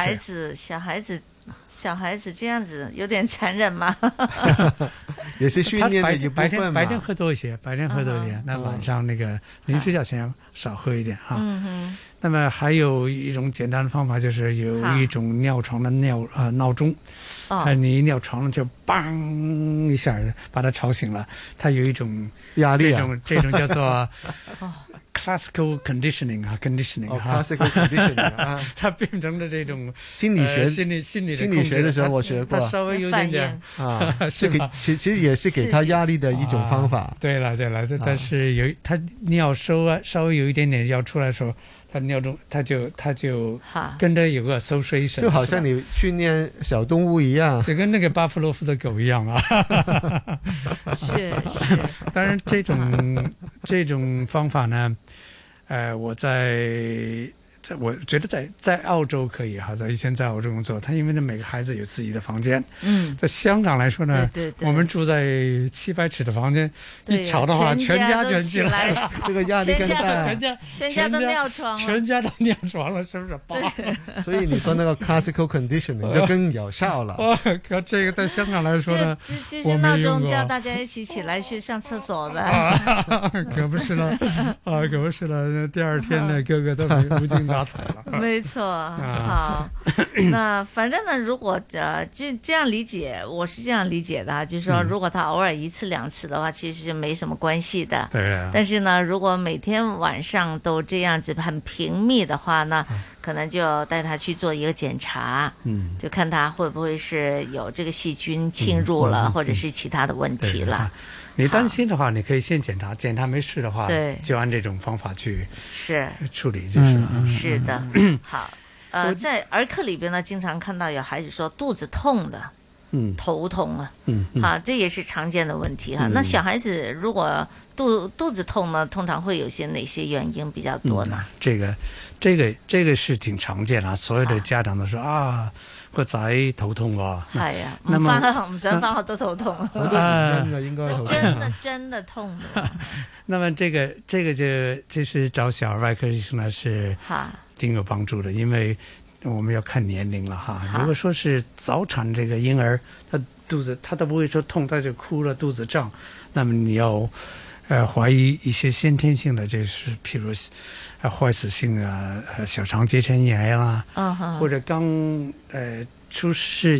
小孩子这样子有点残忍吗？ 也是训练的一部分嘛。 白天喝多一些，那晚上那个临睡觉前少喝一点那么还有一种简单的方法，就是有一种尿床的闹钟你一尿床了就梆一下把他吵醒了，他有一种压力这种叫做 classical conditioning 啊 ，classical conditioning 啊， 它变成了这种心理学、 心理学的时候我学过， 它稍微有点啊，是给其实也是给他压力的一种方法。 对了，但是他尿收啊，稍微有一点点要出来的时候，他尿中他就跟着有个 association， 就好像你训练小动物一样， 就跟那个巴甫洛夫的狗一样啊。 是， 当然这种方法呢，我觉得在澳洲可以哈，以前在澳洲工作，他因为每个孩子有自己的房间，在香港来说呢， 对， 我们住在700尺的房间，一吵的话，全家就起来了， 这个压力更大， 全家都尿床了， 全家都尿床了，是不是？ 所以你说那个 classical conditioning 就更有效了。 可这个在香港来说呢， 就是闹钟叫大家一起起来去上厕所呗。 可不是了，可不是了，第二天呢，个个都无精打采了。 没错，好，那反正呢，如果就这样理解，我是这样理解的，就是说，如果他偶尔1次2次的话，其实是没什么关系的。 对。 但是呢，如果每天晚上都这样子很频密的话呢，可能就带他去做一个检查，就看他会不会是有这个细菌侵入了，或者是其他的问题了。 你担心的话，你可以先检查，检查没事的话， 对， 就按这种方法去处理， 是的。好，在儿科里边呢，经常看到有孩子说肚子痛的，头痛啊，这也是常见的问题哈。那小孩子如果肚子痛呢，通常会有些哪些原因比较多呢？ 这个是挺常見啦，所有的家長都說啊，個仔頭痛喎。 係啊，唔想返學都頭痛。 好多原因的，應該頭痛。 真的痛的。 那麼這個就是找小兒外科醫生呢是挺有幫助的，因為我們要看年齡了哈。如果說是早產這個嬰兒，他肚子他都不會說痛，他就哭了，肚子脹，那麼你要懷疑一些先天性的，就是譬如壞死性小腸結腸炎啦，或者剛出世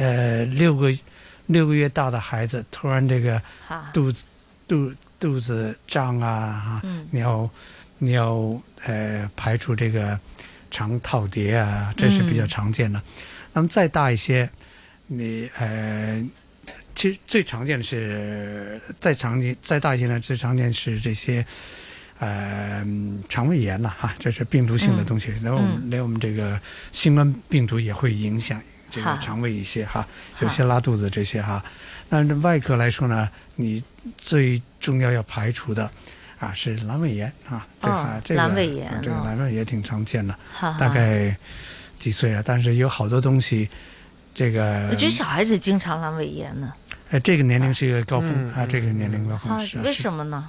6個月大的孩子，突然這個肚子脹啊，你要排除這個腸套疊啊，這是比較常見的。那麼再大一些，你其實最常見的是再大一些呢，最常見是這些腸胃炎啦，這是病毒性的東西。然後連我們這個新冠病毒也會影響這個腸胃一些有些拉肚子這些但是外科來說呢，你最重要排除的是闌尾炎這個闌尾炎， 這個闌尾炎挺常見的，大概幾歲了，但是有好多東西。這個我覺得小孩子經常闌尾炎呢。 這個年齡是一個高峰這個年齡高峰為什麼呢？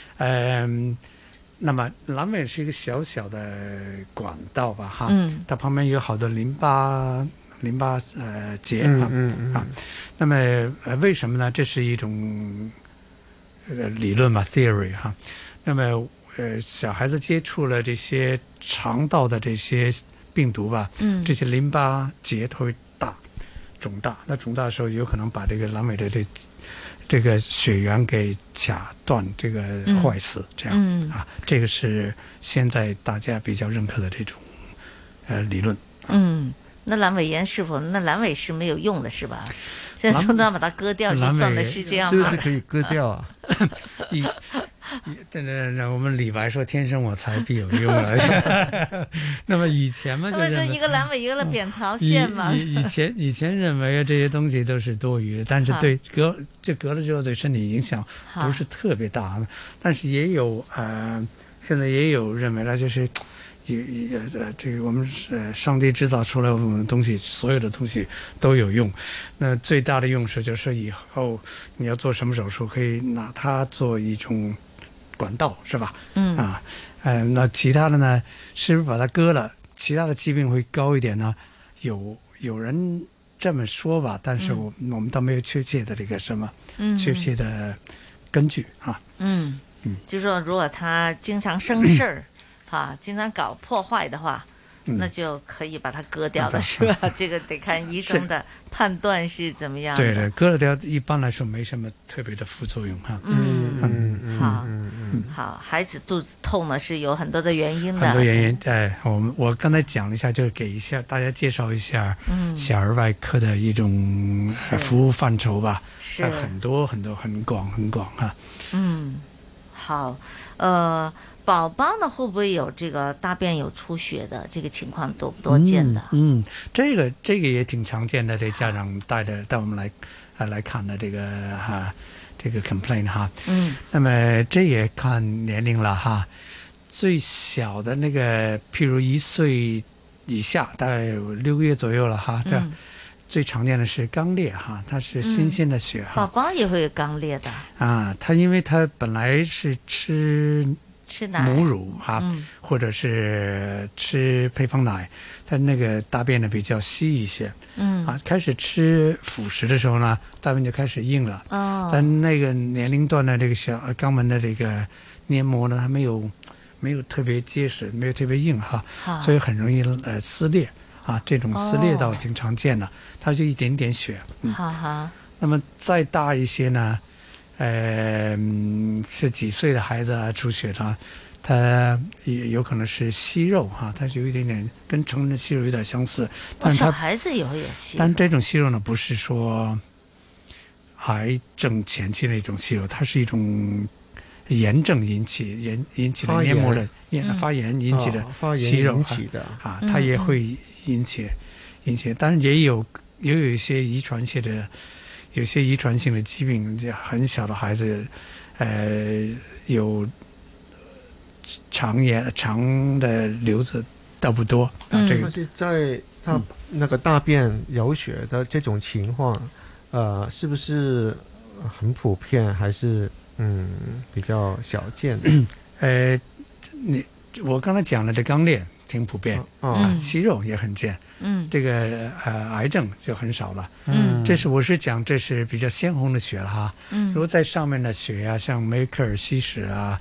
那麼闌尾是一個小小的管道吧它旁邊有好多淋巴結那麼為什麼呢？這是一種理論嘛 theory 那麼小孩子接觸了這些腸道的這些病毒吧這些淋巴結會腫大，那腫大的時候有可能把這個闌尾的這個血緣給卡斷，這個壞死，這樣這個是現在大家比較認可的這種理論。 那闌尾炎是否那闌尾是沒有用的，是吧？現在通常把它割掉就算了，是這樣嗎？ 是不是可以割掉啊？ 我們李白說天生我材必有用那麼以前嘛， 他們說一個闌尾一個扁桃腺嘛。 以前認為這些東西都是多餘的，但是對割了之後對身體影響不是特別大，但是也有現在也有認為呢，就是這個我們上帝製造出來的東西，所有的東西都有用。那最大的用處就是以後你要做什麼手術，可以拿它做一種管道，是吧？那其他的呢，是不是把它割了，其他的疾病會高一點呢？有人這麼說吧，但是我們倒沒有確切的這個什麼確切的根據就是說如果他經常生事兒經常搞破壞的話，那就可以把它割掉了，是吧？這個得看醫生的判斷是怎麼樣的。 對，割了掉一般來說沒什麼特別的副作用好。 好，孩子肚子痛呢是有很多的原因的。 很多原因，我刚才讲了一下，就给一下大家介绍一下，小儿外科的一种服务范畴吧。是很多很多，很广啊。 好，宝宝呢会不会有这个大便有出血的这个情况多不多见的？ 这个也挺常见的，这家长带我们来看的这个这个 complaint 哈。那么这也看年龄了哈，最小的那个譬如1岁以下，大概有6个月左右了哈。这最常见的是肛裂哈，它是新鲜的血哈。 宝宝也会有肛裂的啊，它因为它本来是吃母乳哈，或者是吃配方奶，它那个大便呢比较稀一些。开始吃辅食的时候呢，大便就开始硬了。但那个年龄段的这个小肛门的这个黏膜呢，它没有特别结实，没有特别硬哈，所以很容易撕裂啊。这种撕裂倒挺常见的，它就一点点血。那么再大一些呢？是几岁的孩子啊出血呢？它也有可能是息肉哈，它就有一点点跟成人的息肉有点相似。但小孩子也会有息肉， 但这种息肉呢，不是说癌症前期的一种息肉，它是一种炎症引起的黏膜的发炎引起的息肉啊，它也会引起，当然也有一些遗传性的。有些遗传性的疾病，很小的孩子，有肠的瘤子倒不多。这个但是在他那个大便有血的这种情况，是不是很普遍，还是比较少见的？ 我刚才讲了这肛裂挺普遍，息肉也很见。这个癌症就很少了。我是讲这是比较鲜红的血了哈。如果在上面的血呀，像梅克尔西氏啊，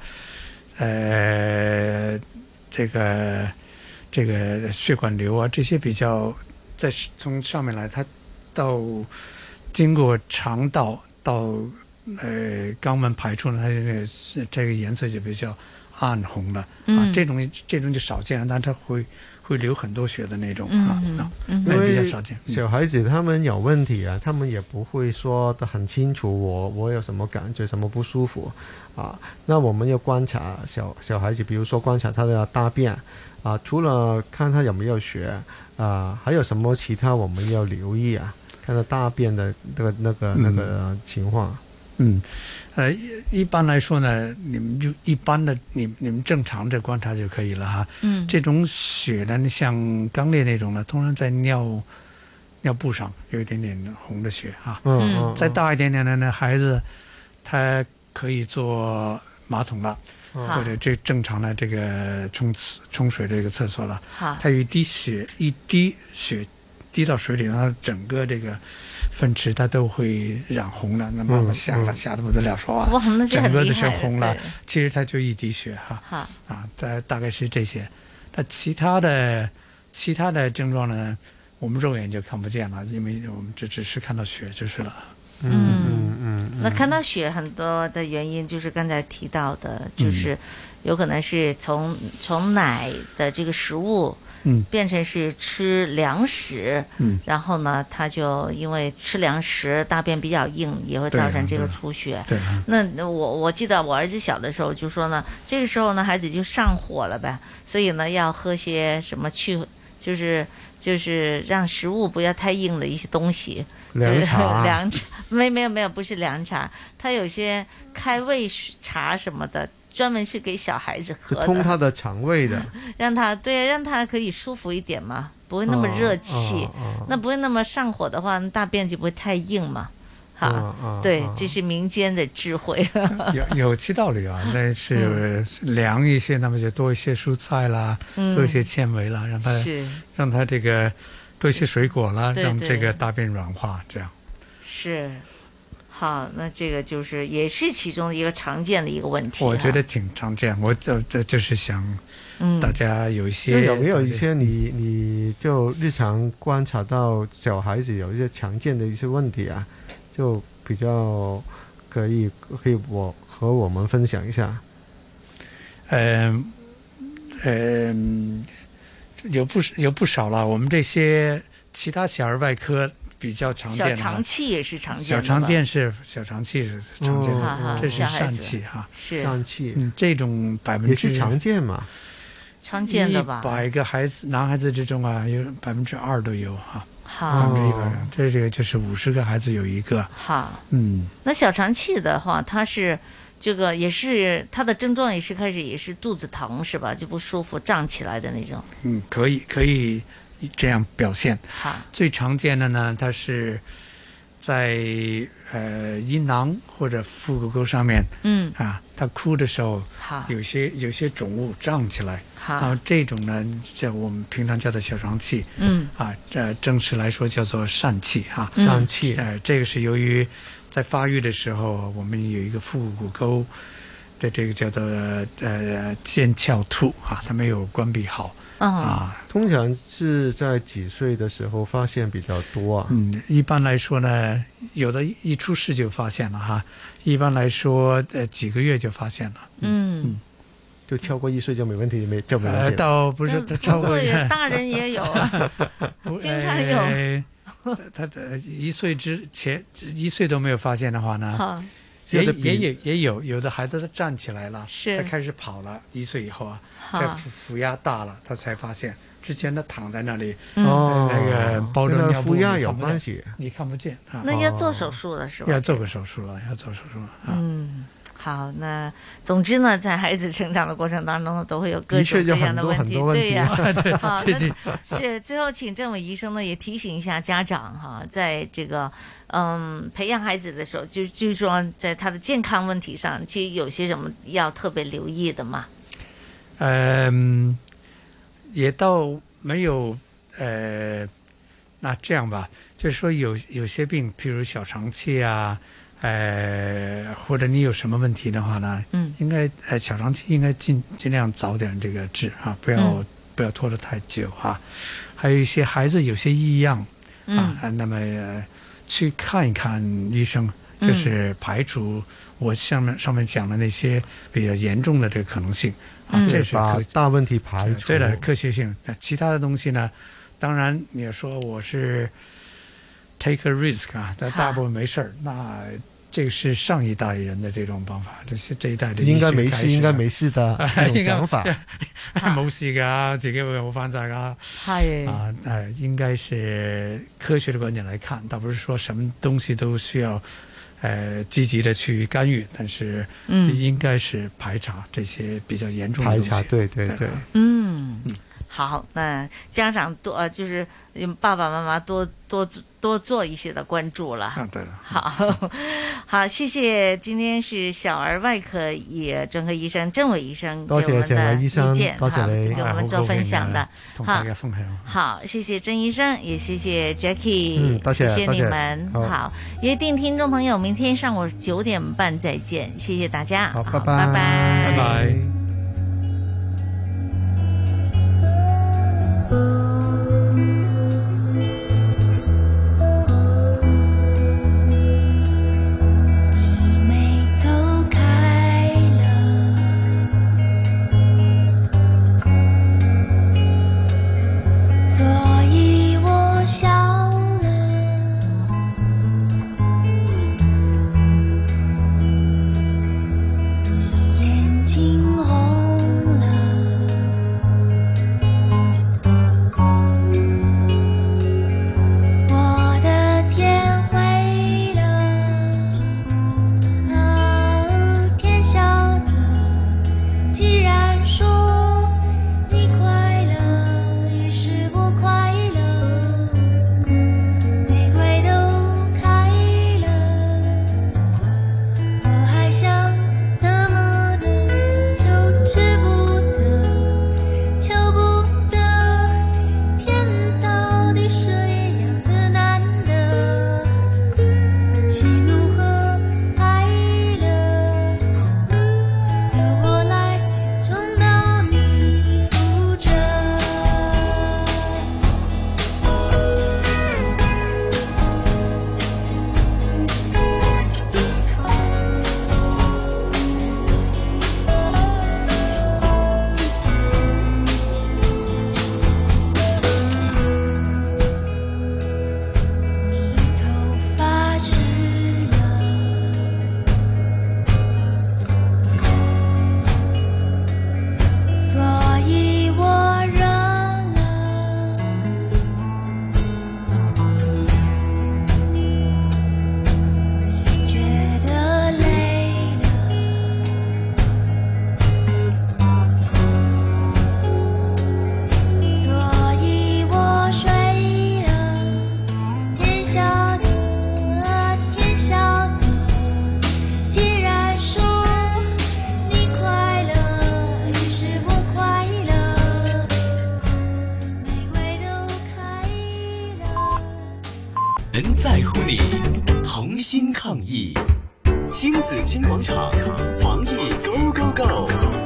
这个血管瘤啊，这些比较从上面来，它到经过肠道到肛门排出呢，它这个颜色就比较暗红了啊。这种就少见了，但它会流很多血的那种那比较少见。 小孩子他们有问题啊，他们也不会说得很清楚我有什么感觉，什么不舒服啊。那我们要观察小孩子，比如说观察他的大便啊，除了看他有没有血啊，还有什么其他我们要留意啊？看他大便的那个情况。 一般来说呢，你们就一般的你们正常的观察就可以了哈。这种血呢，像肛裂那种呢，通常在尿布上有一点点红的血哈。再大一点点的呢，孩子他可以做马桶了，或者这正常的这个冲水的这个厕所了。他有一滴血滴到水里，它整个这个粪池它都会染红了。那妈妈吓得不得了，说整个都是红了。其实它就一滴血哈。大概是这些。那其他的症状呢，我们肉眼就看不见了，因为我们只是看到血就是了。 那看到血很多的原因就是刚才提到的，就是有可能是从奶的这个食物变成是吃粮食，然后呢他就因为吃粮食大便比较硬，也会造成这个出血。那我记得我儿子小的时候就说呢，这个时候呢孩子就上火了呗，所以呢要喝些什么就是让食物不要太硬的一些东西， 凉茶， 没有，不是凉茶，它有些开胃茶什么的，专门是给小孩子喝的， 通他的肠胃的， 让他可以舒服一点嘛，不会那么热气，那不会那么上火的话，大便就不会太硬嘛。对，这是民间的智慧。 有其道理啊，那是凉一些，那么就多一些蔬菜啦，多一些纤维啦，让它这个多一些水果啦，让这个大便软化，这样。 是。好，那这个就是也是其中一个常见的一个问题。 我觉得挺常见，我就是想大家有一些有没有一些你就日常观察到小孩子有一些常见的一些问题啊，就比较可以和我们分享一下。 有不少了。我们这些其他小儿外科比较常见的， 小肠气也是常见的， 小肠气是常见的，这是疝气哈， 是疝气， 这种也是常见嘛， 常见的吧 ？100个男孩子之中啊，有2%都有哈。 好 ，100%，这个就是50个孩子有1个。 好，那小肠气的话，它是这个也是它的症状也是开始也是肚子疼是吧？就不舒服胀起来的那种。 可以这样表现。 好， 最常见的呢，它是在阴囊或者腹股沟上面。他哭的时候，有些肿物胀起来。好，这种呢，叫我们平常叫做小肠气。正式来说叫做疝气哈。 疝气， 这个是由于在发育的时候，我们有一个腹股沟的这个叫做腱鞘突啊，它没有关闭好。 通常是在几岁的时候发现比较多啊？ 一般来说呢，有的一出世就发现了哈。一般来说，几个月就发现了。 就超过1岁就没问题，就没问题。 倒不是，他超过大人也有啊，经常有。 他1岁之前1岁都没有发现的话呢？也有的孩子他站起来了，他开始跑了，1岁以后啊，这腹压大了，他才发现。之前他躺在那里，那个包着尿布， 腹压有关系， 你看不见啊。 那要做手术了是吧？ 要做个手术了，要做手术了。 好，那总之呢，在孩子成长的过程当中呢，都会有各种各样的问题，对呀。好，那是最后请郑伟医生呢也提醒一下家长哈，在这个培养孩子的时候，就是说在他的健康问题上，其实有些什么要特别留意的嘛？ 也倒没有那这样吧，就是说有些病，譬如小肠气啊。或者你有什么问题的话呢？应该小肠气应该尽量早点这个治啊，不要拖得太久啊。还有一些孩子有些异样那么去看一看医生，就是排除我上面讲的那些比较严重的这个可能性啊，这是把大问题排除。 对了，科学性。其他的东西呢，当然你要说我是 take a risk 啊，但大部分没事儿。那这个是上一代人的这种办法，这一代的應該沒事的這種想法。 冇事㗎，自己會好返晒㗎。係應該是科學的觀點來看，倒不是說什麼東西都需要積極的去干預，但是應該是排查這些比較嚴重的東西。 排查，對對對。 好，那家長多就是爸爸媽媽多做一些的關注了。 對了。 好，謝謝。今天是小兒外科專科醫生鄭偉醫生給我們的意見， 多謝你， 給我們做分享的。 同大家分享。 好，謝謝鄭醫生，也謝謝 Jackie， 多謝你們。好，約定聽眾朋友，明天上午9點半再見，謝謝大家。 好，拜拜， 拜拜。 眼睛。 人在乎你，同心抗疫。星子金广场，防疫 Go Go Go！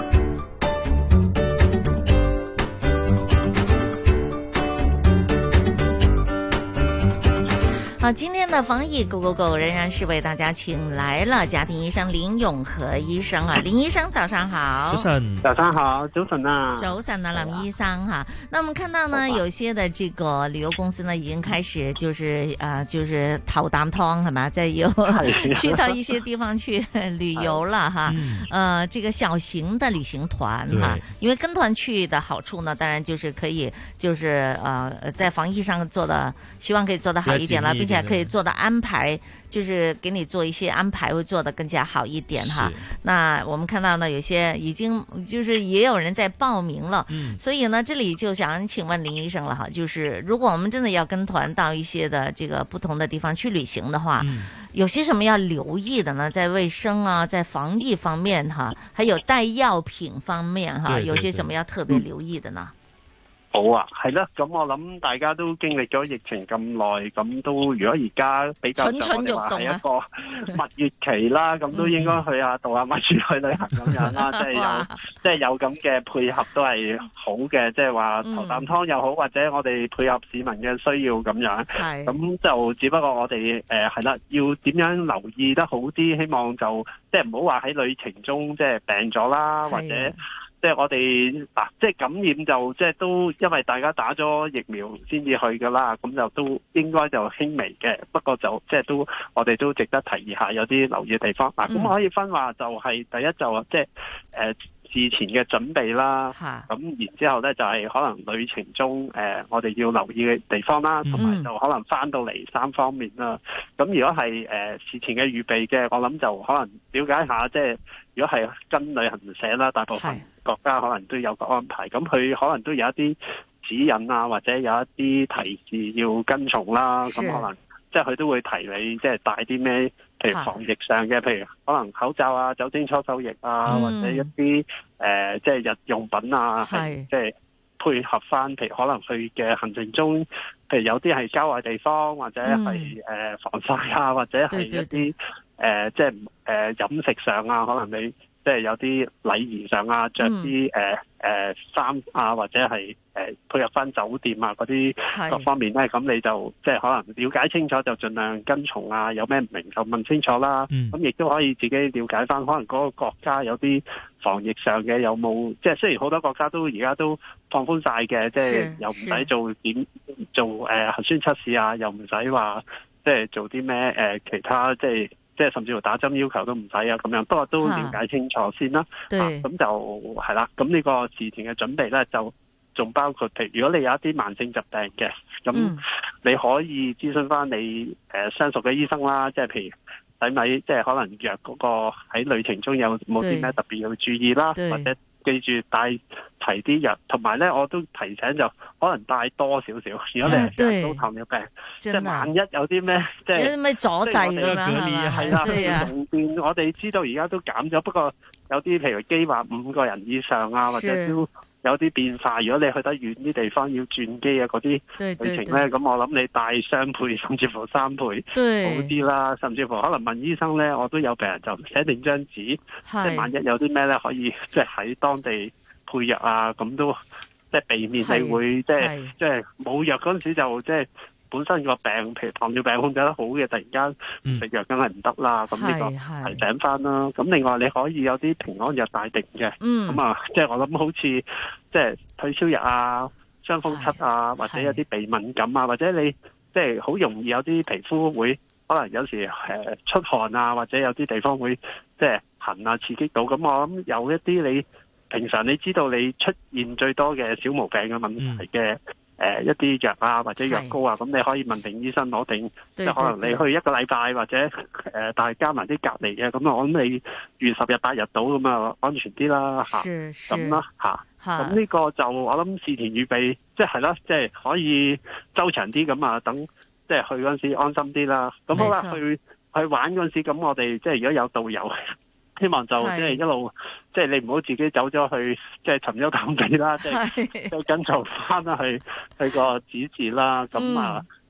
好，今天的防疫 Go Go Go 仍然是为大家请来了家庭医生林永和医生啊，林医生早上好。 早晨， 早上好，早晨啊， 早晨啊，林醫生哈。那我們看到呢，有些的這個旅遊公司呢，已經開始就是頭啖湯係嘛，在有去到一些地方去旅遊了哈。這個小型的旅行團哈，因為跟團去的好處呢，當然就是可以在防疫上做的，希望可以做得好一點了，並且可以做的安排，就是給你做一些安排，會做得更加好一點哈。那我們看到呢，有些已經就是也有人在報名了，所以呢，這裡就想請問林醫生了哈，就是如果我們真的要跟團到一些的這個不同的地方去旅行的話，有些什麼要留意的呢？在衛生啊，在防疫方面哈，還有帶藥品方面哈，有些什麼要特別留意的呢？ 好啊，係啦，咁我諗大家都經歷咗疫情咁耐，咁都如果而家比較就我哋話係一個蜜月期啦，咁都應該去下度下蜜月去旅行咁樣啦，即係有咁嘅配合都係好嘅，即係話頭啖湯又好，或者我哋配合市民嘅需要咁樣，咁就只不過我哋係啦，要點樣留意得好啲，希望就即係唔好話喺旅程中即係病咗啦，或者。即係我哋即係感染就即係都因為大家打咗疫苗先至去噶啦，咁就都應該就輕微嘅。不過就即係都我哋都值得提議下，有啲留意嘅地方。咁可以分話就係第一就即係事前嘅準備啦。咁然之後咧就係可能旅程中我哋要留意嘅地方啦，同埋就可能翻到嚟3方面啦。咁如果係事前嘅預備嘅，我諗就可能了解下即係。如果係跟旅行社啦，大部分國家可能都有個安排，咁佢可能都有一啲指引啊，或者有一啲提示要跟從啦。咁可能即係佢都會提你，即係帶啲咩，譬如防疫上嘅，譬如可能口罩啊、酒精搓手液啊，或者一啲即係日用品啊，係即係配合翻，譬如可能去嘅行程中，譬如有啲係郊外地方，或者係防曬啊，或者係一啲。即係飲食上啊，可能你即係有啲禮儀上啊，着啲衫啊，或者係配合翻酒店啊嗰啲各方面咧，咁你就即係可能了解清楚，就盡量跟從啊。有咩唔明就問清楚啦。咁亦都可以自己了解翻，可能嗰個國家有啲防疫上嘅有冇，即係雖然好多國家都而家都放寬晒嘅，即係又唔使做核酸測試啊，又唔使話即係做啲咩其他即係甚至乎打針要求都唔使啊，咁樣不過都了解清楚先啦。咁就係啦。咁呢個事前嘅準備咧，就仲包括譬如如果你有一啲慢性疾病嘅，咁你可以諮詢翻你相熟嘅醫生啦。即係譬如使咪即係可能藥嗰個喺旅程中有冇啲咩特別要注意啦，或者記住帶齊啲藥，同埋咧我都提醒就可能帶多少少。如果你係都糖尿病，即係萬一有啲咩即係有啲咩阻滯咁樣係啦。同邊我哋知道而家都減咗，不過有啲譬如機話5個人以上啊，或者都有啲變化。如果你去得遠啲地方要轉機啊嗰啲旅程咧，咁我諗你帶雙倍甚至乎3倍好啲啦。甚至乎可能問醫生咧，我都有病人就寫定張紙，即係萬一有啲咩咧可以即係喺當地配藥啊，咁都即係避免你會即係冇藥嗰陣時就即係本身個病，譬如糖尿病控制得好嘅，突然間食藥梗係唔得啦。咁呢個提醒翻啦。咁另外你可以有啲平安藥帶定嘅，咁啊，即係我諗好似即係退燒藥啊、傷風咳啊，或者有啲鼻敏感啊，或者你即係好容易有啲皮膚會可能有時出汗啊，或者有啲地方會即係痕啊刺激到。咁我諗有一啲你平常你知道你出現最多嘅小毛病嘅問題嘅一啲藥啊或者藥膏啊，咁你可以問定醫生攞定，即係可能你去1個禮拜或者但係加埋啲隔離嘅，咁我諗你預10日8日到咁啊安全啲啦嚇，咁啦嚇。咁呢個就我諗事前預備，即係啦，即係可以周長啲咁啊，等即係去嗰陣時安心啲啦。咁好啦，去玩嗰陣時，咁我哋即係如果有導遊。希望就即係一路，即係你唔好自己走咗去，即係尋幽探秘啦，即係跟隨翻啦，去個指示啦。咁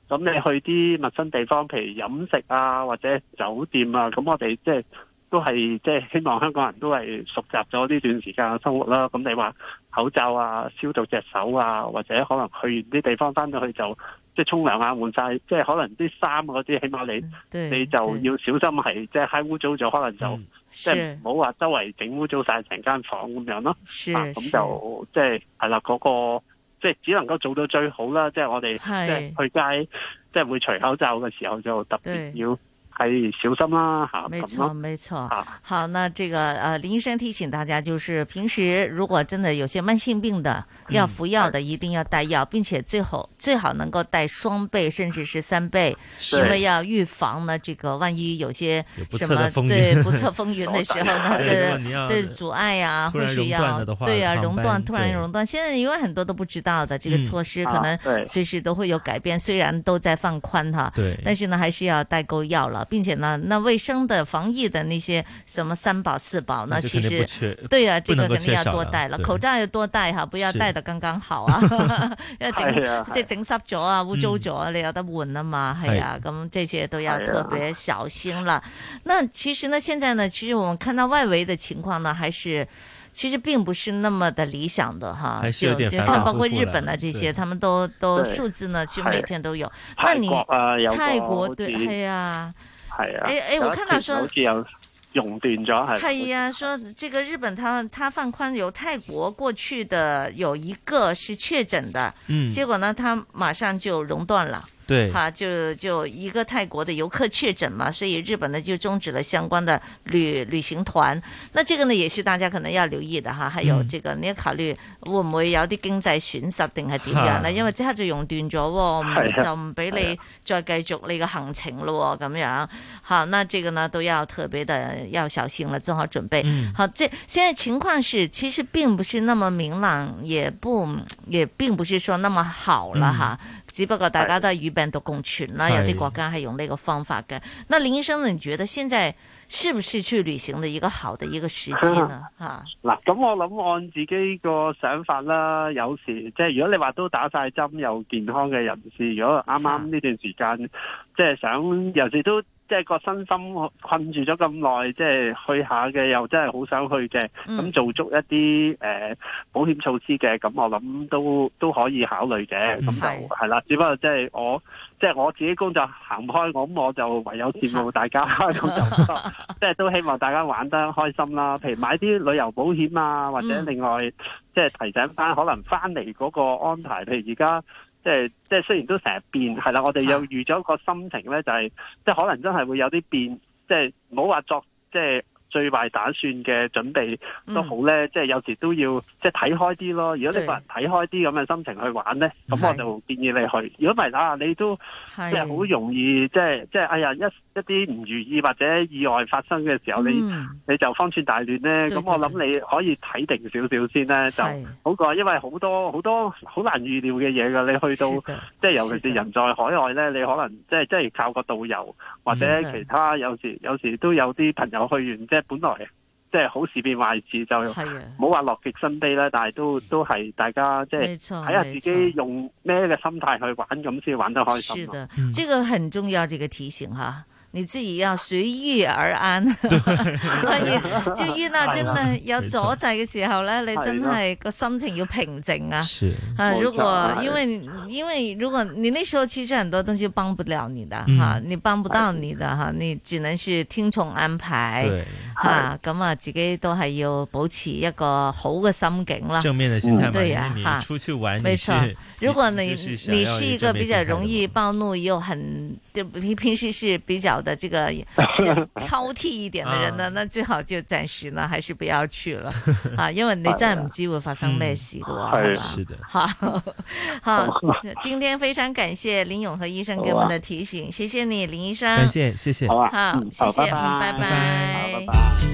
咁你去啲陌生地方，譬如飲食啊或者酒店啊，咁我哋即係都係即係希望香港人都係熟習咗呢段時間嘅生活啦。咁你話口罩啊、消毒隻手啊，或者可能去完啲地方翻到去就即係沖涼啊、換晒，即係可能啲衫嗰啲，起碼你就要小心係即係揩污糟咗，可能就即係唔好話周圍整污糟晒成間房咁樣咯。咁就即係係啦，嗰個即係只能夠做到最好啦。即係我哋即係去街，即係會除口罩嘅時候就特別要係小心啦吓。 沒錯沒錯。好，那這個林醫生提醒大家，就是平時如果真的有些慢性病的要服藥的，一定要帶藥，並且最好能夠帶雙倍甚至是3倍，因為要預防呢這個萬一有些什麼對不測風雲的時候呢，對阻礙啊，或許要對啊熔斷，突然熔斷。現在因為很多都不知道的這個措施，可能隨時都會有改變，雖然都在放寬哈，但是呢還是要帶夠藥了。並且呢，那衛生的、防疫的那些什麼3寶4寶呢，其實對啊，這個肯定要多帶了。口罩要多帶哈，不要帶得剛剛好啊。要整即係整濕咗啊、污糟咗，你有得換啊嘛，係啊，咁這些都要特別小心了。那其實呢，現在呢，其實我們看到外圍的情況呢，還是其實並不是那麼的理想的哈。就看包括日本啊這些，他們都數字呢，其實每天都有。那你泰國對，係啊。係啊，我看到說好似有熔斷咗，係啊，說這個日本他放寬，有泰國過去的有一個是確診的，結果呢，他馬上就熔斷了。對，哈，就一個泰國的遊客確診嘛，所以日本呢就終止了相關的旅行團。那這個呢也是大家可能要留意的哈。還有這個你要考慮會唔會有啲經濟損失定係點樣呢？因為即刻就熔斷咗，就唔俾你再繼續你個行程咯，咁樣。好，那這個呢都要特別的要小心了，做好準備。好，這現在情況是其實並不是那麼明朗，也並不是說那麼好了哈。只不過大家都係與病毒共存啦，有啲國家係用呢個方法嘅。那林醫生呢，你覺得現在是不是去旅行的一個好的一個時機呢？ 嗱，咁我諗按自己個想法啦，有時即係如果你話都打晒針又健康嘅人士，如果啱啱呢段時間即係想，有時都即係個身心困住咗咁耐，即係去下嘅，又真係好想去嘅，咁做足一啲保險措施嘅，咁我諗都可以考慮嘅，咁就係啦。只不過即係我自己工作行唔開，咁我就唯有羨慕大家，咁就即係都希望大家玩得開心啦。譬如買啲旅遊保險啊，或者另外即係提醒翻，可能翻嚟嗰個安排，譬如而家。即係雖然都成日變，係啦，我哋又預咗個心情咧，就係即係可能真係會有啲變，即係唔好話作即係最壞打算嘅準備都好咧，即係有時都要即係睇開啲咯。如果你個人睇開啲咁嘅心情去玩咧，咁我就建議你去。如果唔係啊，你都即係好容易即係哎呀一啲唔如意或者意外發生嘅時候，你就方寸大亂咧。咁我諗你可以睇定少少先咧，就好過，因為好多好難預料嘅嘢㗎。你去到即係尤其是人在海外咧，你可能即係靠個導遊或者其他，有時都有啲朋友去完，即係本來即係好事變壞事，就唔好話樂極生悲啦。但係都係大家即係睇下自己用咩嘅心態去玩，咁先玩得開心。 是的，這個很重要，這個提醒哈。你自己要隨遇而安，就遇到真的有阻滯嘅時候咧，你真係個心情要平靜啊。是啊，如果因為如果你那時候其實很多東西幫不了你的哈，你幫不到你的哈，你只能是聽從安排。吓，咁啊，自己都係要保持一個好嘅心境啦， 正面的心態嘛。 對呀， 哈，出去玩， 沒錯。如果你是一個比較容易暴怒又很就平時是比較的這個挑剔一點的人呢，那最好就暫時呢，還是不要去了啊，因為你真係唔知會發生咩事嘅話，係嘛？是的。好，今天非常感謝林永和醫生給我們的提醒，謝謝你，林醫生。 感謝，謝謝。 好，謝謝，拜拜。